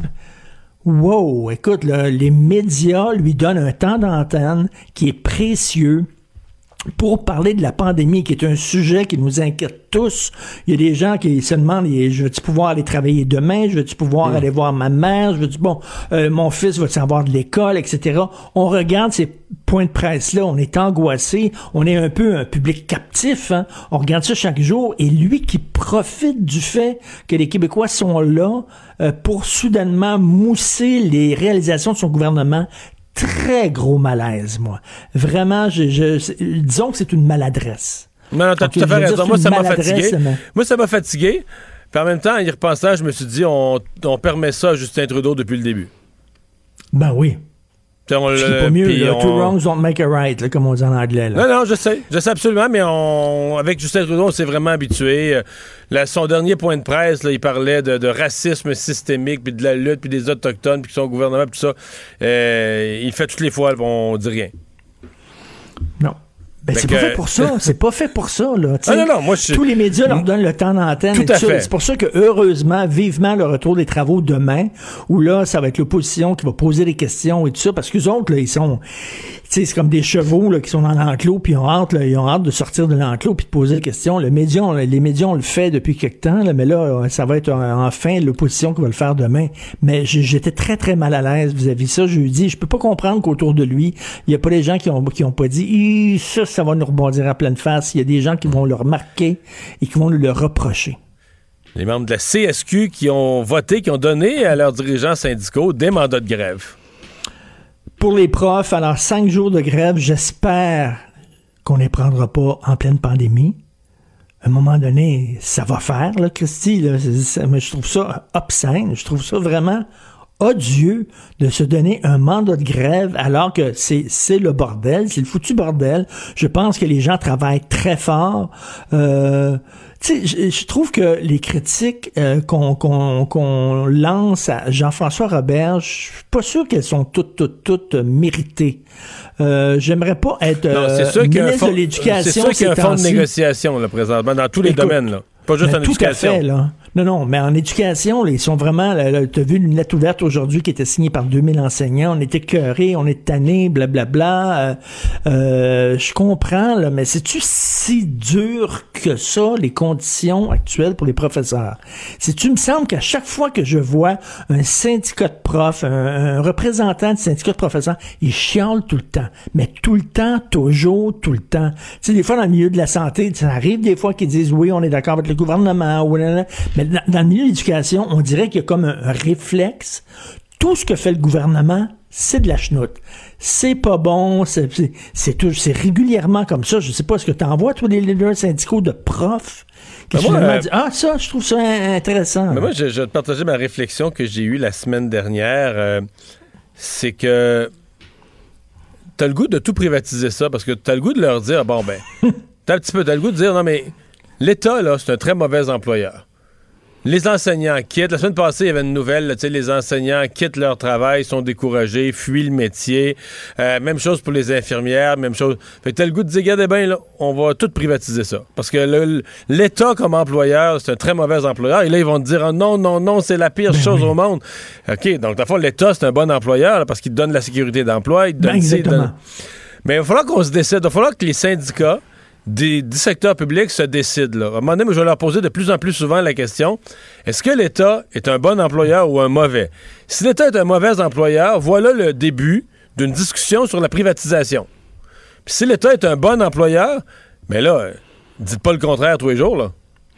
Wow! Écoute, là, les médias lui donnent un temps d'antenne qui est précieux pour parler de la pandémie, qui est un sujet qui nous inquiète tous. Il y a des gens qui se demandent, je veux-tu pouvoir aller travailler demain? Je veux-tu pouvoir mmh. aller voir ma mère? Je veux-tu, bon, euh, mon fils va-tu avoir de l'école, et cetera. On regarde ces points de presse-là, on est angoissé, on est un peu un public captif, hein? On regarde ça chaque jour, et lui qui profite du fait que les Québécois sont là euh, pour soudainement mousser les réalisations de son gouvernement. Très gros malaise, moi. Vraiment, je, je, disons que c'est une maladresse. Non, non, t'as tout à fait raison. Moi, ça m'a fatigué. Mais... Moi, ça m'a fatigué. Puis en même temps, en y repensant, je me suis dit, on, on permet ça à Justin Trudeau depuis le début. Ben oui. On c'est pas mieux, là, on... two wrongs don't make a right, là, comme on dit en anglais. Là. Non, non, je sais, je sais absolument, mais on, avec Justin Trudeau, on s'est vraiment habitué. Là, son dernier point de presse, là, il parlait de, de racisme systémique, puis de la lutte, puis des Autochtones, puis son gouvernement, puis tout ça. Euh, il fait toutes les fois, on dit rien. Non. Ben, c'est que... pas fait pour ça. C'est pas fait pour ça, là. Ah, non, non, moi, je... Tous les médias leur donnent le temps d'antenne. Tout à fait. C'est pour ça que, heureusement, vivement le retour des travaux demain, où là, ça va être l'opposition qui va poser des questions et tout ça, parce qu'eux autres, là, ils sont, tu sais, c'est comme des chevaux, là, qui sont dans l'enclos, puis ils ont hâte, là, ils ont hâte de sortir de l'enclos puis de poser des questions. Le média, on, les médias, on le fait depuis quelque temps, là, mais là, ça va être enfin l'opposition qui va le faire demain. Mais j'étais très, très mal à l'aise vis-à-vis de ça. Je lui dis, je peux pas comprendre qu'autour de lui, il y a pas des gens qui ont, qui ont pas dit, ça, ça va nous rebondir à pleine face. Il y a des gens qui vont le remarquer et qui vont le reprocher. Les membres de la C S Q qui ont voté, qui ont donné à leurs dirigeants syndicaux des mandats de grève. Pour les profs, alors cinq jours de grève, j'espère qu'on ne les prendra pas en pleine pandémie. À un moment donné, ça va faire, là, Christy. Là, c'est, c'est, mais je trouve ça obscène. Je trouve ça vraiment odieux de se donner un mandat de grève alors que c'est c'est le bordel, c'est le foutu bordel. Je pense que les gens travaillent très fort. Euh, tu sais, je, je trouve que les critiques euh, qu'on, qu'on, qu'on lance à Jean-François Roberge, je suis pas sûr qu'elles sont toutes, toutes, toutes méritées. Euh, j'aimerais pas être euh, non, c'est sûr ministre fond, de l'Éducation. C'est sûr qu'il y a un fonds de négociation là, présentement, dans tous les Écoute, domaines. Là. Pas juste ben, en tout éducation. À fait, là. Non, non, mais en éducation, là, ils sont vraiment... Tu as vu une lettre ouverte aujourd'hui qui était signée par deux mille enseignants. On était cœurés, on est tannés, blablabla. Euh, euh, je comprends, là, mais c'est-tu si dur que ça, les conditions actuelles pour les professeurs? C'est-tu, il me semble qu'à chaque fois que je vois un syndicat de profs, un, un représentant du syndicat de professeurs, ils chialent tout le temps. Mais tout le temps, toujours, tout le temps. Tu sais, des fois, dans le milieu de la santé, ça arrive des fois qu'ils disent, oui, on est d'accord avec le gouvernement, ou là, là. Mais dans, dans le milieu de l'éducation, on dirait qu'il y a comme un, un réflexe. Tout ce que fait le gouvernement, c'est de la chenoute. C'est pas bon, c'est, c'est, c'est, tout, c'est régulièrement comme ça. Je sais pas, est-ce que tu envoies, toi, les leaders syndicaux de profs qui ben moi, euh, disent, ah, ça, je trouve ça intéressant. Mais moi, je, je vais te partager ma réflexion que j'ai eue la semaine dernière. Euh, c'est que t'as le goût de tout privatiser ça, parce que t'as le goût de leur dire, bon, ben, t'as un petit peu, t'as le goût de dire, non, mais l'État, là, c'est un très mauvais employeur. Les enseignants quittent. La semaine passée, il y avait une nouvelle, là, les enseignants quittent leur travail, sont découragés, fuient le métier. Euh, même chose pour les infirmières, même chose. Fait que t'as le goût de dire, regardez bien, là, on va tout privatiser ça. Parce que le, l'État comme employeur, c'est un très mauvais employeur. Et là, ils vont te dire, oh, non, non, non, c'est la pire ben chose oui. au monde. OK, donc, dans le fond, l'État, c'est un bon employeur là, parce qu'il te donne la sécurité d'emploi. Il te donne, ben, exactement. Donne... Mais il va falloir qu'on se décide. Il va falloir que les syndicats Des, du secteur public se décident. Là. À un moment donné, je vais leur poser de plus en plus souvent la question, est-ce que l'État est un bon employeur ou un mauvais? Si l'État est un mauvais employeur, voilà le début d'une discussion sur la privatisation. Puis si l'État est un bon employeur, mais là, dites pas le contraire tous les jours, là.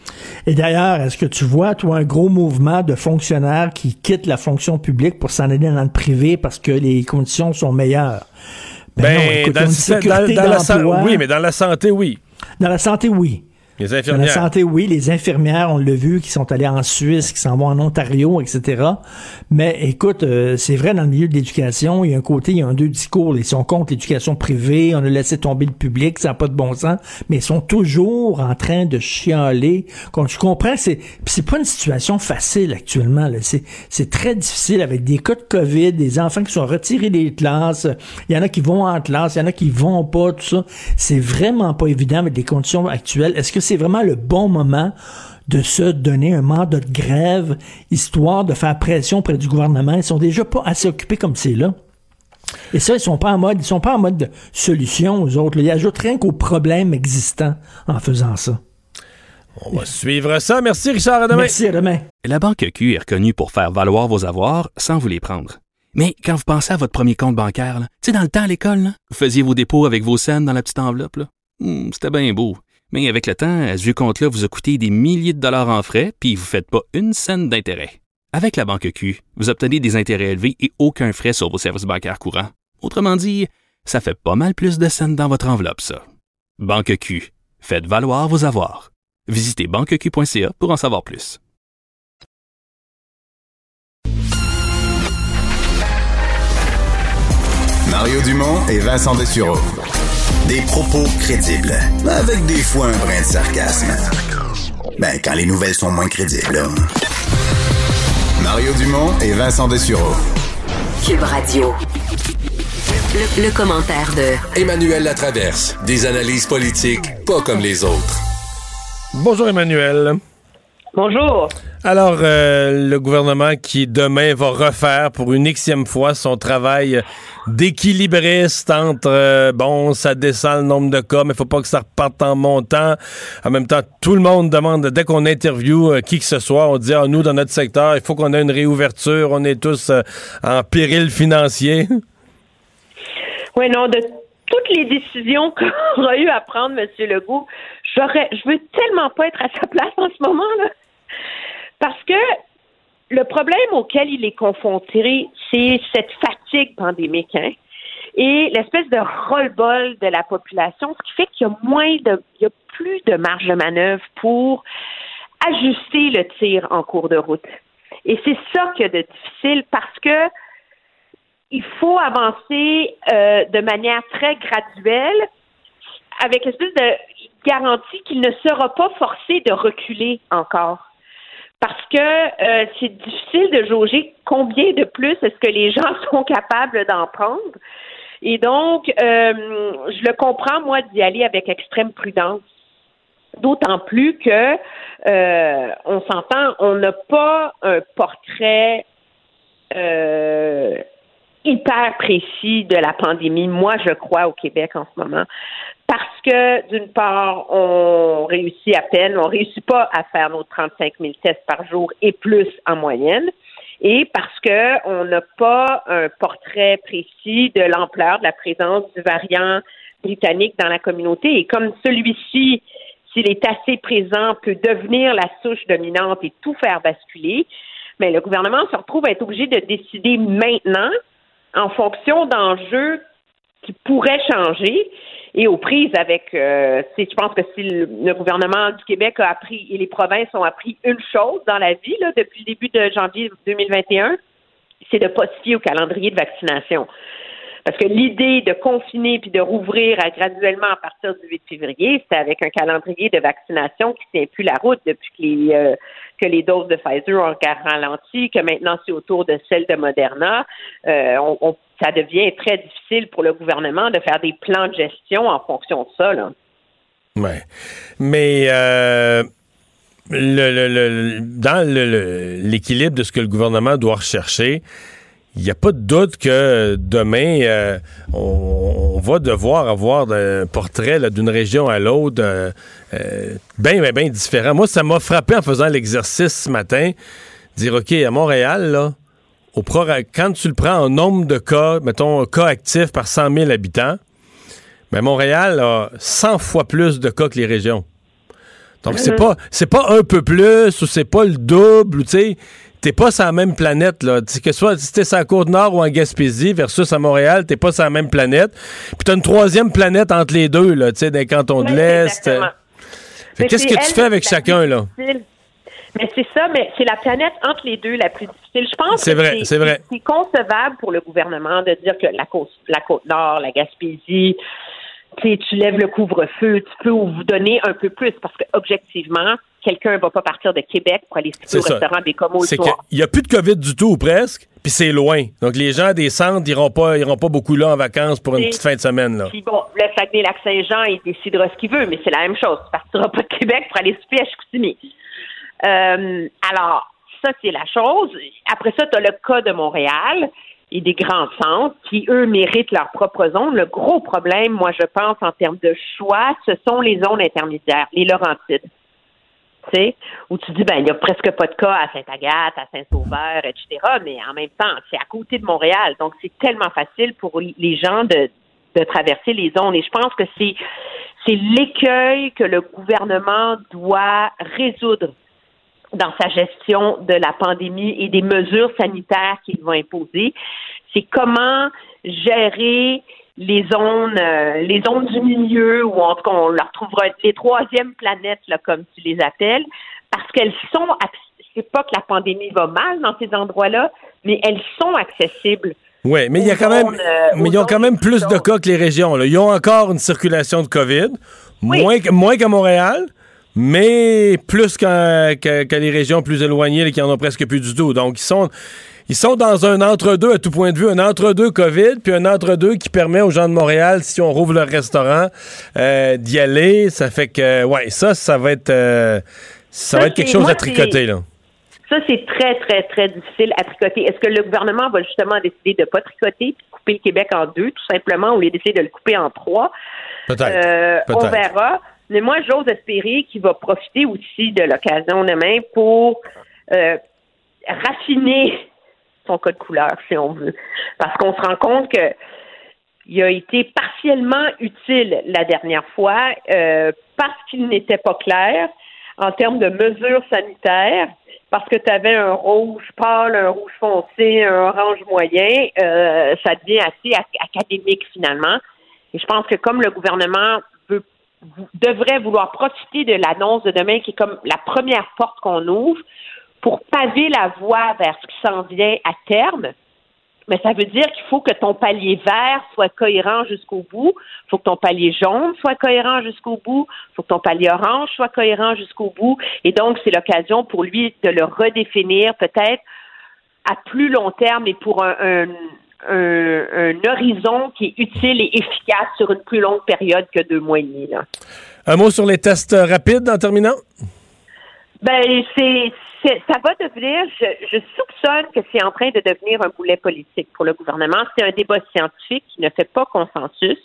Et d'ailleurs, est-ce que tu vois, toi, un gros mouvement de fonctionnaires qui quittent la fonction publique pour s'en aller dans le privé parce que les conditions sont meilleures? Ben, ben non, écoute, dans, ils ont une sécurité dans, dans la d'emploi. Oui, mais dans la santé, oui. Dans la santé, oui. Les infirmières. Dans la santé, oui, les infirmières, on l'a vu, qui sont allées en Suisse, qui s'en vont en Ontario, et cetera. Mais écoute, euh, c'est vrai, dans le milieu de l'éducation, il y a un côté, il y a un deux discours. Ils sont contre l'éducation privée, on a laissé tomber le public, ça n'a pas de bon sens, mais ils sont toujours en train de chialer. Comme tu comprends, c'est c'est pas une situation facile actuellement. Là. C'est, c'est très difficile avec des cas de COVID, des enfants qui sont retirés des classes, il y en a qui vont en classe, il y en a qui vont pas, tout ça. C'est vraiment pas évident avec les conditions actuelles. Est-ce que c'est vraiment le bon moment de se donner un mandat de grève, histoire de faire pression auprès du gouvernement? Ils sont déjà pas assez occupés comme c'est là. Et ça, ils sont pas en mode, ils sont pas en mode de solution aux autres. Là. Ils ajoutent rien qu'aux problèmes existants en faisant ça. On va suivre ça. Merci Richard, à demain. Merci, à demain. La Banque Q est reconnue pour faire valoir vos avoirs sans vous les prendre. Mais quand vous pensez à votre premier compte bancaire, tu sais, dans le temps à l'école, là, vous faisiez vos dépôts avec vos scènes dans la petite enveloppe. Là. Hum, c'était bien beau. Mais avec le temps, ce vieux compte-là vous a coûté des milliers de dollars en frais, puis vous ne faites pas une scène d'intérêt. Avec la Banque Q, vous obtenez des intérêts élevés et aucun frais sur vos services bancaires courants. Autrement dit, ça fait pas mal plus de scènes dans votre enveloppe, ça. Banque Q, faites valoir vos avoirs. Visitez banque q point c a pour en savoir plus. Mario Dumont et Vincent Dessureau. Des propos crédibles, avec des fois un brin de sarcasme. Ben, quand les nouvelles sont moins crédibles, là. Mario Dumont et Vincent Dessureau. Cube Radio. Le, le commentaire de Emmanuel Latraverse. Des analyses politiques pas comme les autres. Bonjour Emmanuel. Bonjour. Alors, euh, le gouvernement qui demain va refaire pour une xème fois son travail d'équilibriste entre, euh, bon, ça descend le nombre de cas, mais il faut pas que ça reparte en montant. En même temps, tout le monde demande, dès qu'on interviewe euh, qui que ce soit, on dit, ah, nous, dans notre secteur, il faut qu'on ait une réouverture, on est tous euh, en péril financier. Oui, non, de toutes les décisions qu'on aura eu à prendre, M. Legault, j'aurais, je veux tellement pas être à sa place en ce moment, là. Parce que le problème auquel il est confronté, c'est cette fatigue pandémique, hein, et l'espèce de roll-ball de la population, ce qui fait qu'il y a moins de, il y a plus de marge de manœuvre pour ajuster le tir en cours de route. Et c'est ça qu'il y a de difficile parce que il faut avancer euh, de manière très graduelle avec l'espèce de garantie qu'il ne sera pas forcé de reculer encore. Parce que euh, c'est difficile de jauger combien de plus est-ce que les gens sont capables d'en prendre. Et donc, euh, je le comprends, moi, d'y aller avec extrême prudence. D'autant plus que, euh, on s'entend, on n'a pas un portrait euh, hyper précis de la pandémie, moi, je crois, au Québec en ce moment. Parce que, d'une part, on réussit à peine, on réussit pas à faire nos trente-cinq mille tests par jour et plus en moyenne, et parce que on n'a pas un portrait précis de l'ampleur de la présence du variant britannique dans la communauté. Et comme celui-ci, s'il est assez présent, peut devenir la souche dominante et tout faire basculer, mais le gouvernement se retrouve à être obligé de décider maintenant en fonction d'enjeux qui pourraient changer et aux prises avec, euh, c'est, je pense que si le, le gouvernement du Québec a appris et les provinces ont appris une chose dans la vie là, depuis le début de janvier deux mille vingt et un, c'est de ne pas se fier au calendrier de vaccination. Parce que l'idée de confiner puis de rouvrir à, graduellement à partir du huit février, c'était avec un calendrier de vaccination qui ne tient plus la route depuis que les, euh, que les doses de Pfizer ont ralenti, que maintenant c'est autour de celles de Moderna. Euh, on, on, ça devient très difficile pour le gouvernement de faire des plans de gestion en fonction de ça, là. Ouais. Mais euh, le, le, le, dans le, le, l'équilibre de ce que le gouvernement doit rechercher, il n'y a pas de doute que demain, euh, on, on va devoir avoir un portrait là, d'une région à l'autre euh, euh, bien, bien, bien différent. Moi, ça m'a frappé en faisant l'exercice ce matin, dire, OK, à Montréal, là, au pro- quand tu le prends en nombre de cas, mettons, cas actifs par cent mille habitants, mais Montréal a cent fois plus de cas que les régions. Donc, mm-hmm. c'est pas c'est pas un peu plus ou c'est pas le double, tu sais. T'es pas sur la même planète, là. T'sais, que soit si t'es sur la Côte-Nord ou en Gaspésie versus à Montréal, t'es pas sur la même planète. Puis t'as une troisième planète entre les deux, là, tu sais, dans les cantons de oui, l'Est. Fait, qu'est-ce que tu fais avec chacun, là? Mais c'est ça, mais c'est la planète entre les deux la plus difficile. Je pense c'est que vrai, c'est, c'est vrai. c'est concevable pour le gouvernement de dire que la côte, la Côte-Nord, la Gaspésie, tu lèves le couvre-feu, tu peux vous donner un peu plus parce que objectivement, quelqu'un ne va pas partir de Québec pour aller se au restaurant des Comos le c'est soir. Il n'y a plus de COVID du tout ou presque, puis c'est loin. Donc les gens des centres n'iront pas, iront pas beaucoup là en vacances pour une et, petite fin de semaine. Là. Puis bon, le Saguenay-Lac-Saint-Jean, il décidera ce qu'il veut, mais c'est la même chose. Tu ne partiras pas de Québec pour aller souper à Chicoutimi. Euh, alors, ça, c'est la chose. Après ça, tu as le cas de Montréal et des grands centres qui, eux, méritent leur propre zone. Le gros problème, moi, je pense, en termes de choix, ce sont les zones intermédiaires, les Laurentides. Tu sais, où tu dis, ben, il n'y a presque pas de cas à Sainte-Agathe, à Saint-Sauveur, et cetera, mais en même temps, c'est à côté de Montréal. Donc, c'est tellement facile pour les gens de, de traverser les zones. Et je pense que c'est, c'est l'écueil que le gouvernement doit résoudre dans sa gestion de la pandémie et des mesures sanitaires qu'il va imposer. C'est comment gérer les zones euh, les zones du milieu, ou en tout cas, on leur trouvera les troisièmes planètes, là, comme tu les appelles, parce qu'elles sont, c'est pas que la pandémie va mal dans ces endroits-là, mais elles sont accessibles. Oui, mais il y a quand même, euh, mais ils ont quand même plus de cas que les régions, là. Ils ont encore une circulation de COVID, oui. moins, moins qu'à Montréal, mais plus qu'à, qu'à, qu'à les régions plus éloignées, là, qui en ont presque plus du tout. Donc, ils sont... Ils sont dans un entre-deux à tout point de vue, un entre-deux COVID, puis un entre-deux qui permet aux gens de Montréal, si on rouvre leur restaurant, euh, d'y aller. Ça fait que, ouais, ça, ça va être, euh, ça, ça va être quelque chose moi, à tricoter, là. Ça, c'est très, très, très difficile à tricoter. Est-ce que le gouvernement va justement décider de ne pas tricoter, puis couper le Québec en deux, tout simplement, ou décider de le couper en trois? Peut-être. Euh, Peut-être. On verra. Mais moi, j'ose espérer qu'il va profiter aussi de l'occasion demain pour euh, raffiner son code couleur, si on veut. Parce qu'on se rend compte que il a été partiellement utile la dernière fois euh, parce qu'il n'était pas clair en termes de mesures sanitaires, parce que tu avais un rouge pâle, un rouge foncé, un orange moyen, euh, ça devient assez ac- académique finalement. Et je pense que comme le gouvernement veut, devrait vouloir profiter de l'annonce de demain, qui est comme la première porte qu'on ouvre, pour paver la voie vers ce qui s'en vient à terme, mais ça veut dire qu'il faut que ton palier vert soit cohérent jusqu'au bout, il faut que ton palier jaune soit cohérent jusqu'au bout, il faut que ton palier orange soit cohérent jusqu'au bout, et donc c'est l'occasion pour lui de le redéfinir peut-être à plus long terme et pour un, un, un, un horizon qui est utile et efficace sur une plus longue période que deux mois et demi. Là. Un mot sur les tests rapides en terminant? Ben, c'est... C'est, ça va devenir, je, je soupçonne que c'est en train de devenir un boulet politique pour le gouvernement. C'est un débat scientifique qui ne fait pas consensus,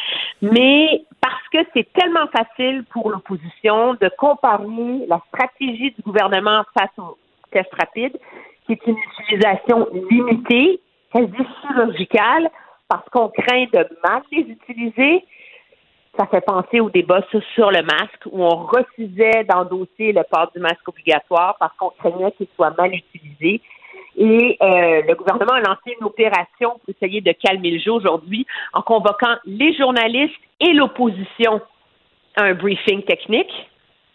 mais parce que c'est tellement facile pour l'opposition de comparer la stratégie du gouvernement face aux tests rapides, qui est une utilisation limitée, quasi chirurgicale, parce qu'on craint de mal les utiliser. Ça fait penser au débat sur, sur le masque, où on refusait d'endosser le port du masque obligatoire parce qu'on craignait qu'il soit mal utilisé. Et euh, le gouvernement a lancé une opération pour essayer de calmer le jeu aujourd'hui en convoquant les journalistes et l'opposition à un briefing technique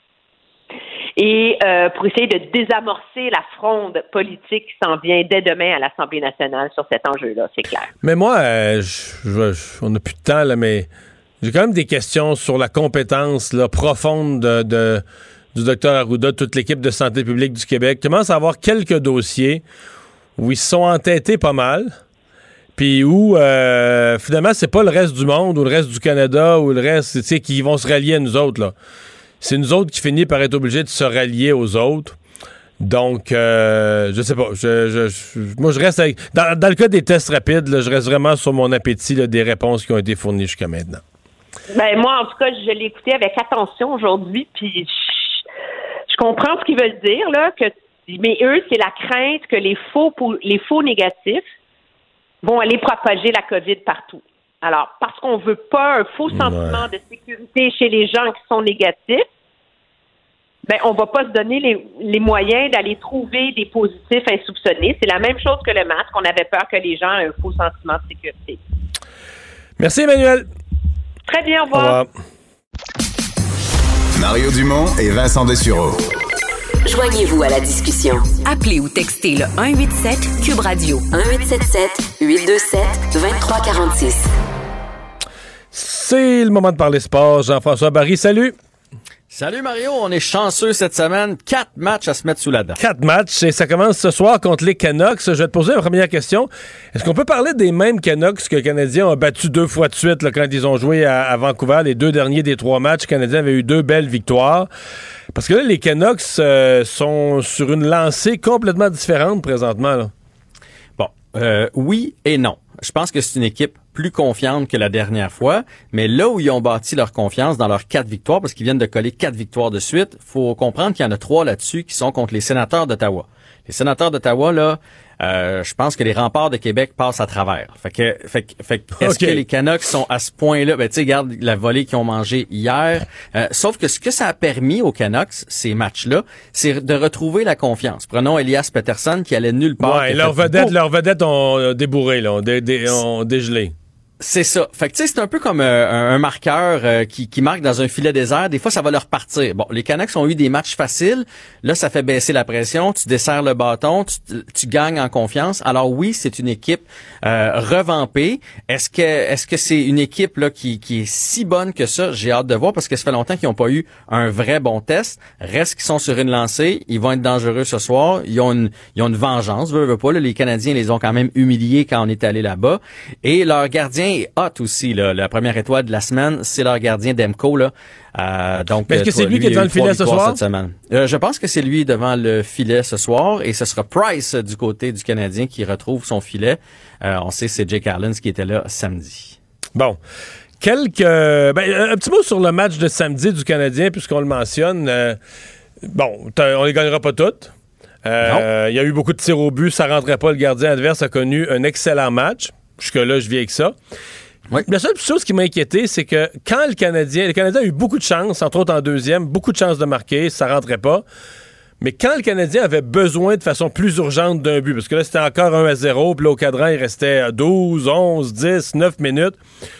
et euh, pour essayer de désamorcer la fronde politique qui s'en vient dès demain à l'Assemblée nationale sur cet enjeu-là, c'est clair. Mais moi, euh, je, je, on n'a plus de temps, là, mais... J'ai quand même des questions sur la compétence là, profonde de, de, du docteur Arruda, toute l'équipe de santé publique du Québec. Il commence à avoir quelques dossiers où ils se sont entêtés pas mal, puis où euh, finalement, c'est pas le reste du monde ou le reste du Canada ou le reste, tu sais, qui vont se rallier à nous autres. Là. C'est nous autres qui finissons par être obligés de se rallier aux autres. Donc, euh, je sais pas. Je, je, je, moi, je reste avec... Dans, dans le cas des tests rapides, là, je reste vraiment sur mon appétit là, des réponses qui ont été fournies jusqu'à maintenant. Ben moi, en tout cas, je l'ai écouté avec attention aujourd'hui, puis je, je comprends ce qu'ils veulent dire, là, que mais eux, c'est la crainte que les faux les faux négatifs vont aller propager la COVID partout. Alors, parce qu'on veut pas un faux sentiment ouais. de sécurité chez les gens qui sont négatifs, ben on va pas se donner les, les moyens d'aller trouver des positifs insoupçonnés. C'est la même chose que le masque. On avait peur que les gens aient un faux sentiment de sécurité. Merci, Emmanuel. Très bien, au revoir. Au revoir. Mario Dumont et Vincent Dessureau. Joignez-vous à la discussion. Appelez ou textez le un huit sept Cube Radio un huit sept sept huit deux sept deux trois quatre six. C'est le moment de parler sport. Jean-François Barry, salut. Salut Mario, on est chanceux cette semaine. Quatre matchs à se mettre sous la dent. Quatre matchs et ça commence ce soir contre les Canucks. Je vais te poser la première question. Est-ce qu'on peut parler des mêmes Canucks que les Canadiens ont battu deux fois de suite là, quand ils ont joué à, à Vancouver? Les deux derniers des trois matchs, les Canadiens avaient eu deux belles victoires. Parce que là, les Canucks euh, sont sur une lancée complètement différente présentement. Là. Bon, euh, oui et non. Je pense que c'est une équipe plus confiante que la dernière fois, mais là où ils ont bâti leur confiance dans leurs quatre victoires, parce qu'ils viennent de coller quatre victoires de suite, faut comprendre qu'il y en a trois là-dessus qui sont contre les Sénateurs d'Ottawa. Les Sénateurs d'Ottawa, là, euh, je pense que les remparts de Québec passent à travers. Fait que, fait que, fait que est-ce okay. que les Canucks sont à ce point-là? Ben, tu sais, regarde la volée qu'ils ont mangée hier. Euh, sauf que ce que ça a permis aux Canucks, ces matchs-là, c'est de retrouver la confiance. Prenons Elias Pettersson qui allait nulle part. Ouais, leurs vedettes, leurs vedettes ont débourré, là, ont, dé, dé, ont dégelé. C'est ça. Fait que tu sais, c'est un peu comme euh, un, un marqueur euh, qui, qui marque dans un filet désert. Des fois, ça va leur partir. Bon, les Canucks ont eu des matchs faciles. Là, ça fait baisser la pression. Tu desserres le bâton. Tu, tu gagnes en confiance. Alors oui, c'est une équipe euh, revampée. Est-ce que est-ce que c'est une équipe là qui, qui est si bonne que ça? J'ai hâte de voir parce que ça fait longtemps qu'ils n'ont pas eu un vrai bon test. Reste qu'ils sont sur une lancée. Ils vont être dangereux ce soir. Ils ont une, ils ont une vengeance. Veux, veux pas, là, les Canadiens les ont quand même humiliés quand on est allé là-bas. Et leur gardien est hot aussi, là. La première étoile de la semaine, c'est leur gardien Demko, là. Euh, donc, est-ce que c'est lui, lui qui est devant le filet ce soir? Cette semaine. Euh, je pense que c'est lui devant le filet ce soir et ce sera Price du côté du Canadien qui retrouve son filet. Euh, on sait que c'est Jake Allen qui était là samedi. Bon. Quelques, ben, un petit mot sur le match de samedi du Canadien, puisqu'on le mentionne. Euh, bon, on les gagnera pas toutes. Euh, il y a eu beaucoup de tirs au but, ça rentrait pas. Le gardien adverse a connu un excellent match. Jusque-là, je vis avec ça. Oui. La seule chose qui m'a inquiété, c'est que quand le Canadien... Le Canadien a eu beaucoup de chance, entre autres en deuxième, beaucoup de chances de marquer, ça rentrait pas. Mais quand le Canadien avait besoin de façon plus urgente d'un but, parce que là, c'était encore un à zéro, puis là, au cadran, il restait douze, onze, dix, neuf minutes.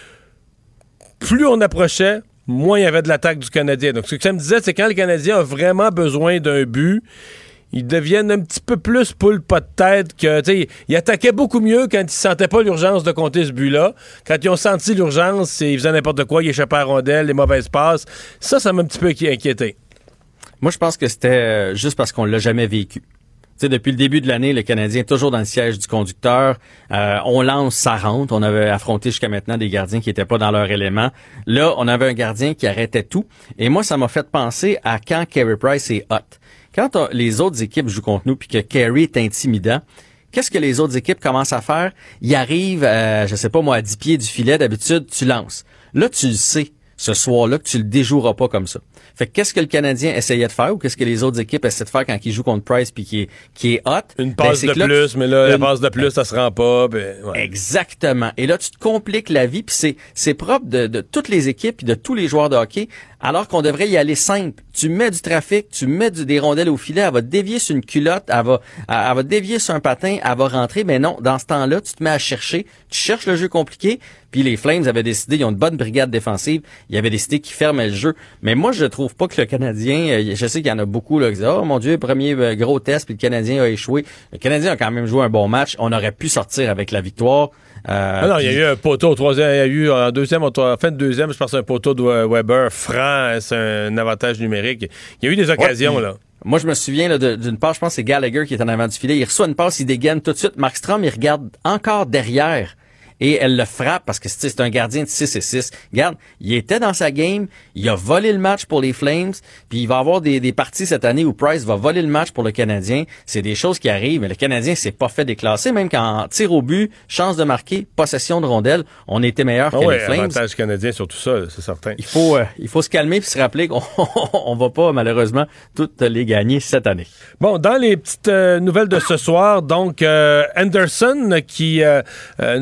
Plus on approchait, moins il y avait de l'attaque du Canadien. Donc, ce que ça me disait, c'est quand le Canadien a vraiment besoin d'un but, ils deviennent un petit peu plus poule pas de tête que, tu sais, ils attaquaient beaucoup mieux quand ils sentaient pas l'urgence de compter ce but-là. Quand ils ont senti l'urgence, ils faisaient n'importe quoi, ils échappaient à la rondelle, les mauvaises passes. Ça, ça m'a un petit peu inquiété. Moi, je pense que c'était juste parce qu'on l'a jamais vécu. Tu sais, depuis le début de l'année, le Canadien est toujours dans le siège du conducteur. Euh, on lance, ça rentre. On avait affronté jusqu'à maintenant des gardiens qui étaient pas dans leur élément. Là, on avait un gardien qui arrêtait tout. Et moi, ça m'a fait penser à quand Carey Price est hot. Quand on, les autres équipes jouent contre nous puis que Carey est intimidant, qu'est-ce que les autres équipes commencent à faire? Ils arrivent, euh, je sais pas moi, à dix pieds du filet. D'habitude, tu lances. Là, tu le sais, ce soir-là, que tu le déjoueras pas comme ça. Fait que qu'est-ce que le Canadien essayait de faire ou qu'est-ce que les autres équipes essaient de faire quand ils jouent contre Price puis qui est, qui est hot? Une passe ben, de là, plus, mais là, une... la passe de plus, ça se rend pas. Ben, ouais. Exactement. Et là, tu te compliques la vie puis c'est, c'est propre de, de toutes les équipes et de tous les joueurs de hockey. Alors qu'on devrait y aller simple. Tu mets du trafic, tu mets du, des rondelles au filet, elle va te dévier sur une culotte, elle va, elle, elle va te dévier sur un patin, elle va rentrer. Mais non, dans ce temps-là, tu te mets à chercher, tu cherches le jeu compliqué. Puis les Flames avaient décidé, ils ont une bonne brigade défensive, ils avaient décidé qu'ils fermaient le jeu. Mais moi, je trouve pas que le Canadien, je sais qu'il y en a beaucoup là qui disent « Oh mon Dieu, premier gros test, puis le Canadien a échoué. » Le Canadien a quand même joué un bon match. On aurait pu sortir avec la victoire. Euh, ah non, il y a eu un poteau au troisième, il y a eu en deuxième, en fin de deuxième, je pense un poteau de Weber franc, c'est un avantage numérique. Il y a eu des occasions, ouais, puis, là. Moi, je me souviens là, de, d'une passe, je pense que c'est Gallagher qui est en avant du filet. Il reçoit une passe, il dégaine tout de suite. Markstrom, il regarde encore derrière. Et elle le frappe parce que c'est un gardien de six et six. Regarde, il était dans sa game, il a volé le match pour les Flames, puis il va avoir des, des parties cette année où Price va voler le match pour le Canadien. C'est des choses qui arrivent, mais le Canadien s'est pas fait déclasser, même quand tir au but, chance de marquer, possession de rondelle, on était meilleur ah que ouais, les Flames. Avantage canadien sur tout ça, c'est certain. Il faut, euh, il faut se calmer puis se rappeler qu'on on va pas malheureusement toutes les gagner cette année. Bon, dans les petites euh, nouvelles de ce soir, donc euh, Anderson qui euh, euh, nous a inquiétés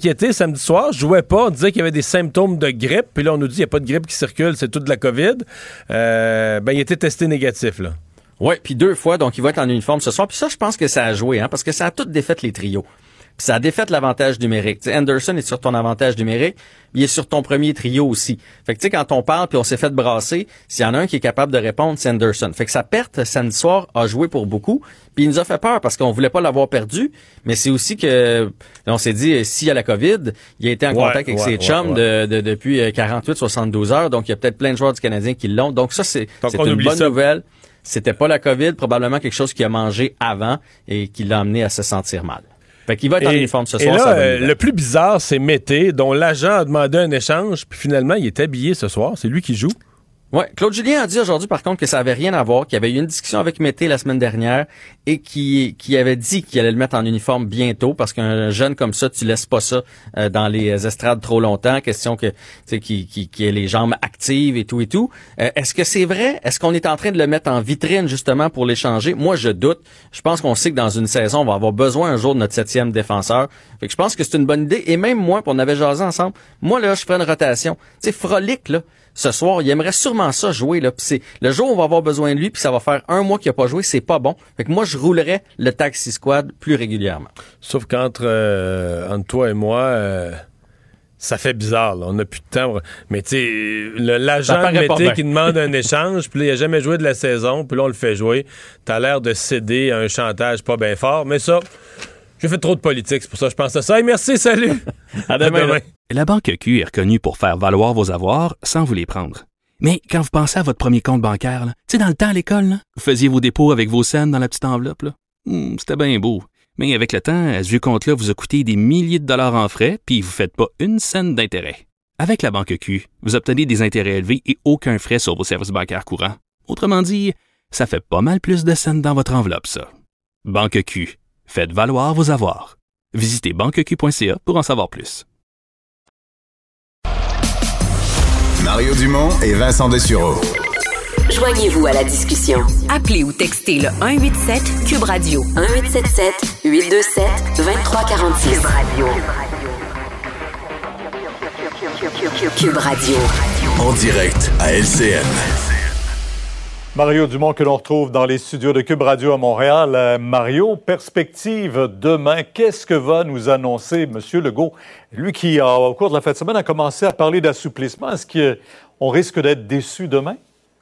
inquiété samedi soir. Je jouais pas. On disait qu'il y avait des symptômes de grippe. Puis là, on nous dit qu'il n'y a pas de grippe qui circule. C'est tout de la COVID. Euh, ben, il était testé négatif, là. Oui, puis deux fois. Donc, il va être en uniforme ce soir. Puis ça, je pense que ça a joué, hein, parce que ça a tout défait les trios. Puis ça a défait l'avantage numérique. T'sais, Anderson est sur ton avantage numérique, il est sur ton premier trio aussi. Fait que tu sais, quand on parle puis on s'est fait brasser, s'il y en a un qui est capable de répondre, c'est Anderson. Fait que sa perte samedi soir a joué pour beaucoup. Puis il nous a fait peur parce qu'on voulait pas l'avoir perdu, mais c'est aussi que on s'est dit, s'il y a la COVID, il a été en ouais, contact avec ouais, ses ouais, chums ouais. De, de, depuis quarante-huit à soixante-douze heures. Donc il y a peut-être plein de joueurs du Canadien qui l'ont. Donc ça, c'est, donc, c'est une bonne ça. nouvelle. C'était pas la COVID, probablement quelque chose qu'il a mangé avant et qui l'a amené à se sentir mal. Fait qu'il va être et, en uniforme ce soir. Et là, ça va euh, le plus bizarre, c'est Mété, dont l'agent a demandé un échange, puis finalement, il est habillé ce soir. C'est lui qui joue. Ouais, Claude Julien a dit aujourd'hui, par contre, que ça avait rien à voir, qu'il y avait eu une discussion avec Mété la semaine dernière et qui qui avait dit qu'il allait le mettre en uniforme bientôt parce qu'un jeune comme ça, tu laisses pas ça euh, dans les estrades trop longtemps. Question que tu sais qui qui qui ait les jambes actives et tout et tout. Euh, est-ce que c'est vrai? Est-ce qu'on est en train de le mettre en vitrine justement pour l'échanger? Moi, je doute. Je pense qu'on sait que dans une saison, on va avoir besoin un jour de notre septième défenseur. Fait que je pense que c'est une bonne idée. Et même moi, puis on avait jasé ensemble. Moi là, je ferais une rotation. Tu sais, Frolic là. Ce soir, il aimerait sûrement ça jouer là. Puis c'est le jour où on va avoir besoin de lui, puis ça va faire un mois qu'il a pas joué, c'est pas bon. Fait que moi, je roulerais le taxi squad plus régulièrement. Sauf qu'entre euh, entre toi et moi, euh, ça fait bizarre. Là. On n'a plus de temps. Mais tu sais, l'agent de Mété qui demande un échange, puis là, il a jamais joué de la saison, puis là, on le fait jouer. T'as l'air de céder à un chantage pas bien fort, mais ça. J'ai fait trop de politique, c'est pour ça que je pense à ça. Hey, merci, salut! À demain. À demain. La Banque Q est reconnue pour faire valoir vos avoirs sans vous les prendre. Mais quand vous pensez à votre premier compte bancaire, tu sais, dans le temps à l'école, là, vous faisiez vos dépôts avec vos scènes dans la petite enveloppe. Là. Hum, c'était bien beau. Mais avec le temps, ce vieux compte-là vous a coûté des milliers de dollars en frais, puis vous ne faites pas une scène d'intérêt. Avec la Banque Q, vous obtenez des intérêts élevés et aucun frais sur vos services bancaires courants. Autrement dit, ça fait pas mal plus de scènes dans votre enveloppe, ça. Banque Q. Faites valoir vos avoirs. Visitez banque q point c a pour en savoir plus. Mario Dumont et Vincent Dessureau. Joignez-vous à la discussion. Appelez ou textez le un huit sept Cube Radio. un huit sept sept huit deux sept deux trois quatre six. Cube Radio. Cube Radio. En direct à L C N. Mario Dumont que l'on retrouve dans les studios de Cube Radio à Montréal. Euh, Mario, perspective demain, qu'est-ce que va nous annoncer M. Legault? Lui qui, au cours de la fin de semaine, a commencé à parler d'assouplissement. Est-ce qu'on risque d'être déçu demain?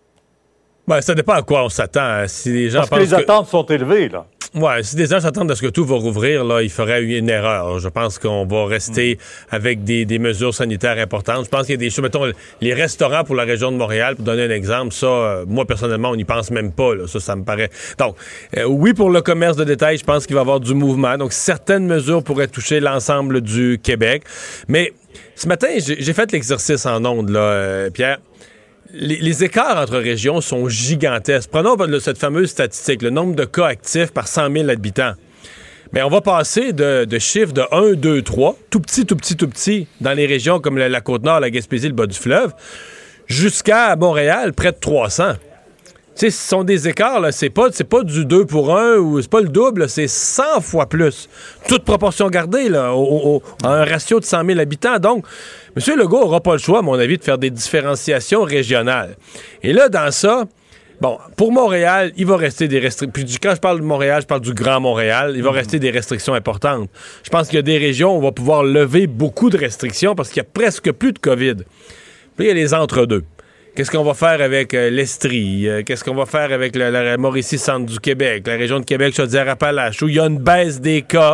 Ben, ça dépend à quoi on s'attend. Si les gens Parce que les que... attentes sont élevées, là. Ouais, si des gens s'attendent à ce que tout va rouvrir, là, il ferait une erreur. Je pense qu'on va rester mm. avec des, des mesures sanitaires importantes. Je pense qu'il y a des choses, mettons, les restaurants pour la région de Montréal, pour donner un exemple, ça, euh, moi, personnellement, on n'y pense même pas, là. Ça, ça me paraît. Donc, euh, oui, pour le commerce de détail, je pense qu'il va y avoir du mouvement. Donc, certaines mesures pourraient toucher l'ensemble du Québec. Mais ce matin, j'ai, j'ai fait l'exercice en ondes, là, euh, Pierre. Les, les écarts entre régions sont gigantesques. Prenons le, cette fameuse statistique, le nombre de cas actifs par cent mille habitants. Mais on va passer de, de chiffres de un, deux, trois, tout petit, tout petit, tout petit, dans les régions comme la, la Côte-Nord, la Gaspésie, le bas du fleuve, jusqu'à Montréal, près de trois cents. Tu sais, ce sont des écarts, là, c'est pas, c'est pas du deux pour un ou c'est pas le double, là, c'est cent fois plus. Toute proportion gardée, là, au, au, à un ratio de cent mille habitants. Donc, M. Legault n'aura pas le choix, à mon avis, de faire des différenciations régionales. Et là, dans ça, bon, pour Montréal, il va rester des restrictions. Puis quand je parle de Montréal, je parle du Grand Montréal. Il va mmh. rester des restrictions importantes. Je pense qu'il y a des régions où on va pouvoir lever beaucoup de restrictions parce qu'il y a presque plus de COVID. Puis il y a les entre-deux. Qu'est-ce qu'on va faire avec euh, l'Estrie? Euh, qu'est-ce qu'on va faire avec la, la, la Mauricie-Centre du Québec, la région de Québec, Chaudière-Appalaches, où il y a une baisse des cas,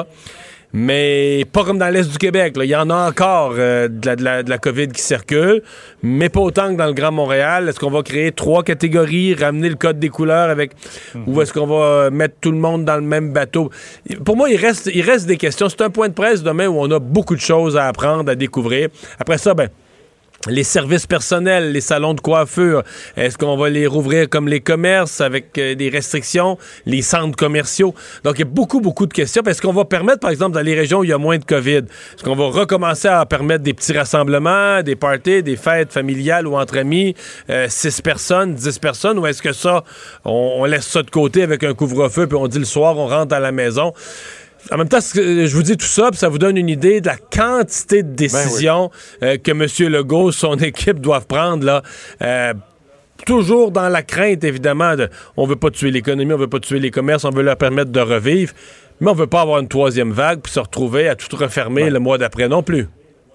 mais pas comme dans l'Est du Québec. Là. Il y en a encore euh, de, la, de, la, de la COVID qui circule, mais pas autant que dans le Grand Montréal. Est-ce qu'on va créer trois catégories, ramener le code des couleurs avec, mm-hmm. ou est-ce qu'on va mettre tout le monde dans le même bateau? Pour moi, il reste, il reste des questions. C'est un point de presse demain où on a beaucoup de choses à apprendre, à découvrir. Après ça, ben, les services personnels, les salons de coiffure, est-ce qu'on va les rouvrir comme les commerces avec euh, des restrictions, les centres commerciaux? Donc, il y a beaucoup, beaucoup de questions. Est-ce qu'on va permettre, par exemple, dans les régions où il y a moins de COVID, est-ce qu'on va recommencer à permettre des petits rassemblements, des parties, des fêtes familiales ou entre amis, euh, six personnes, dix personnes, ou est-ce que ça, on, on laisse ça de côté avec un couvre-feu puis on dit le soir, on rentre à la maison? en même temps, je vous dis tout ça, puis ça vous donne une idée de la quantité de décisions ben oui. euh, que M. Legault, son équipe doivent prendre, là. Euh, toujours dans la crainte, évidemment, de on veut pas tuer l'économie, on veut pas tuer les commerces, on veut leur permettre de revivre, mais on veut pas avoir une troisième vague puis se retrouver à tout refermer ouais. le mois d'après non plus.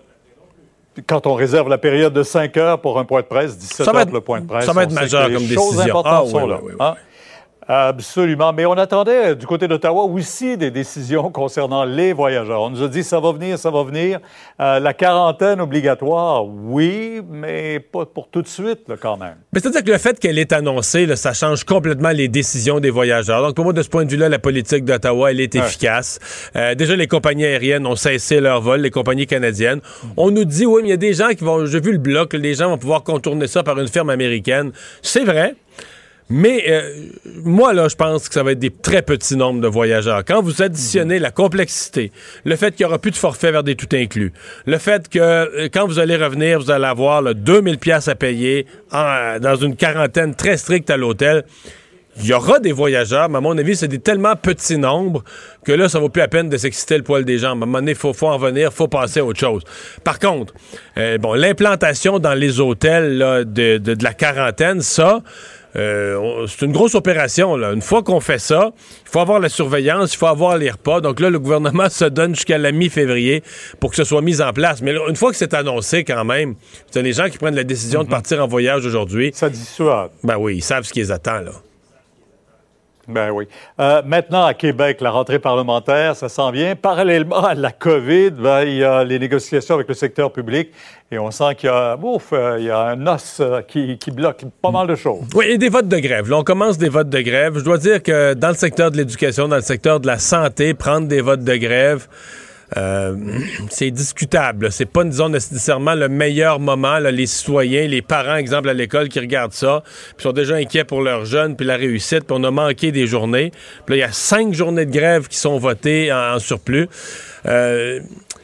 Quand on réserve la période de cinq heures pour un point de presse, dix-sept heures pour le point de presse, ça va être majeur comme décision. Les choses importantes ah, sont oui, là. Oui, oui, hein? oui. Absolument. Mais on attendait du côté d'Ottawa aussi des décisions concernant les voyageurs. On nous a dit ça va venir, ça va venir. Euh, la quarantaine obligatoire, oui, mais pas pour tout de suite là, quand même. Mais c'est-à-dire que le fait qu'elle est annoncée, là, ça change complètement les décisions des voyageurs. Donc pour moi, de ce point de vue-là, la politique d'Ottawa, elle est ouais. efficace. Euh, déjà, les compagnies aériennes ont cessé leur vol, les compagnies canadiennes. Mm. On nous dit, oui, mais il y a des gens qui vont... J'ai vu le bloc, les gens vont pouvoir contourner ça par une firme américaine. C'est vrai. Mais euh, moi, là, je pense que ça va être des très petits nombres de voyageurs. Quand vous additionnez mmh. la complexité, le fait qu'il n'y aura plus de forfait vers des tout inclus, le fait que euh, quand vous allez revenir, vous allez avoir là, deux mille dollars à payer en, dans une quarantaine très stricte à l'hôtel, il y aura des voyageurs, mais à mon avis, c'est des tellement petits nombres que là, ça vaut plus la peine de s'exciter le poil des jambes. À un moment donné, il faut, faut en venir, il faut passer à autre chose. Par contre, euh, bon, l'implantation dans les hôtels là, de, de, de la quarantaine, ça... Euh, c'est une grosse opération, là. Une fois qu'on fait ça, il faut avoir la surveillance, il faut avoir les repas. Donc là, le gouvernement se donne jusqu'à la mi-février pour que ce soit mis en place. Mais là, une fois que c'est annoncé, quand même, c'est les gens qui prennent la décision mm-hmm. de partir en voyage aujourd'hui. Ça dissuade. Ben oui, ils savent ce qui les attend, là. Ben oui. Euh, maintenant, à Québec, la rentrée parlementaire, ça s'en vient. Parallèlement à la COVID, ben, il y a les négociations avec le secteur public et on sent qu'il y a, ouf, euh, il y a un os euh, qui, qui bloque pas mal de choses. Oui, et des votes de grève. Là, on commence des votes de grève. Je dois dire que dans le secteur de l'éducation, dans le secteur de la santé, prendre des votes de grève, Euh, c'est discutable. C'est pas, disons, nécessairement le meilleur moment. Là, les citoyens, les parents, exemple, à l'école, qui regardent ça, puis sont déjà inquiets pour leurs jeunes, puis la réussite, puis on a manqué des journées. Puis là, il y a cinq journées de grève qui sont votées en, en surplus. Euh...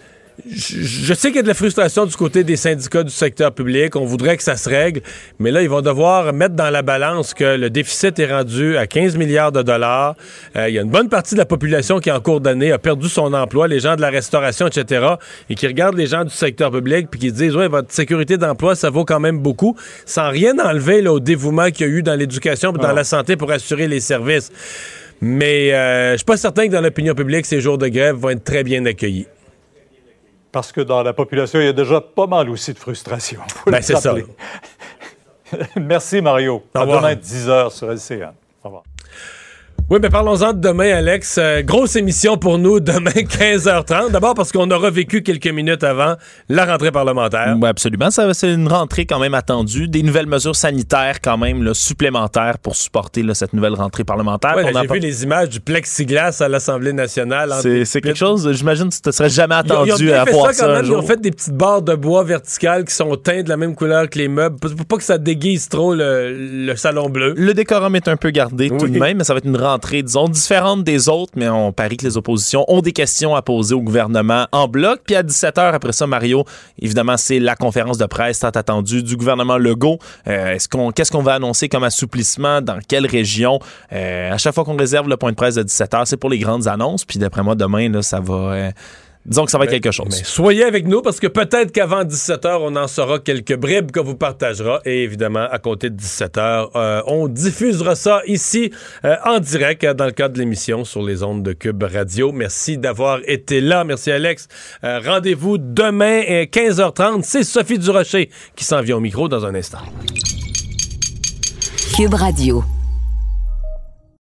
Je sais qu'il y a de la frustration du côté des syndicats du secteur public. On voudrait que ça se règle, mais là, ils vont devoir mettre dans la balance que le déficit est rendu à quinze milliards de dollars. Euh, il y a une bonne partie de la population qui, en cours d'année, a perdu son emploi, les gens de la restauration, et cetera, et qui regardent les gens du secteur public puis qui disent « Ouais, votre sécurité d'emploi, ça vaut quand même beaucoup », sans rien enlever là, au dévouement qu'il y a eu dans l'éducation et dans la santé pour assurer les services. Mais euh, je suis pas certain que dans l'opinion publique, ces jours de grève vont être très bien accueillis. Parce que dans la population, il y a déjà pas mal aussi de frustration. Ben, c'est ça. Merci, Mario. À demain, dix heures sur L C N. Au revoir. Oui, mais parlons-en de demain, Alex. Euh, grosse émission pour nous, demain, quinze heures trente. D'abord parce qu'on aura vécu quelques minutes avant la rentrée parlementaire. Oui, absolument. Ça, c'est une rentrée quand même attendue. Des nouvelles mesures sanitaires quand même là, supplémentaires pour supporter là, cette nouvelle rentrée parlementaire. Ouais, On j'ai a vu pas... les images du plexiglas à l'Assemblée nationale. C'est, c'est quelque chose, j'imagine que tu ne serais jamais attendu ils ont, ils ont à fait voir ça. Quand ça même, un jour. Ils ont fait des petites barres de bois verticales qui sont teintes de la même couleur que les meubles pour pas que ça déguise trop le, le salon bleu. Le décorum est un peu gardé oui. tout de même, mais ça va être une rentrée, disons, différente des autres, mais on parie que les oppositions ont des questions à poser au gouvernement en bloc. Puis à dix-sept heures, après ça, Mario, évidemment, c'est la conférence de presse tant attendue du gouvernement Legault. Euh, est-ce qu'on, qu'est-ce qu'on va annoncer comme assouplissement? Dans quelle région? Euh, à chaque fois qu'on réserve le point de presse de dix-sept heures, c'est pour les grandes annonces. Puis d'après moi, demain, là, ça va... Euh, disons que ça va être mais, quelque chose. Mais soyez avec nous parce que peut-être qu'avant dix-sept heures, on en saura quelques bribes que vous partagera. Et évidemment, à compter de dix-sept heures, euh, on diffusera ça ici euh, en direct dans le cadre de l'émission sur les ondes de Cube Radio. Merci d'avoir été là. Merci Alex. Euh, rendez-vous demain quinze heures trente. C'est Sophie Durocher qui s'en vient au micro dans un instant. Cube Radio.